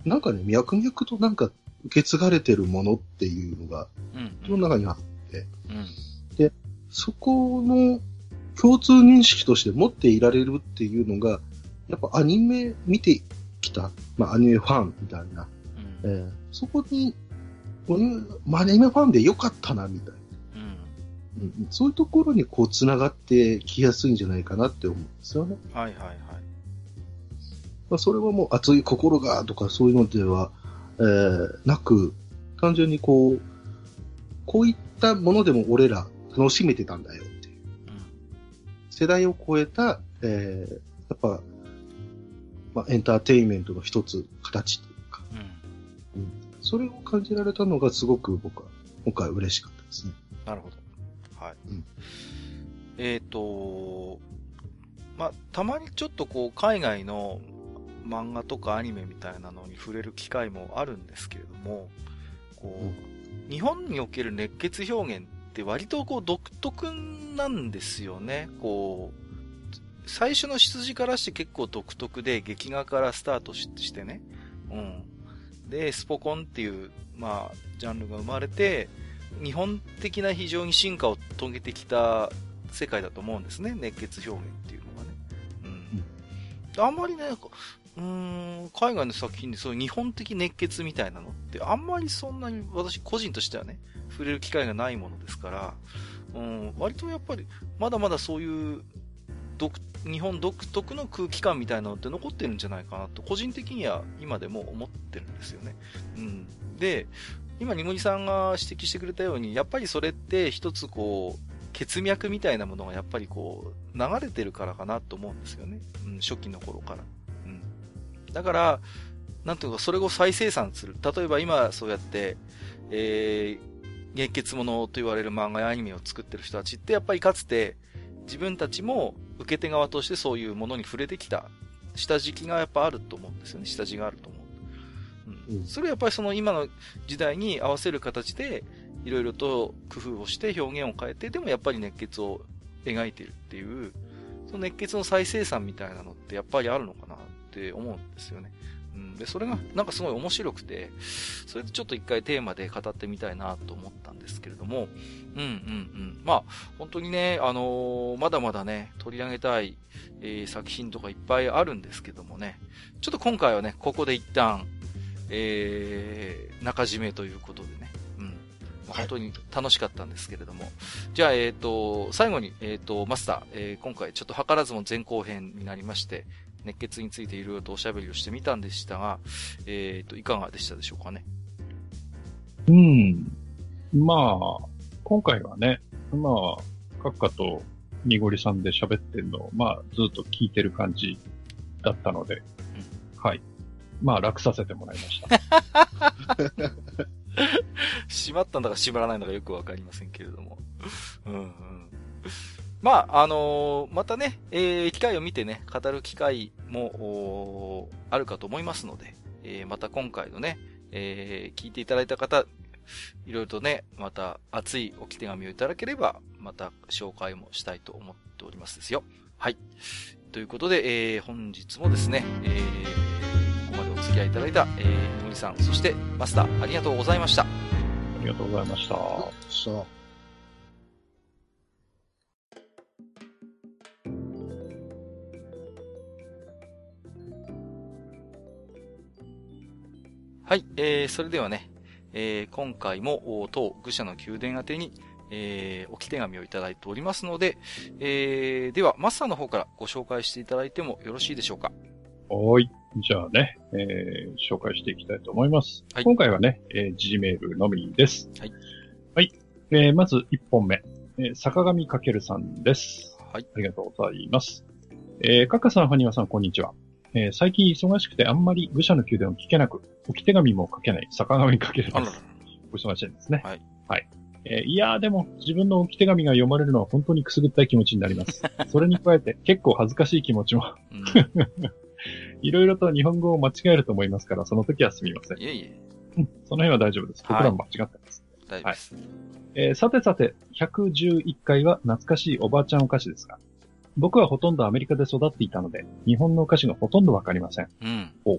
なんかね、脈々となんか受け継がれてるものっていうのが、その中にあって、で、そこの共通認識として持っていられるっていうのが、やっぱアニメ見てきた、アニメファンみたいな、そこに、アニメファンでよかったな、みたいな。そういうところにこう繋がってきやすいんじゃないかなって思うんですよね。 はいはいはい。 それはもう熱い心がとかそういうのでは、なく、単純にこういったものでも俺ら楽しめてたんだよっていう。世代を超えた、やっぱ、エンターテインメントの一つ形というか、それを感じられたのがすごく僕は今回嬉しかったですね。 なるほど。はい。たまにちょっとこう海外の漫画とかアニメみたいなのに触れる機会もあるんですけれども、日本における熱血表現って割とこう独特なんですよね。最初の出自からして結構独特で、劇画からスタートしてね。で、スポコンっていう、ジャンルが生まれて、日本的な非常に進化を遂げてきた世界だと思うんですね。熱血表現っていうのがね。あんまりね、海外の作品でそういう日本的熱血みたいなのってあんまりそんなに私個人としてはね、触れる機会がないものですから、割とやっぱりまだまだそういう日本独特の空気感みたいなのって残ってるんじゃないかなと個人的には今でも思ってるんですよね。で、今にもりさんが指摘してくれたように、やっぱりそれって一つ血脈みたいなものがやっぱり流れてるからかなと思うんですよね。初期の頃から。だから、なんていうか、それを再生産する。例えば今、そうやって、熱血ものと言われる漫画やアニメを作ってる人たちって、やっぱりかつて、自分たちも受け手側としてそういうものに触れてきた、下敷きがやっぱあると思うんですよね。下地があると思う。それはやっぱりその今の時代に合わせる形で、いろいろと工夫をして表現を変えて、でもやっぱり熱血を描いているっていう、その熱血の再生産みたいなのってやっぱりあるのかなって思うんですよね。で、それがなんかすごい面白くて、それでちょっと一回テーマで語ってみたいなと思ったんですけれども、本当にね、まだまだね、取り上げたい、作品とかいっぱいあるんですけどもね、ちょっと今回はね、ここで一旦、中締めということでね、本当に楽しかったんですけれども、じゃあ、最後に、マスター、今回ちょっと図らずも前後編になりまして、熱血についていろいろとおしゃべりをしてみたんでしたが、いかがでしたでしょうかね。 今回はね、閣下とにごりさんで喋ってるのを、ずっと聞いてる感じだったので、はい。楽させてもらいました。 閉まったんだか閉まらないのかよくわかりませんけれども。またね、機会を見てね、語る機会も、あるかと思いますので、また今回のね、聞いていただいた方、いろいろとね、また熱い置き手紙をいただければ、また紹介もしたいと思っておりますですよ。はい。ということで、本日もですね、ここまでお付き合いいただいた、のりさん、そしてマスター、ありがとうございました。 ありがとうございました。 はい、それではね、今回も当愚者の宮殿宛てに、置き手紙をいただいておりますので、ではマスターの方からご紹介していただいてもよろしいでしょうか。 はい。じゃあね、紹介していきたいと思います。はい、今回はね、時事メールのみです。はい。はい。まず1本目、坂上かさんです。はい。ありがとうございます。カッカさん、ファニワさん、こんにちは。最近忙しくてあんまり愚者の宮殿を聞けなく、置き手紙も書けない坂上かです。お忙しいんですね。はい。はい。いやーでも自分の置き手紙が読まれるのは本当にくすぐったい気持ちになります。それに加えて結構恥ずかしい気持ちも。いろいろと日本語を間違えると思いますから、その時はすみません。 いえいえ。 その辺は大丈夫です。僕らも間違ってます。 大丈夫です。 はい。さてさて、111回は懐かしいおばあちゃんお菓子ですが、僕はほとんどアメリカで育っていたので、日本のお菓子がほとんどわかりません。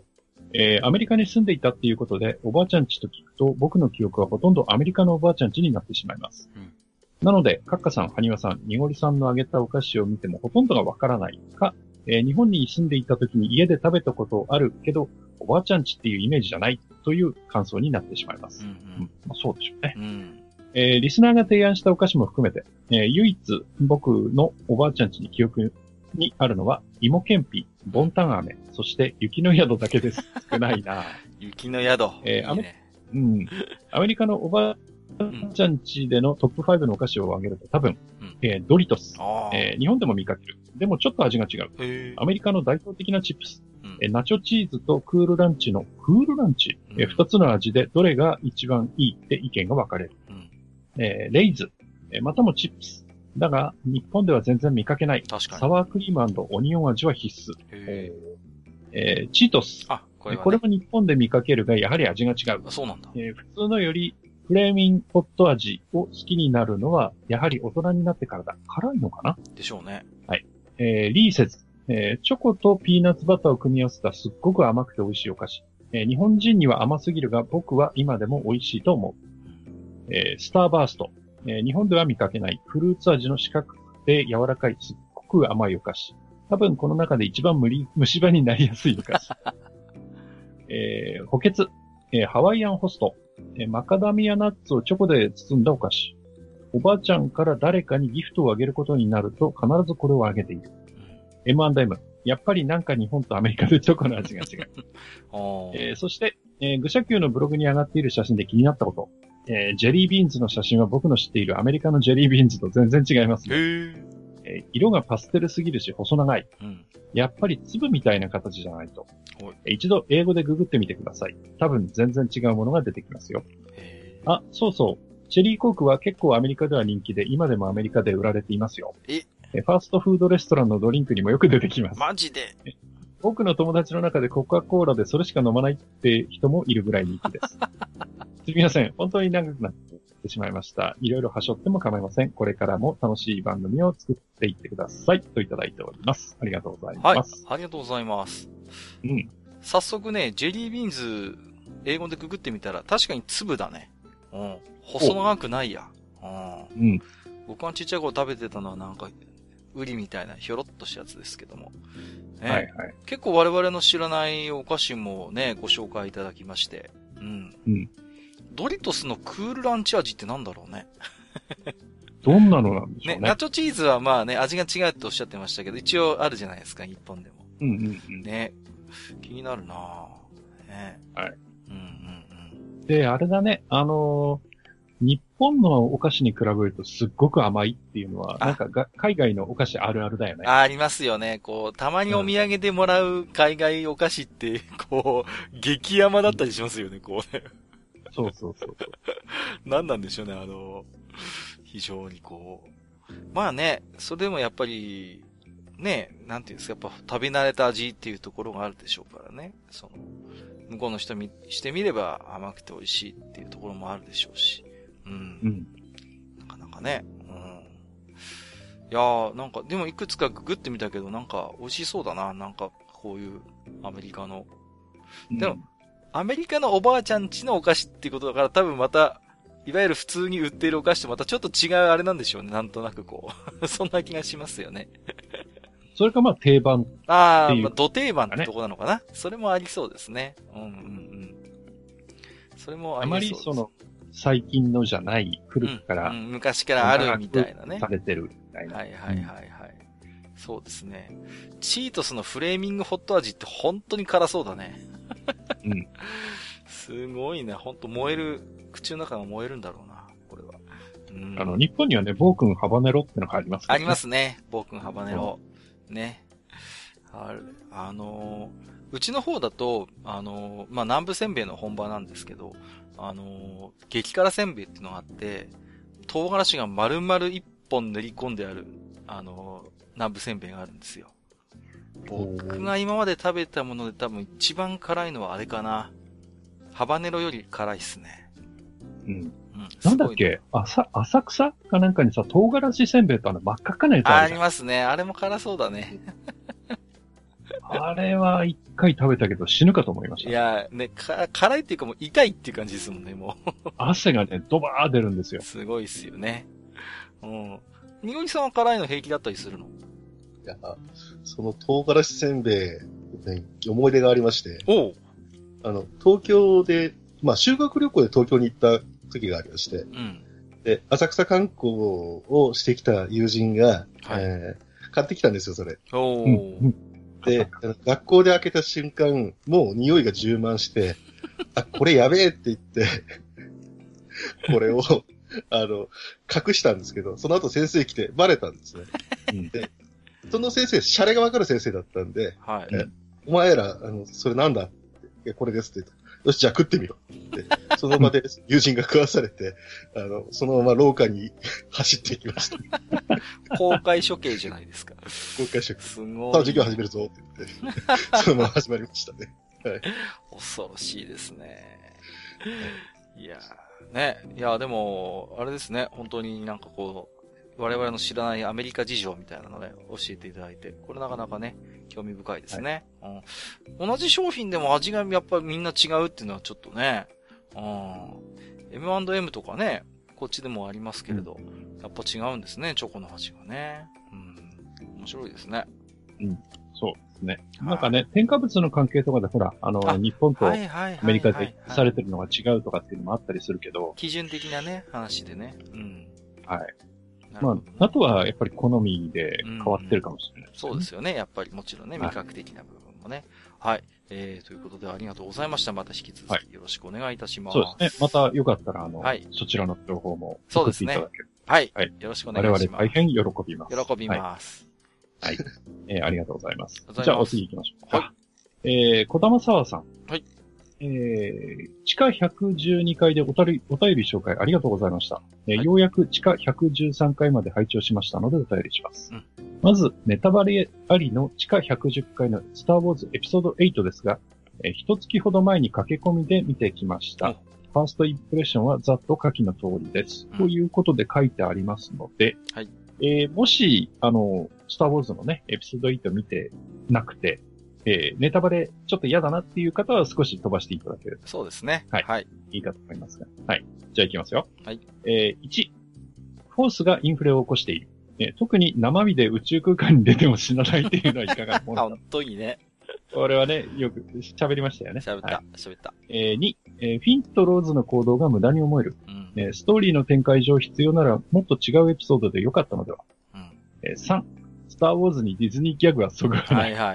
アメリカに住んでいたっていうことで、おばあちゃんちと聞くと、僕の記憶はほとんどアメリカのおばあちゃんちになってしまいます。 うん、 なので、カッカさん、ハニワさん、ニゴリさんのあげたお菓子を見てもほとんどがわからないか、日本に住んでいた時に家で食べたことあるけど、おばあちゃんちっていうイメージじゃないという感想になってしまいます。まあ、そうでしょうね。リスナーが提案したお菓子も含めて、唯一僕のおばあちゃんちに記憶にあるのは、芋けんぴ、ボンタン飴、そして雪の宿だけです。少ないな雪の宿。 アメリカのおばあちゃんちでのトップ5のお菓子を挙げると多分、ドリトス、日本でも見かける。でもちょっと味が違う。アメリカの代表的なチップス。ナチョチーズとクールランチのクールランチ、二つの味でどれが一番いいって意見が分かれる。レイズ、またもチップス。だが、日本では全然見かけない。サワークリーム&オニオン味は必須。チートス。これも日本で見かけるが、やはり味が違う。 そうなんだ。 普通のより、フレーミンホット味を好きになるのは、やはり大人になってからだ。辛いのかなでしょうね。 はい。リーセズ。チョコとピーナッツバターを組み合わせたすっごく甘くて美味しいお菓子。日本人には甘すぎるが、僕は今でも美味しいと思う。スターバースト。日本では見かけないフルーツ味の四角くて柔らかいすっごく甘いお菓子。多分この中で一番虫歯になりやすいお菓子。補欠。ハワイアンホスト。マカダミアナッツをチョコで包んだお菓子。おばあちゃんから誰かにギフトをあげることになると必ずこれをあげている。M&M。やっぱりなんか日本とアメリカでチョコの味が違う。そして、愚者級のブログに上がっている写真で気になったこと。ジェリービーンズの写真は僕の知っているアメリカのジェリービーンズと全然違いますね。色がパステルすぎるし細長い。やっぱり粒みたいな形じゃないと。一度英語でググってみてください。多分全然違うものが出てきますよ。あ、そうそう。チェリーコークは結構アメリカでは人気で、今でもアメリカで売られていますよ。ファーストフードレストランのドリンクにもよく出てきます。 マジで僕の友達の中でコカ・コーラでそれしか飲まないって人もいるぐらい人気です。すみません。本当に長くなってしまいました。いろいろはしょっても構いません。これからも楽しい番組を作っていってください。といただいております。ありがとうございます。 はい。ありがとうございます。早速ね、ジェリービーンズ、英語でググってみたら確かに粒だね。細長くないや。僕がちっちゃい頃食べてたのはなんか、ウリみたいなひょろっとしたやつですけども。結構我々の知らないお菓子もね、ご紹介いただきまして。ドリトスのクールランチ味ってなんだろうね。 どんなのなんでしょうね。 ナチョチーズはまあね、味が違うっておっしゃってましたけど、一応あるじゃないですか、日本でも。ね。気になるなぁ。ね。 で、あれだね、日本のお菓子に比べるとすっごく甘いっていうのは、なんか海外のお菓子あるあるだよね。 ありますよね。こう、たまにお土産でもらう海外お菓子って、こう、激甘だったりしますよね、こうね。 そう。 何なんでしょうね、非常にこう。まあね、それでもやっぱり、ね、なんていうんですか、やっぱ食べ慣れた味っていうところがあるでしょうからね。向こうの人にしてみれば甘くて美味しいっていうところもあるでしょうし。なかなかね。いやー、なんか、でもいくつかググってみたけど、なんか美味しそうだな。なんか、こういうアメリカの。でも、アメリカのおばあちゃん家のお菓子っていうことだから多分また、いわゆる普通に売っているお菓子とまたちょっと違うあれなんでしょうね。なんとなくこう。そんな気がしますよね。 それかまあ定番。 土定番ってとこなのかな。それもありそうですね。それもありそうです。 最近のじゃない、古くから、 昔からあるみたいなね。 されてるみたいな。 そうですね。チートスのフレーミングホット味って本当に辛そうだね。すごいね。本当燃える、口の中が燃えるんだろうな、これは。 日本にはね、暴君ハバネロってのがありますね。 ありますね。暴君ハバネロ。ね。うちの方だと、南部せんべいの本場なんですけど、激辛せんべいっていうのがあって、唐辛子が丸々一本練り込んである、南部せんべいがあるんですよ。僕が今まで食べたもので多分一番辛いのはあれかな。ハバネロより辛いっすね。 なんだっけ浅草かなんかにさ、唐辛子せんべいと真っ赤っかなやつあるじゃん。 ありますね。あれも辛そうだね。 あれは一回食べたけど死ぬかと思いました。 いや、ね、辛いっていうかもう痛いっていう感じですもんね、もう。 汗がね、ドバー出るんですよ。 すごいっすよね。うん。にごりさんは辛いの平気だったりするの？ いや、その唐辛子せんべい、ね、思い出がありまして。 おう。 東京で、まあ修学旅行で東京に行った時がありまして。うん。で、浅草観光をしてきた友人が、はい、買ってきたんですよ、それ。 おー。 で、学校で開けた瞬間、もう匂いが充満して、あ、これやべえって言って、これを、隠したんですけど、その後先生来てバレたんですね。で、その先生、シャレがわかる先生だったんで、はい、お前ら、それなんだって、いや、これですって言った。よし、じゃあ食ってみろって。その場で友人が食わされて、そのまま廊下に走っていきました。 公開処刑じゃないですか。 公開処刑。 すごい。 さあ、授業始めるぞって言って、そのまま始まりましたね。はい。 恐ろしいですね。いやー、ね。いや、でも、あれですね。本当になんかこう、我々の知らないアメリカ事情みたいなのね、教えていただいて、これなかなかね、興味深いですね。はいうん。同じ商品でも味がやっぱりみんな違うっていうのはちょっとね、うん。M&M とかね、こっちでもありますけれど、やっぱ違うんですね、チョコの味がね。うん。面白いですね。 うん。そうですね。なんかね、添加物の関係とかでほら、日本とアメリカでされてるのが違うとかっていうのもあったりするけど。 基準的なね、話でね。うん。 はい。まあ、あとはやっぱり好みで変わってるかもしれない、ねそうですよね。やっぱりもちろんね、味覚的な部分もね。はい。ということでありがとうございました。また引き続きよろしくお願いいたします。 そうですね。またよかったら、はい、そちらの情報も送っていただける。 はい。はい。よろしくお願いします。 我々大変喜びます。 喜びます。 はい。ありがとうございます。じゃあお次行きましょうか。 はい。 小玉沢さん。 はい。 地下112階でお便り紹介ありがとうございました。ようやく地下113階まで拝聴しましたのでお便りします。まず、ネタバレありの地下110階のスターウォーズエピソード8ですが、一月ほど前に駆け込みで見てきました。ファーストインプレッションはざっと下記の通りです。ということで書いてありますので、はい。もし、スターウォーズのね、エピソード8見てなくて、ネタバレちょっと嫌だなっていう方は少し飛ばしていただける。 そうですね。 はい。はい。いいかと思いますが。はい。じゃあ行きますよ。 はい。 1、フォースがインフレを起こしている。特に生身で宇宙空間に出ても死なないっていうのはいかがなものか。 本当にね。 これはね、よく喋りましたよね。 喋った。 2、フィンとローズの行動が無駄に思える。ストーリーの展開上必要ならもっと違うエピソードで良かったのでは。3、スターウォーズにディズニーギャグはそぐわない。 はい。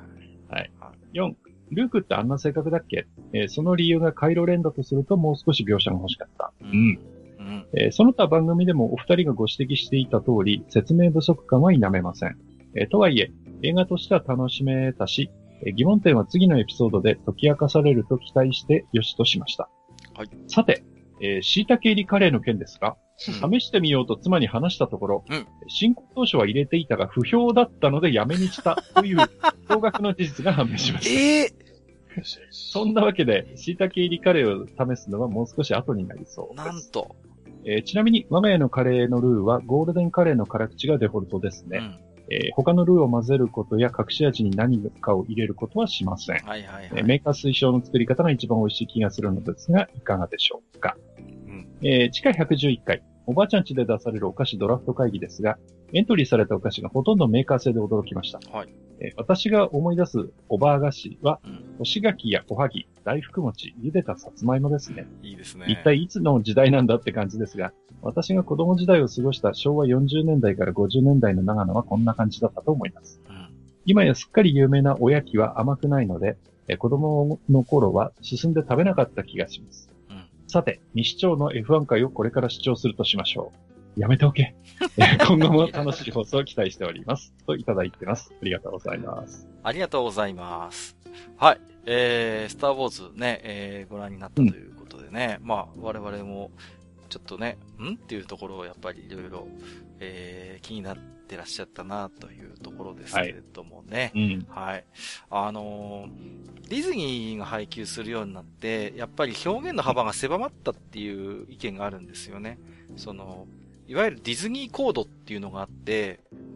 4、ルークってあんな性格だっけ？その理由がカイロレンだとするともう少し描写が欲しかった。その他番組でもお二人がご指摘していた通り、説明不足感は否めません。とはいえ、映画としては楽しめたし、疑問点は次のエピソードで解き明かされると期待してよしとしました。 はい。 さて、椎茸入りカレーの件ですが、試してみようと妻に話したところ、進行当初は入れていたが不評だったのでやめにしたという驚愕の事実が判明しました。そんなわけで、椎茸入りカレーを試すのはもう少し後になりそうです。 なんと。 ちなみに我が家のカレーのルーはゴールデンカレーの辛口がデフォルトですね。他のルーを混ぜることや隠し味に何かを入れることはしません。メーカー推奨の作り方が一番美味しい気がするのですが、いかがでしょうか。地下111階、おばあちゃん家で出されるお菓子ドラフト会議ですが、エントリーされたお菓子がほとんどメーカー製で驚きました。 はい。 私が思い出すおばあ菓子は、干し柿やおはぎ、大福餅、茹でたさつまいもですね。 いいですね。 一体いつの時代なんだって感じですが、私が子供時代を過ごした昭和40年代から50年代の長野はこんな感じだったと思います。今やすっかり有名なおやきは甘くないので、子供の頃は進んで食べなかった気がします。さて、西町の F1 回をこれから視聴するとしましょう。やめておけ。今後も楽しい放送を期待しております。といただいてます。ありがとうございます。 ありがとうございます。はい。スターウォーズね、ご覧になったということでね。まあ、我々も、ちょっとね、っていうところをやっぱりいろいろ、気になってらっしゃったなというところですけれどもね。はい。ディズニーが配給するようになって、やっぱり表現の幅が狭まったっていう意見があるんですよね。いわゆるディズニーコードっていうのがあって、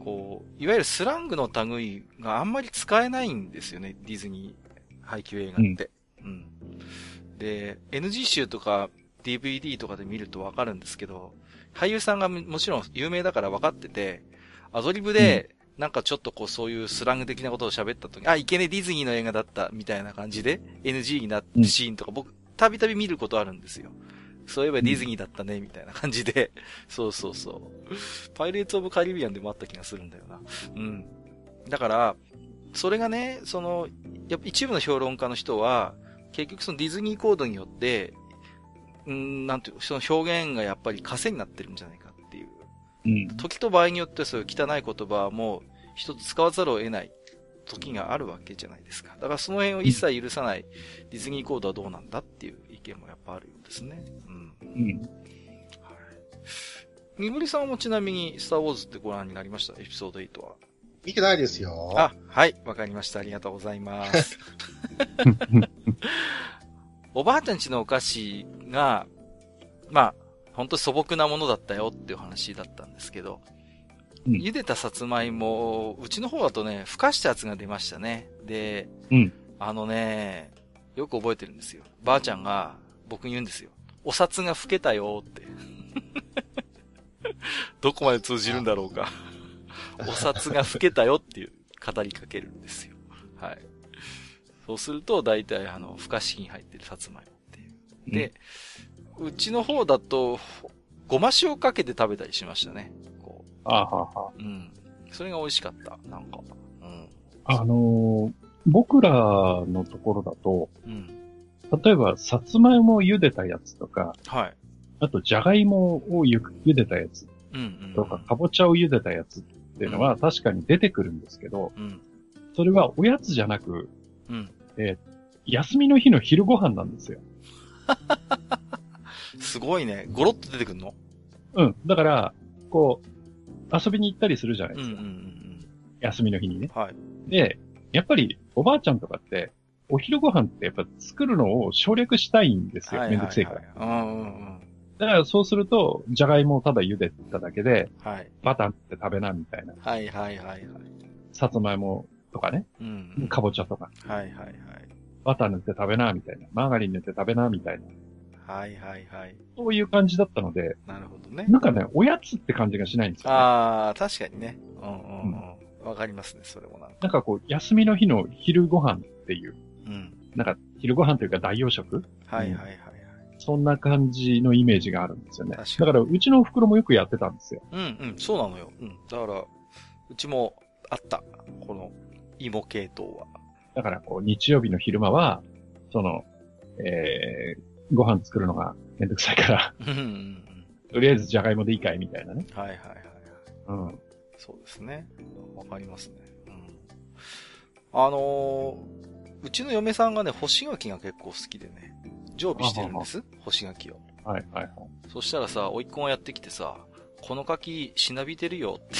こう、いわゆるスラングの類があんまり使えないんですよね、ディズニー配給映画って。うん。で、NG 集とか DVD とかで見るとわかるんですけど、俳優さんがもちろん有名だから分かってて、アドリブで、なんかちょっとこうそういうスラング的なことを喋った時に、あ、いけねディズニーの映画だったみたいな感じで NG になってシーンとか僕たびたび見ることあるんですよ。そういえばディズニーだったねみたいな感じで、そうそうそう。パイレーツオブカリビアンでもあった気がするんだよな。うん。だから、それがね、やっぱ一部の評論家の人は、結局そのディズニーコードによって、なんていう、その表現がやっぱり枷になってるんじゃないかっていう。 うん。 時と場合によってそういう汚い言葉も一つ使わざるを得ない時があるわけじゃないですか。だからその辺を一切許さないディズニーコードはどうなんだっていう意見もやっぱあるようですね。うん。 うん。 はい。みぶりさんもちなみにスターウォーズってご覧になりました？エピソード8は。 見てないですよ。 あ、はい、わかりました。ありがとうございます。おばあちゃんちのお菓子が、まあ、本当に素朴なものだったよっていう話だったんですけど、茹でたさつまいも、うちの方だとね、ふかしたやつが出ましたね。で、よく覚えてるんですよ。ばあちゃんが僕に言うんですよ。お札がふけたよって。どこまで通じるんだろうか。お札がふけたよっていう語りかけるんですよ。はい。そうすると、大体ふかし器に入ってるさつまいもっていう。で、うちの方だと、ごま塩かけて食べたりしましたね。こう。 あはは。 うん。それが美味しかった。なんか。うん。 僕らのところだと、例えば、さつまいもを茹でたやつとか、 はい。 あと、じゃがいもを茹でたやつとか、かぼちゃを茹でたやつっていうのは確かに出てくるんですけど、それはおやつじゃなく、休みの日の昼ご飯なんですよ。 すごいね。ゴロッと出てくるの？ うん。だから、こう、遊びに行ったりするじゃないですか。休みの日にね。 はい。 で、やっぱりおばあちゃんとかって、お昼ご飯ってやっぱ作るのを省略したいんですよ。めんどくせえから。だからそうすると、じゃがいもをただ茹でただけで、バターって食べなみたいな。さつまいもとかね。かぼちゃとか。バター塗って食べなみたいな。マーガリン塗って食べなみたいな。そういう感じだったので。 なるほどね。 なんかね、おやつって感じがしないんですよね。 ああ、確かにね。わかりますね、それもなんかこう、休みの日の昼ご飯っていう。なんか、昼ご飯というか代用食？そんな感じのイメージがあるんですよね。だから、うちのお袋もよくやってたんですよ。 そうなのよ。だから、うちもあった。この、芋系統は。 だから、こう、日曜日の昼間は、ご飯作るのがめんどくさいから、とりあえずじゃがいもでいいかいみたいなね。 そうですね。わかりますね。うちの嫁さんがね、干し柿が結構好きでね、常備してるんです、干し柿を。そしたらさ、甥っ子がやってきてさ、この柿しなびてるよって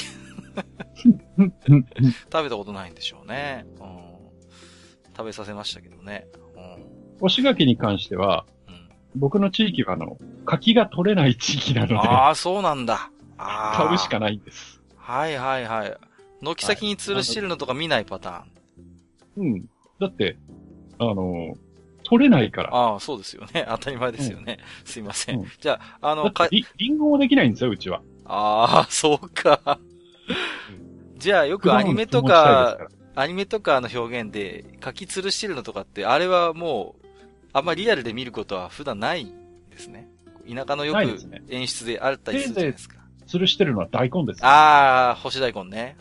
食べたことないんでしょうね。食べさせましたけどね。 干し柿に関しては、僕の地域は柿が取れない地域なので。 ああ、そうなんだ。 買うしかないんです。 軒先に吊るしてるのとか見ないパターン。だって、取れないから。 ああ、そうですよね。当たり前ですよね。すいません。じゃあ、 リンゴもできないんですよ、うちは。 ああ、そうか。じゃあ、よくアニメとかの表現で、柿吊るしてるのとかって、あれはもう、あんまりリアルで見ることは普段ないんですね。田舎のよく演出であったりするじゃないですか。 吊るしてるのは大根です。 ああ、干し大根ね。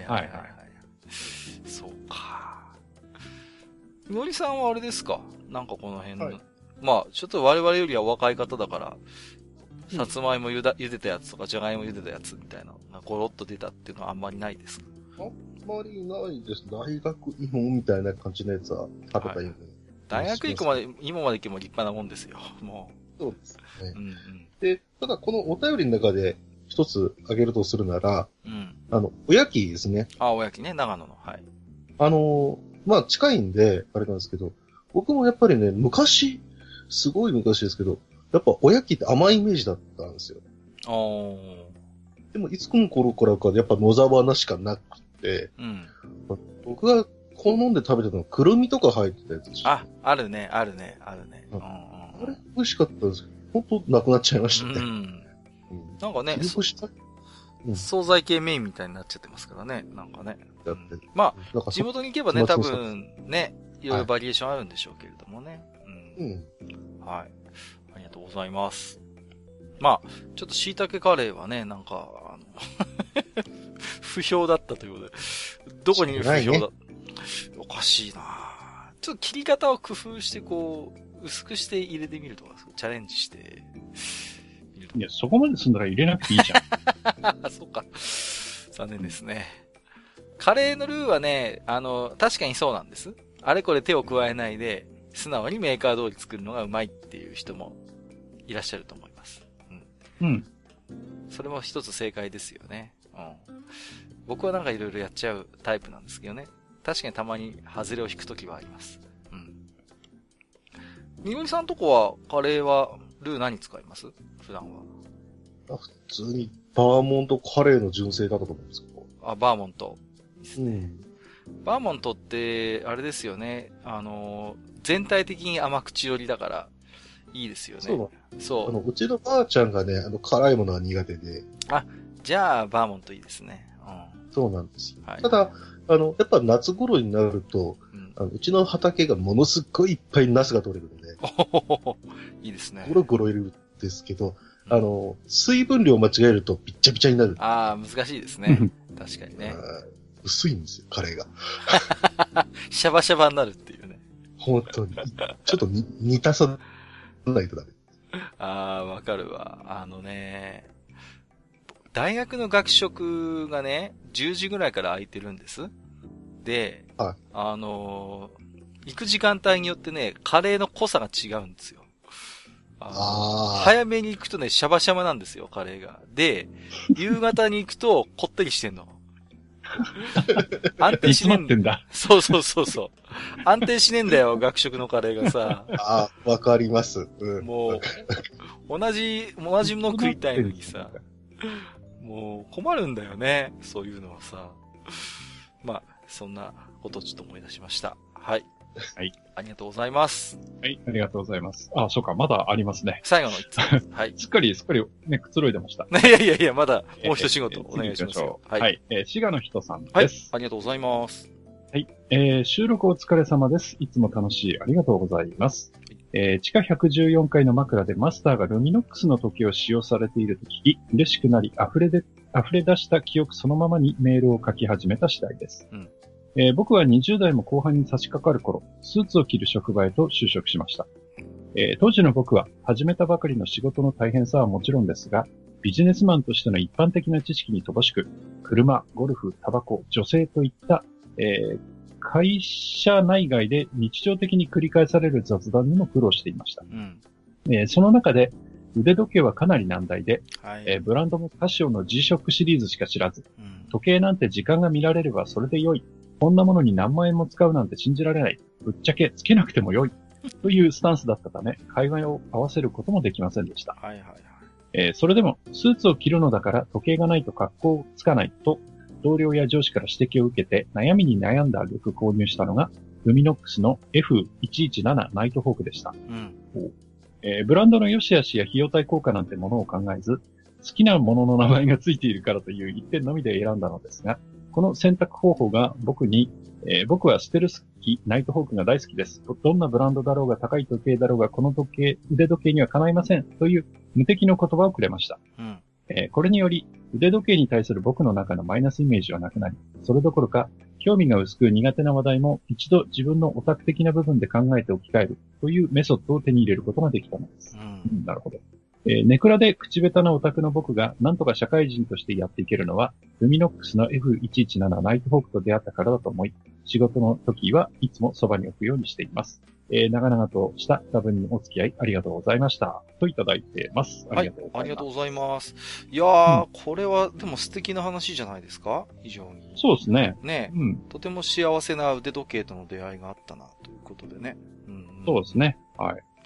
そうか。みのりさんはあれですか？なんかこの辺の。まあ、ちょっと我々よりは若い方だから、さつまいも茹でたやつとか、じゃがいも茹でたやつみたいな、ゴロッと出たっていうのはあんまりないですか？ あんまりないです。大学芋みたいな感じのやつは食べたように。 大学芋まで行けも立派なもんですよ、もう。そうですね。で、ただこのお便りの中で一つ挙げるとするなら、おやきですね。 おやきね、長野の。はい。 まあ近いんで、あれなんですけど、僕もやっぱりね、すごい昔ですけど、やっぱおやきって甘いイメージだったんですよ。 でも、いつくん頃からか、やっぱ野沢菜しかなくて、 うん。 僕が好んで食べてたのは、くるみとか入ってたやつでした。 あ、あるね、あるね、あるね。 うんあれ、美味しかったんですけど、ほんとなくなっちゃいましたね。 うん。 うんなんかね、 記憶した惣菜系メインみたいになっちゃってますからね、なんかね。 だってまなんかあ、地元に行けばね、多分、ね、いろいろバリエーションあるんでしょうけれどもね。 うん。 はい。ありがとうございます。まあ、ちょっと椎茸カレーはね、なんか、不評だったということで。どこに不評だ、おかしいなちょっと切り方を工夫して、こう、薄くして入れてみるとか、チャレンジしてみると。 いや、そこまですんだら入れなくていいじゃん。 そっか。残念ですね。カレーのルーはね、確かにそうなんです。あれこれ手を加えないで、素直にメーカー通り作るのがうまいっていう人もいらっしゃると思います。 うん。 それも一つ正解ですよね。僕はなんかいろいろやっちゃうタイプなんですけどね。確かにたまにハズレを引くときはあります。みのりさんとこはカレーはルー何使います普段は。 普通にバーモントカレーの純正だったと思うんですけど。 あ、バーモント。ですね。バーモントって、あれですよね。全体的に甘口寄りだから、いいですよね。そう。 うちのばあちゃんがね、辛いものは苦手で。 あ、じゃあ、バーモントいいですね。 そうなんですよ。 はい、 ただ、やっぱ夏頃になると、うちの畑がものすっごいいっぱいナスが取れるので。 いいですね。 ゴロゴロいるんですけど、水分量間違えるとびっちゃびちゃになる。 ああ、難しいですね。確かにね。 薄いんですよ、カレーが。 シャバシャバになるっていうね。 本当に。ちょっと煮足さないとダメ。 ああ、わかるわ。大学の学食がね、10時ぐらいから空いてるんです。で、 はい、 行く時間帯によってね、カレーの濃さが違うんですよ。早めに行くとね、シャバシャバなんですよ、カレーが。で、夕方に行くと、こってりしてんの。安定しねえんだ。そうそうそうそう。安定しねえんだよ、学食のカレーがさ。 わかります。 もう、同じもの食いたいのにさ。もう、困るんだよね、そういうのはさ。まあ、そんなことをちょっと思い出しました。はい。 はい。 ありがとうございます。 はい、ありがとうございます。あ、そうか、まだありますね。 最後の一つ。はい。 すっかりね、くつろいでました。 いや、まだ、もう一仕事お願いしますよ。 はい。滋賀の人さんです。 はい。ありがとうございます。 はい。収録お疲れ様です。いつも楽しい。ありがとうございます。地下114階の枕でマスターがルミノックスの時を使用されていると聞き、嬉しくなり溢れ出した記憶そのままにメールを書き始めた次第です。僕は20代も後半に差し掛かる頃、スーツを着る職場へと就職しました。当時の僕は始めたばかりの仕事の大変さはもちろんですが、ビジネスマンとしての一般的な知識に乏しく、車、ゴルフ、タバコ、女性といった、会社内外で日常的に繰り返される雑談にも苦労していました。その中で腕時計はかなり難題で、ブランドもカシオの G-SHOCK シリーズしか知らず、時計なんて時間が見られればそれで良い。こんなものに何万円も使うなんて信じられない。ぶっちゃけつけなくても良い。というスタンスだったため、会話を合わせることもできませんでした。それでも、スーツを着るのだから時計がないと格好つかないと、同僚や上司から指摘を受けて悩みに悩んだ挙句購入したのが、ルミノックスの F117 ナイトホークでした。ブランドの良し悪しや費用対効果なんてものを考えず、好きなものの名前がついているからという一点のみで選んだのですが、この選択方法が僕はステルス機ナイトホークが大好きです。どんなブランドだろうが高い時計だろうがこの腕時計にはかないません。という無敵の言葉をくれました。これにより腕時計に対する僕の中のマイナスイメージはなくなり、それどころか興味が薄く苦手な話題も一度自分のオタク的な部分で考えて置き換えるというメソッドを手に入れることができたのです。なるほど。ネクラで口下手なオタクの僕がなんとか社会人としてやっていけるのは、ルミノックスの F117 ナイトホークと出会ったからだと思い、仕事の時はいつもそばに置くようにしています。長々とした多分にお付き合いありがとうございました。といただいてます。 ありがとうございます。いやー、これはでも素敵な話じゃないですか非常に。 そうですね。 ね、とても幸せな腕時計との出会いがあったな、ということでね。 そうですね。はい。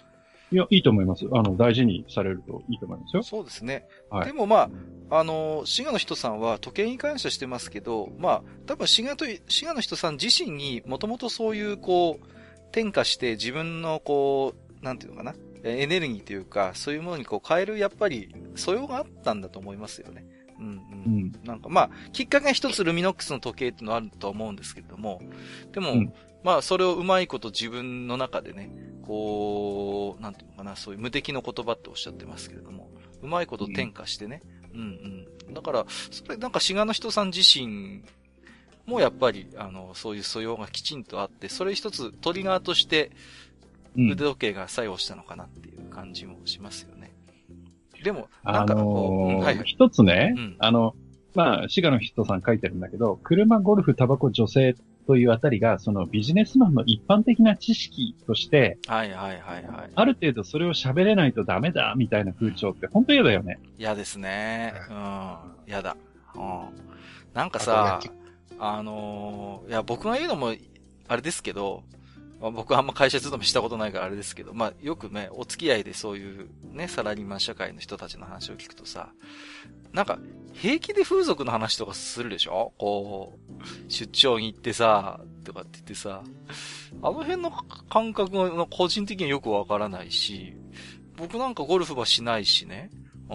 いや、いいと思います。大事にされるといいと思いますよ。 そうですね。 はい。 でもまあ、滋賀の人さんは時計に感謝してますけど、まあ、多分滋賀の人さん自身にもともとそういうこう、転化して自分のこう、なんていうのかな、エネルギーというか、そういうものにこう変える、やっぱり素養があったんだと思いますよね。うんうん。うん、なんかまあ、きっかけが一つルミノックスの時計っていうのはあると思うんですけれども、でも、まあ、それをうまいこと自分の中でね、こう、なんていうのかな、そういう無敵の言葉っておっしゃってますけれども、うまいこと転化してね。うんうん。だから、それなんか滋賀の人さん自身もやっぱり、そういう素養がきちんとあって、それ一つトリガーとして腕時計が作用したのかなっていう感じもしますよね。でも、なんかはいはい、 一つね、まあ、滋賀の人さん書いてるんだけど、車、ゴルフ、タバコ、女性というあたりが、そのビジネスマンの一般的な知識として、 はいはいはいはい。 ある程度それを喋れないとダメだ、みたいな風潮って本当嫌だよね。 嫌ですね。うん。嫌だ。うん。なんかさ、いや、僕が言うのも、あれですけど、まあ、僕はあんま会社勤めしたことないからあれですけど、まあ、よくね、お付き合いでそういうね、サラリーマン社会の人たちの話を聞くとさ、なんか、平気で風俗の話とかするでしょこう、出張に行ってさ、とかって言ってさ、あの辺の感覚が個人的によくわからないし、僕なんかゴルフはしないしね。うん。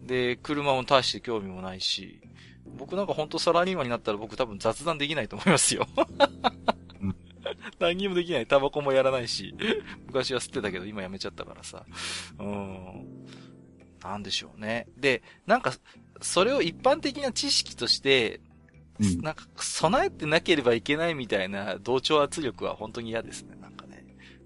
で、車も大して興味もないし、僕なんかほんとサラリーマンになったら僕多分雑談できないと思いますよ。何にもできない。タバコもやらないし。昔は吸ってたけど今やめちゃったからさ。なんでしょうね。で、なんか、それを一般的な知識として、なんか、備えてなければいけないみたいな同調圧力は本当に嫌ですね、なんかね。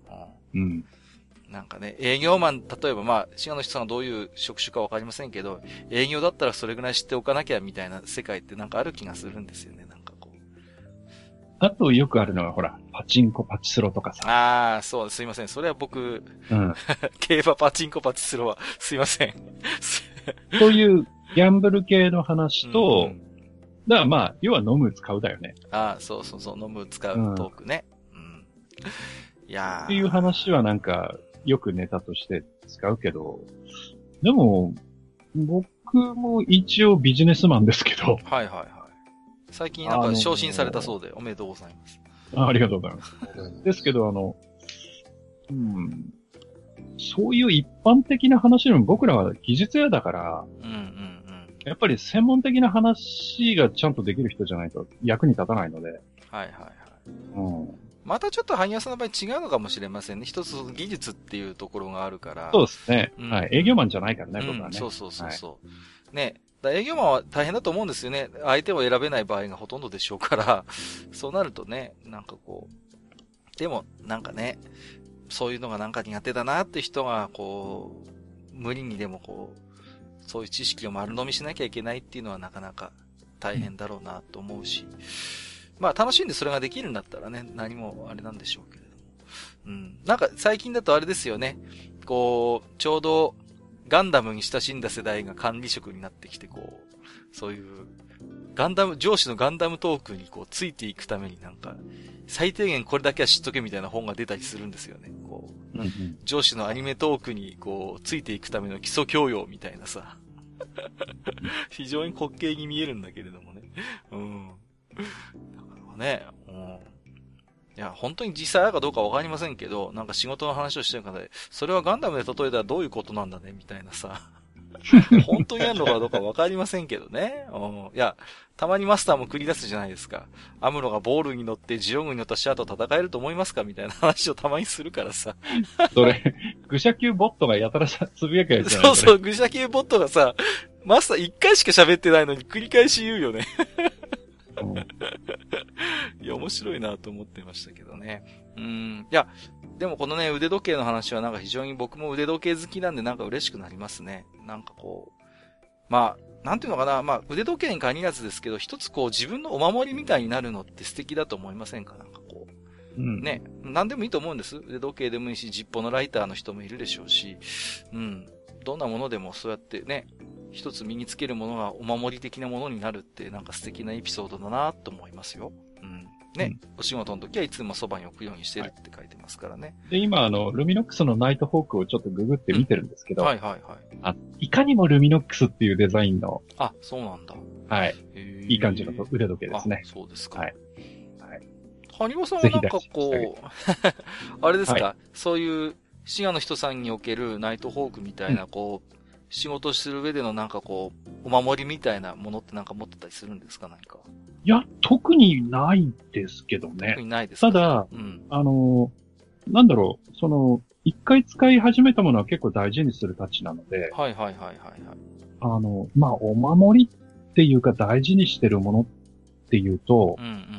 なんかね、営業マン、例えばまあ、滋賀の人さんがどういう職種かわかりませんけど、営業だったらそれぐらい知っておかなきゃみたいな世界ってなんかある気がするんですよね、なんかこう。 あとよくあるのはほら、パチンコ、パチスロとかさ。 ああ、そう、すいません。それは僕、競馬、パチンコ、パチスロは、すいません。 そういうギャンブル系の話と、だからまあ、要は飲む使うだよね。 ああ、そうそうそう、飲む使うトークね。いやー。 っていう話はなんか、よくネタとして使うけど、でも、僕も一応ビジネスマンですけど。 はいはいはい。最近なんか昇進されたそうでおめでとうございます。 ありがとうございます。ですけどそういう一般的な話でも僕らは技術屋だから、やっぱり専門的な話がちゃんとできる人じゃないと役に立たないので。はいはいはい。またちょっと萩谷さんの場合違うのかもしれませんね。一つ技術っていうところがあるから。 そうですね。はい。営業マンじゃないからね、僕はね。 そうそうそうそう。ね。営業マンは大変だと思うんですよね。相手を選べない場合がほとんどでしょうから、そうなるとね、なんかこう、でもなんかね、そういうのがなんか苦手だなって人が、こう、無理にでもこう、そういう知識を丸飲みしなきゃいけないっていうのはなかなか大変だろうなと思うし、まあ楽しんでそれができるんだったらね、何もあれなんでしょうけれども。なんか最近だとあれですよね、こう、ちょうど、ガンダムに親しんだ世代が管理職になってきて、こう、そういう、上司のガンダムトークにこう、ついていくためになんか、最低限これだけは知っとけみたいな本が出たりするんですよね。こう、上司のアニメトークにこう、ついていくための基礎教養みたいなさ。非常に滑稽に見えるんだけれどもね。だからね、いや、本当に実際あるかどうかわかりませんけど、なんか仕事の話をしてる方で、それはガンダムで例えたらどういうことなんだね、みたいなさ。本当にやるのかどうかわかりませんけどね。いや、たまにマスターも繰り出すじゃないですか。アムロがボールに乗ってジオ軍に乗ったシャアと戦えると思いますかみたいな話をたまにするからさ。 それ、愚者級ボットがやたらつぶやくやつじゃないそうそう、愚者級ボットがさ、マスター一回しか喋ってないのに繰り返し言うよね。いや、面白いなと思ってましたけどね。いや、でもこのね、腕時計の話はなんか非常に僕も腕時計好きなんでなんか嬉しくなりますね。なんかこう、まあ、なんていうのかな、まあ、腕時計に限らずですけど、一つこう自分のお守りみたいになるのって素敵だと思いませんか？なんかこう。ね。何でもいいと思うんです。腕時計でもいいし、ジッポのライターの人もいるでしょうし、どんなものでもそうやってね、一つ身につけるものがお守り的なものになるってなんか素敵なエピソードだなと思いますよ。 うん。ね、お仕事の時はいつもそばに置くようにしてるって書いてますからね。 で、今ルミノックスのナイトホークをちょっとググって見てるんですけど、 はいはいはい。 いかにもルミノックスっていうデザインの、 あ、そうなんだ。 はい。いい感じの腕時計ですね。 そうですか。 はい。はい。 ハニオさんはなんかこう、あれですか、 はい、 そういう滋賀の人さんにおけるナイトホークみたいな、こう、仕事する上でのなんかこう、お守りみたいなものってなんか持ってたりするんですか、何か。 いや、特にないですけどね。 特にないですか。 ただ、なんだろう、一回使い始めたものは結構大事にするたちなので、 はいはいはいはい、 はい。まあ、お守りっていうか大事にしてるものっていうと、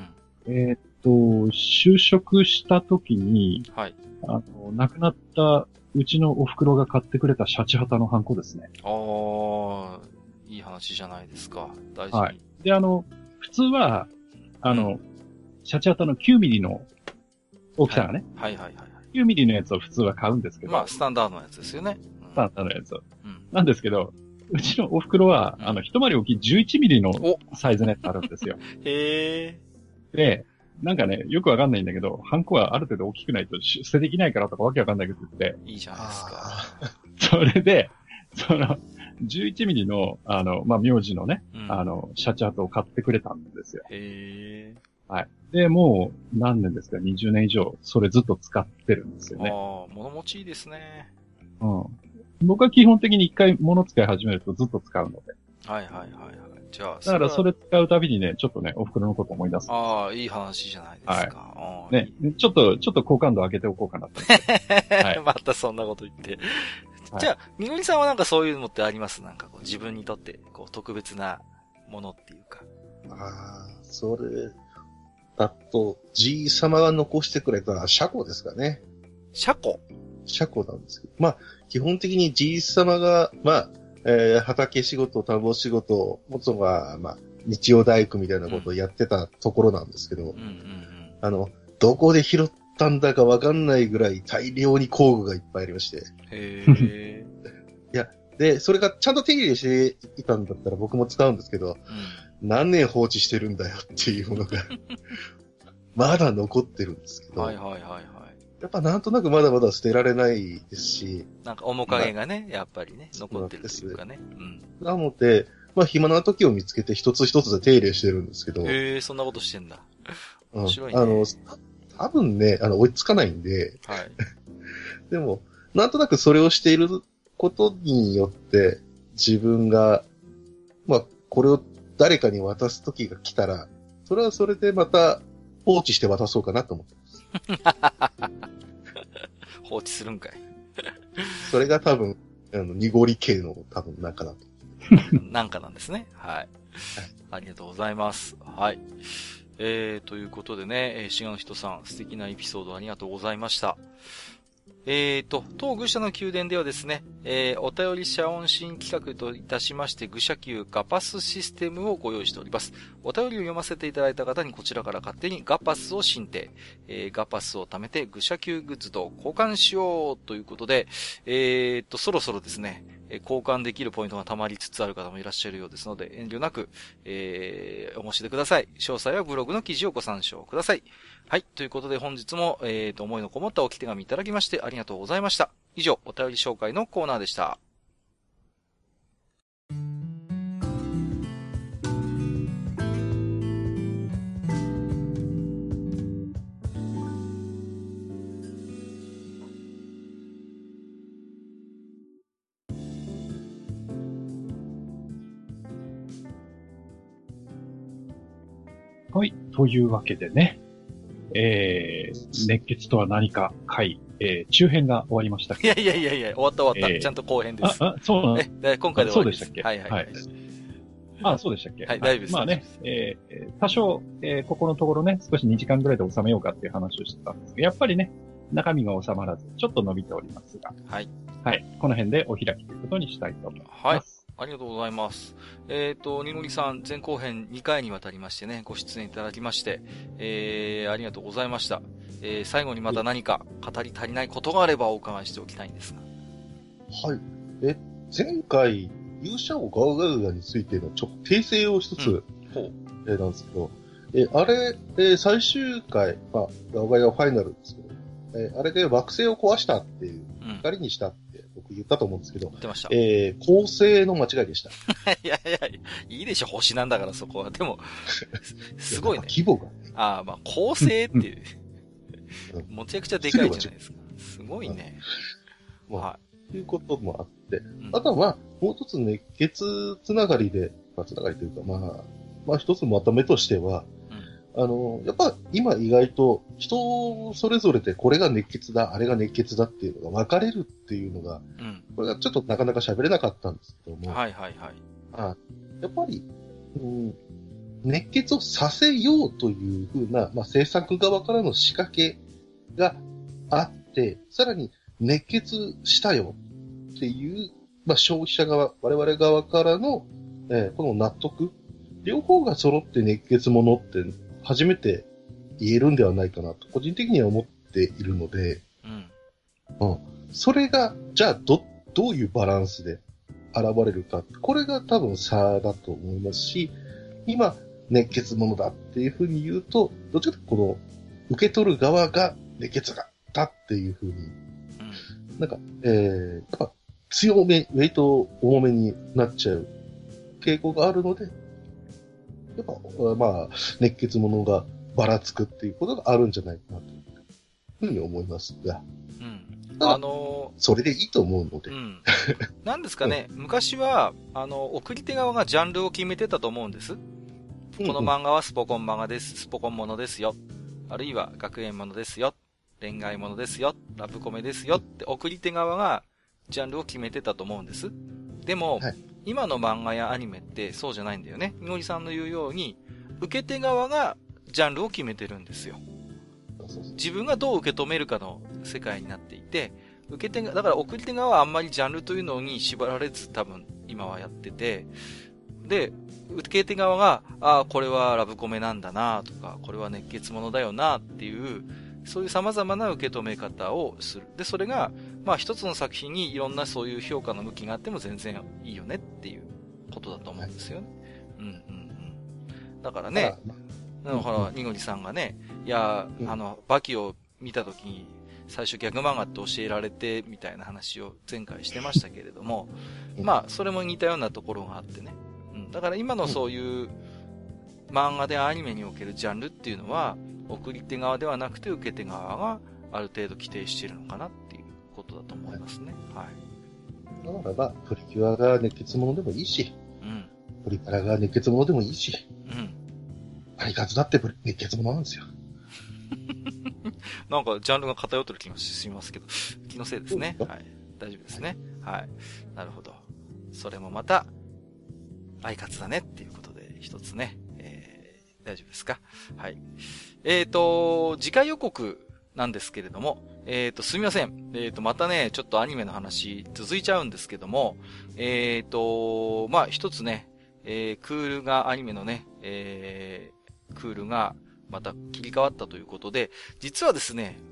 就職した時に、 はい。 亡くなったうちのお袋が買ってくれたシャチハタのハンコですね。 ああ、いい話じゃないですか。大事に。 はい。で、普通は、シャチハタの9ミリの大きさがね、 はいはいはい。 9ミリのやつを普通は買うんですけど。 まあ、スタンダードのやつですよね。 スタンダードのやつを。なんですけど、うちのお袋は、一回り大きい11ミリのサイズのやつあるんですよ。 へー。で、なんかね、よくわかんないんだけど、ハンコはある程度大きくないと捨てできないからとかわけわかんないこと言って。 いいじゃないですか。 それで、11ミリの、まあ、名字のね、シャチハタを買ってくれたんですよ。 へー。 はい。で、もう、何年ですか、20年以上、それずっと使ってるんですよね。 ああ、物持ちいいですね。 うん。僕は基本的に一回物使い始めるとずっと使うので。 はいはいはいはい。じゃあ、 だからそれ使うたびにね、ちょっとね、お袋のこと思い出す。 ああ、いい話じゃないですか。 はい。ね、ちょっと好感度上げておこうかなと思って。はい。 またそんなこと言って。じゃあ、みのりさんはなんかそういうのってあります？なんかこう自分にとってこう特別なものっていうか。 ああ、それだと、じい様が残してくれた車庫ですかね。 車庫なんですけど。まあ、基本的にじい様が、まあ、畑仕事、田んぼ仕事、もつは、まあ、日曜大工みたいなことをやってたところなんですけど、どこで拾ったんだかわかんないぐらい大量に工具がいっぱいありまして。 へいや、で、それがちゃんと手入れしていたんだったら僕も使うんですけど、何年放置してるんだよっていうものが、まだ残ってるんですけど、 はいはいはいはい。 やっぱなんとなくまだまだ捨てられないですし、 なんか面影がね、やっぱりね、残ってるというかね。 なので、まあ暇な時を見つけて一つ一つで手入れしてるんですけど。 そんなことしてんだ。面白いね。 多分ね、追いつかないんで。 はい。 でも、なんとなくそれをしていることによって、自分が、まあ、これを誰かに渡す時が来たら、それはそれでまた放置して渡そうかなと思ってます。 放置するんかい。 それが多分、濁り系の多分なんかなと。 なんかなんですね。はい。ありがとうございます。はい。ということでね、滋賀の人さん、素敵なエピソードありがとうございました。当愚者の宮殿ではですね、お便り謝恩新企画といたしまして、愚者級ガパスシステムをご用意しております。お便りを読ませていただいた方にこちらから勝手にガパスを申請、ガパスを貯めて愚者級グッズと交換しようということで、そろそろですね、交換できるポイントが溜まりつつある方もいらっしゃるようですので、遠慮なく、お申し出ください。詳細はブログの記事をご参照ください。はい。ということで本日も、思いのこもった置き手紙いただきましてありがとうございました。以上、お便り紹介のコーナーでした。 はい。というわけでね、熱血とは何か回、中編が終わりました。 いや、終わった。ちゃんと後編です。 そうなの今回で終わりです。 そうでしたっけ？ はい。 そうでしたっけ？ はい、大丈夫です。 まあね、多少、ここのところね、少し2時間ぐらいで収めようかっていう話をしてたんですけど、やっぱりね、中身が収まらず、ちょっと伸びておりますが、はい。この辺でお開きということにしたいと思います。はい。 ありがとうございます。にのりさん、前後編2回にわたりましてね、ご出演いただきまして、ありがとうございました。最後にまた何か語り足りないことがあればお伺いしておきたいんですが。はい。前回、勇者王ガウガウガについての訂正を一つ、なんですけど、 あれ、最終回、まあ、ガオガヤファイナルですけど、あれで惑星を壊したっていう、光にしたって僕言ったと思うんですけど、 言ってました。 構成の間違いでした。 いやいや、いいでしょ、星なんだからそこは。でも、すごいね。 規模がね。 ああ、まあ、構成っていう、むちゃくちゃでかいじゃないですか。すごいね。 はい。ということもあって、あとはまあ、もう一つ熱血つながりで、つながりというか、まあ一つまとめとしては、やっぱ今意外と人それぞれでこれが熱血だ、あれが熱血だっていうのが分かれるっていうのが、これがちょっとなかなか喋れなかったんですけども、 はいはいはい。 やっぱり、熱血をさせようというふうな、まあ制作側からの仕掛けがあって、さらに熱血したよっていう、まあ消費者側、我々側からの、この納得、両方が揃って熱血ものって初めて言えるんではないかなと、個人的には思っているので、それが、じゃあどういうバランスで現れるか、これが多分差だと思いますし、今、熱血ものだっていうふうに言うと、どっちかというとこの、受け取る側が熱血だっていうふうに、なんか、やっぱ強め、ウェイト重めになっちゃう傾向があるので、やっぱ、まあ、熱血ものがばらつくっていうことがあるんじゃないかなというふうに思いますが。それでいいと思うので。 なんですかね、昔は、送り手側がジャンルを決めてたと思うんです。この漫画はスポコン漫画です、スポコンものですよ。あるいは学園ものですよ。恋愛ものですよ。ラブコメですよって送り手側がジャンルを決めてたと思うんです。でも、今の漫画やアニメってそうじゃないんだよね。みのりさんの言うように、受け手側がジャンルを決めてるんですよ。自分がどう受け止めるかの世界になっていて、だから送り手側はあんまりジャンルというのに縛られず多分今はやってて、で、受け手側が、これはラブコメなんだなとか、これは熱血ものだよなっていう、そういう様々な受け止め方をする。で、それが、まあ一つの作品にいろんなそういう評価の向きがあっても全然いいよねっていうことだと思うんですよね。だからね、ニゴリさんがね、いや、バキを見たときに、最初ギャグ漫画って教えられて、みたいな話を前回してましたけれども、まあ、それも似たようなところがあってね。だから今のそういう漫画でアニメにおけるジャンルっていうのは、送り手側ではなくて受け手側がある程度規定しているのかなっていうことだと思いますね。はい。 だからまあ、プリキュアが熱血ものでもいいし、プリキュアが熱血ものでもいいし、アニカツだって熱血ものなんですよ。 なんかジャンルが偏ってる気がしますけど、気のせいですね。はい。大丈夫ですね。はい。なるほど。それもまた、アイカツだねっていうことで、一つね、大丈夫ですか？はい。次回予告なんですけれども、すみません。またね、ちょっとアニメの話続いちゃうんですけども、まあ、一つね、クールがアニメのね、クールがまた切り替わったということで、実はですね、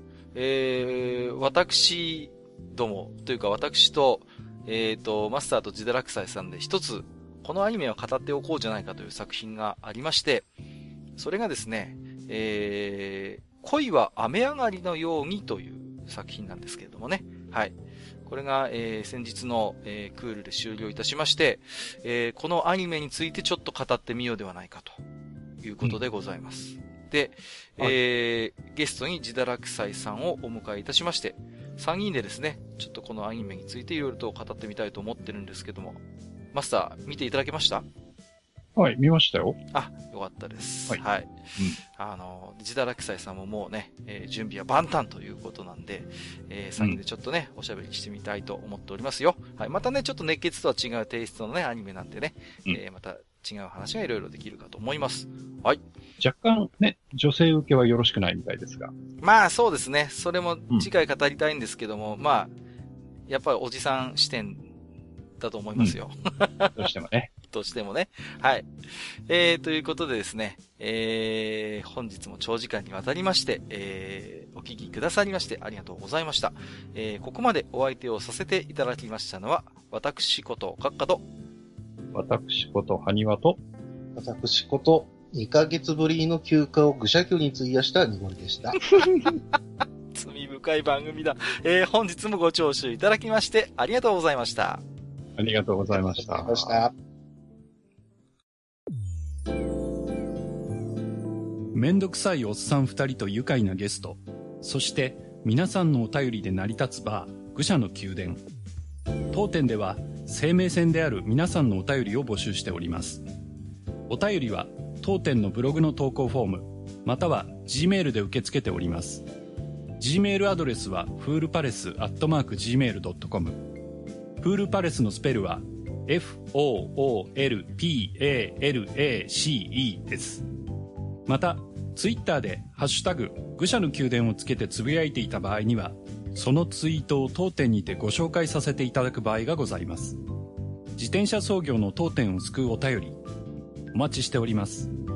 私ども、というか私と、マスターとジダラクサイさんで一つ、このアニメを語っておこうじゃないかという作品がありまして、それがですね、恋は雨上がりのようにという作品なんですけれどもね。はい。これが、先日の、クールで終了いたしまして、このアニメについてちょっと語ってみようではないかということでございます。で、ゲストにジダラクサイさんをお迎えいたしまして、3人でですね、ちょっとこのアニメについていろいろと語ってみたいと思ってるんですけども、マスター、見ていただけました？ はい、見ましたよ。 あ、よかったです。はい。ジダラクサイさんももうね、準備は万端ということなんで、3人でちょっとね、おしゃべりしてみたいと思っておりますよ。はい。またね、ちょっと熱血とは違うテイストのね、アニメなんでね、また違う話がいろいろできるかと思います。はい。 若干ね、女性受けはよろしくないみたいですが。 まあそうですね。それも次回語りたいんですけども、まあ、やっぱりおじさん視点だと思いますよ。 どうしてもね。 どうしてもね。はい。ということでですね、本日も長時間にわたりまして、お聞きくださりましてありがとうございました。ここまでお相手をさせていただきましたのは、私ことカッカと、 私ことハニワと、 私こと 2ヶ月ぶりの休暇を愚者級に費やしたニゴリでした。 罪深い番組だ。本日もご聴取いただきましてありがとうございました。 ありがとうございました。 めんどくさいおっさん2人と愉快なゲスト、そして皆さんのお便りで成り立つバー、愚者の宮殿。当店では生命線である皆さんのお便りを募集しております。お便りは当店のブログの投稿フォーム、または Gmail で受け付けております。Gmail アドレスはfoolpalace@gmail.com。 フールパレスのスペルは FOOLPALACE です。またツイッターでハッシュタグ愚者の宮殿をつけてつぶやいていた場合には、そのツイートを当店にてご紹介させていただく場合がございます。自転車操業の当店を救うお便りお待ちしております。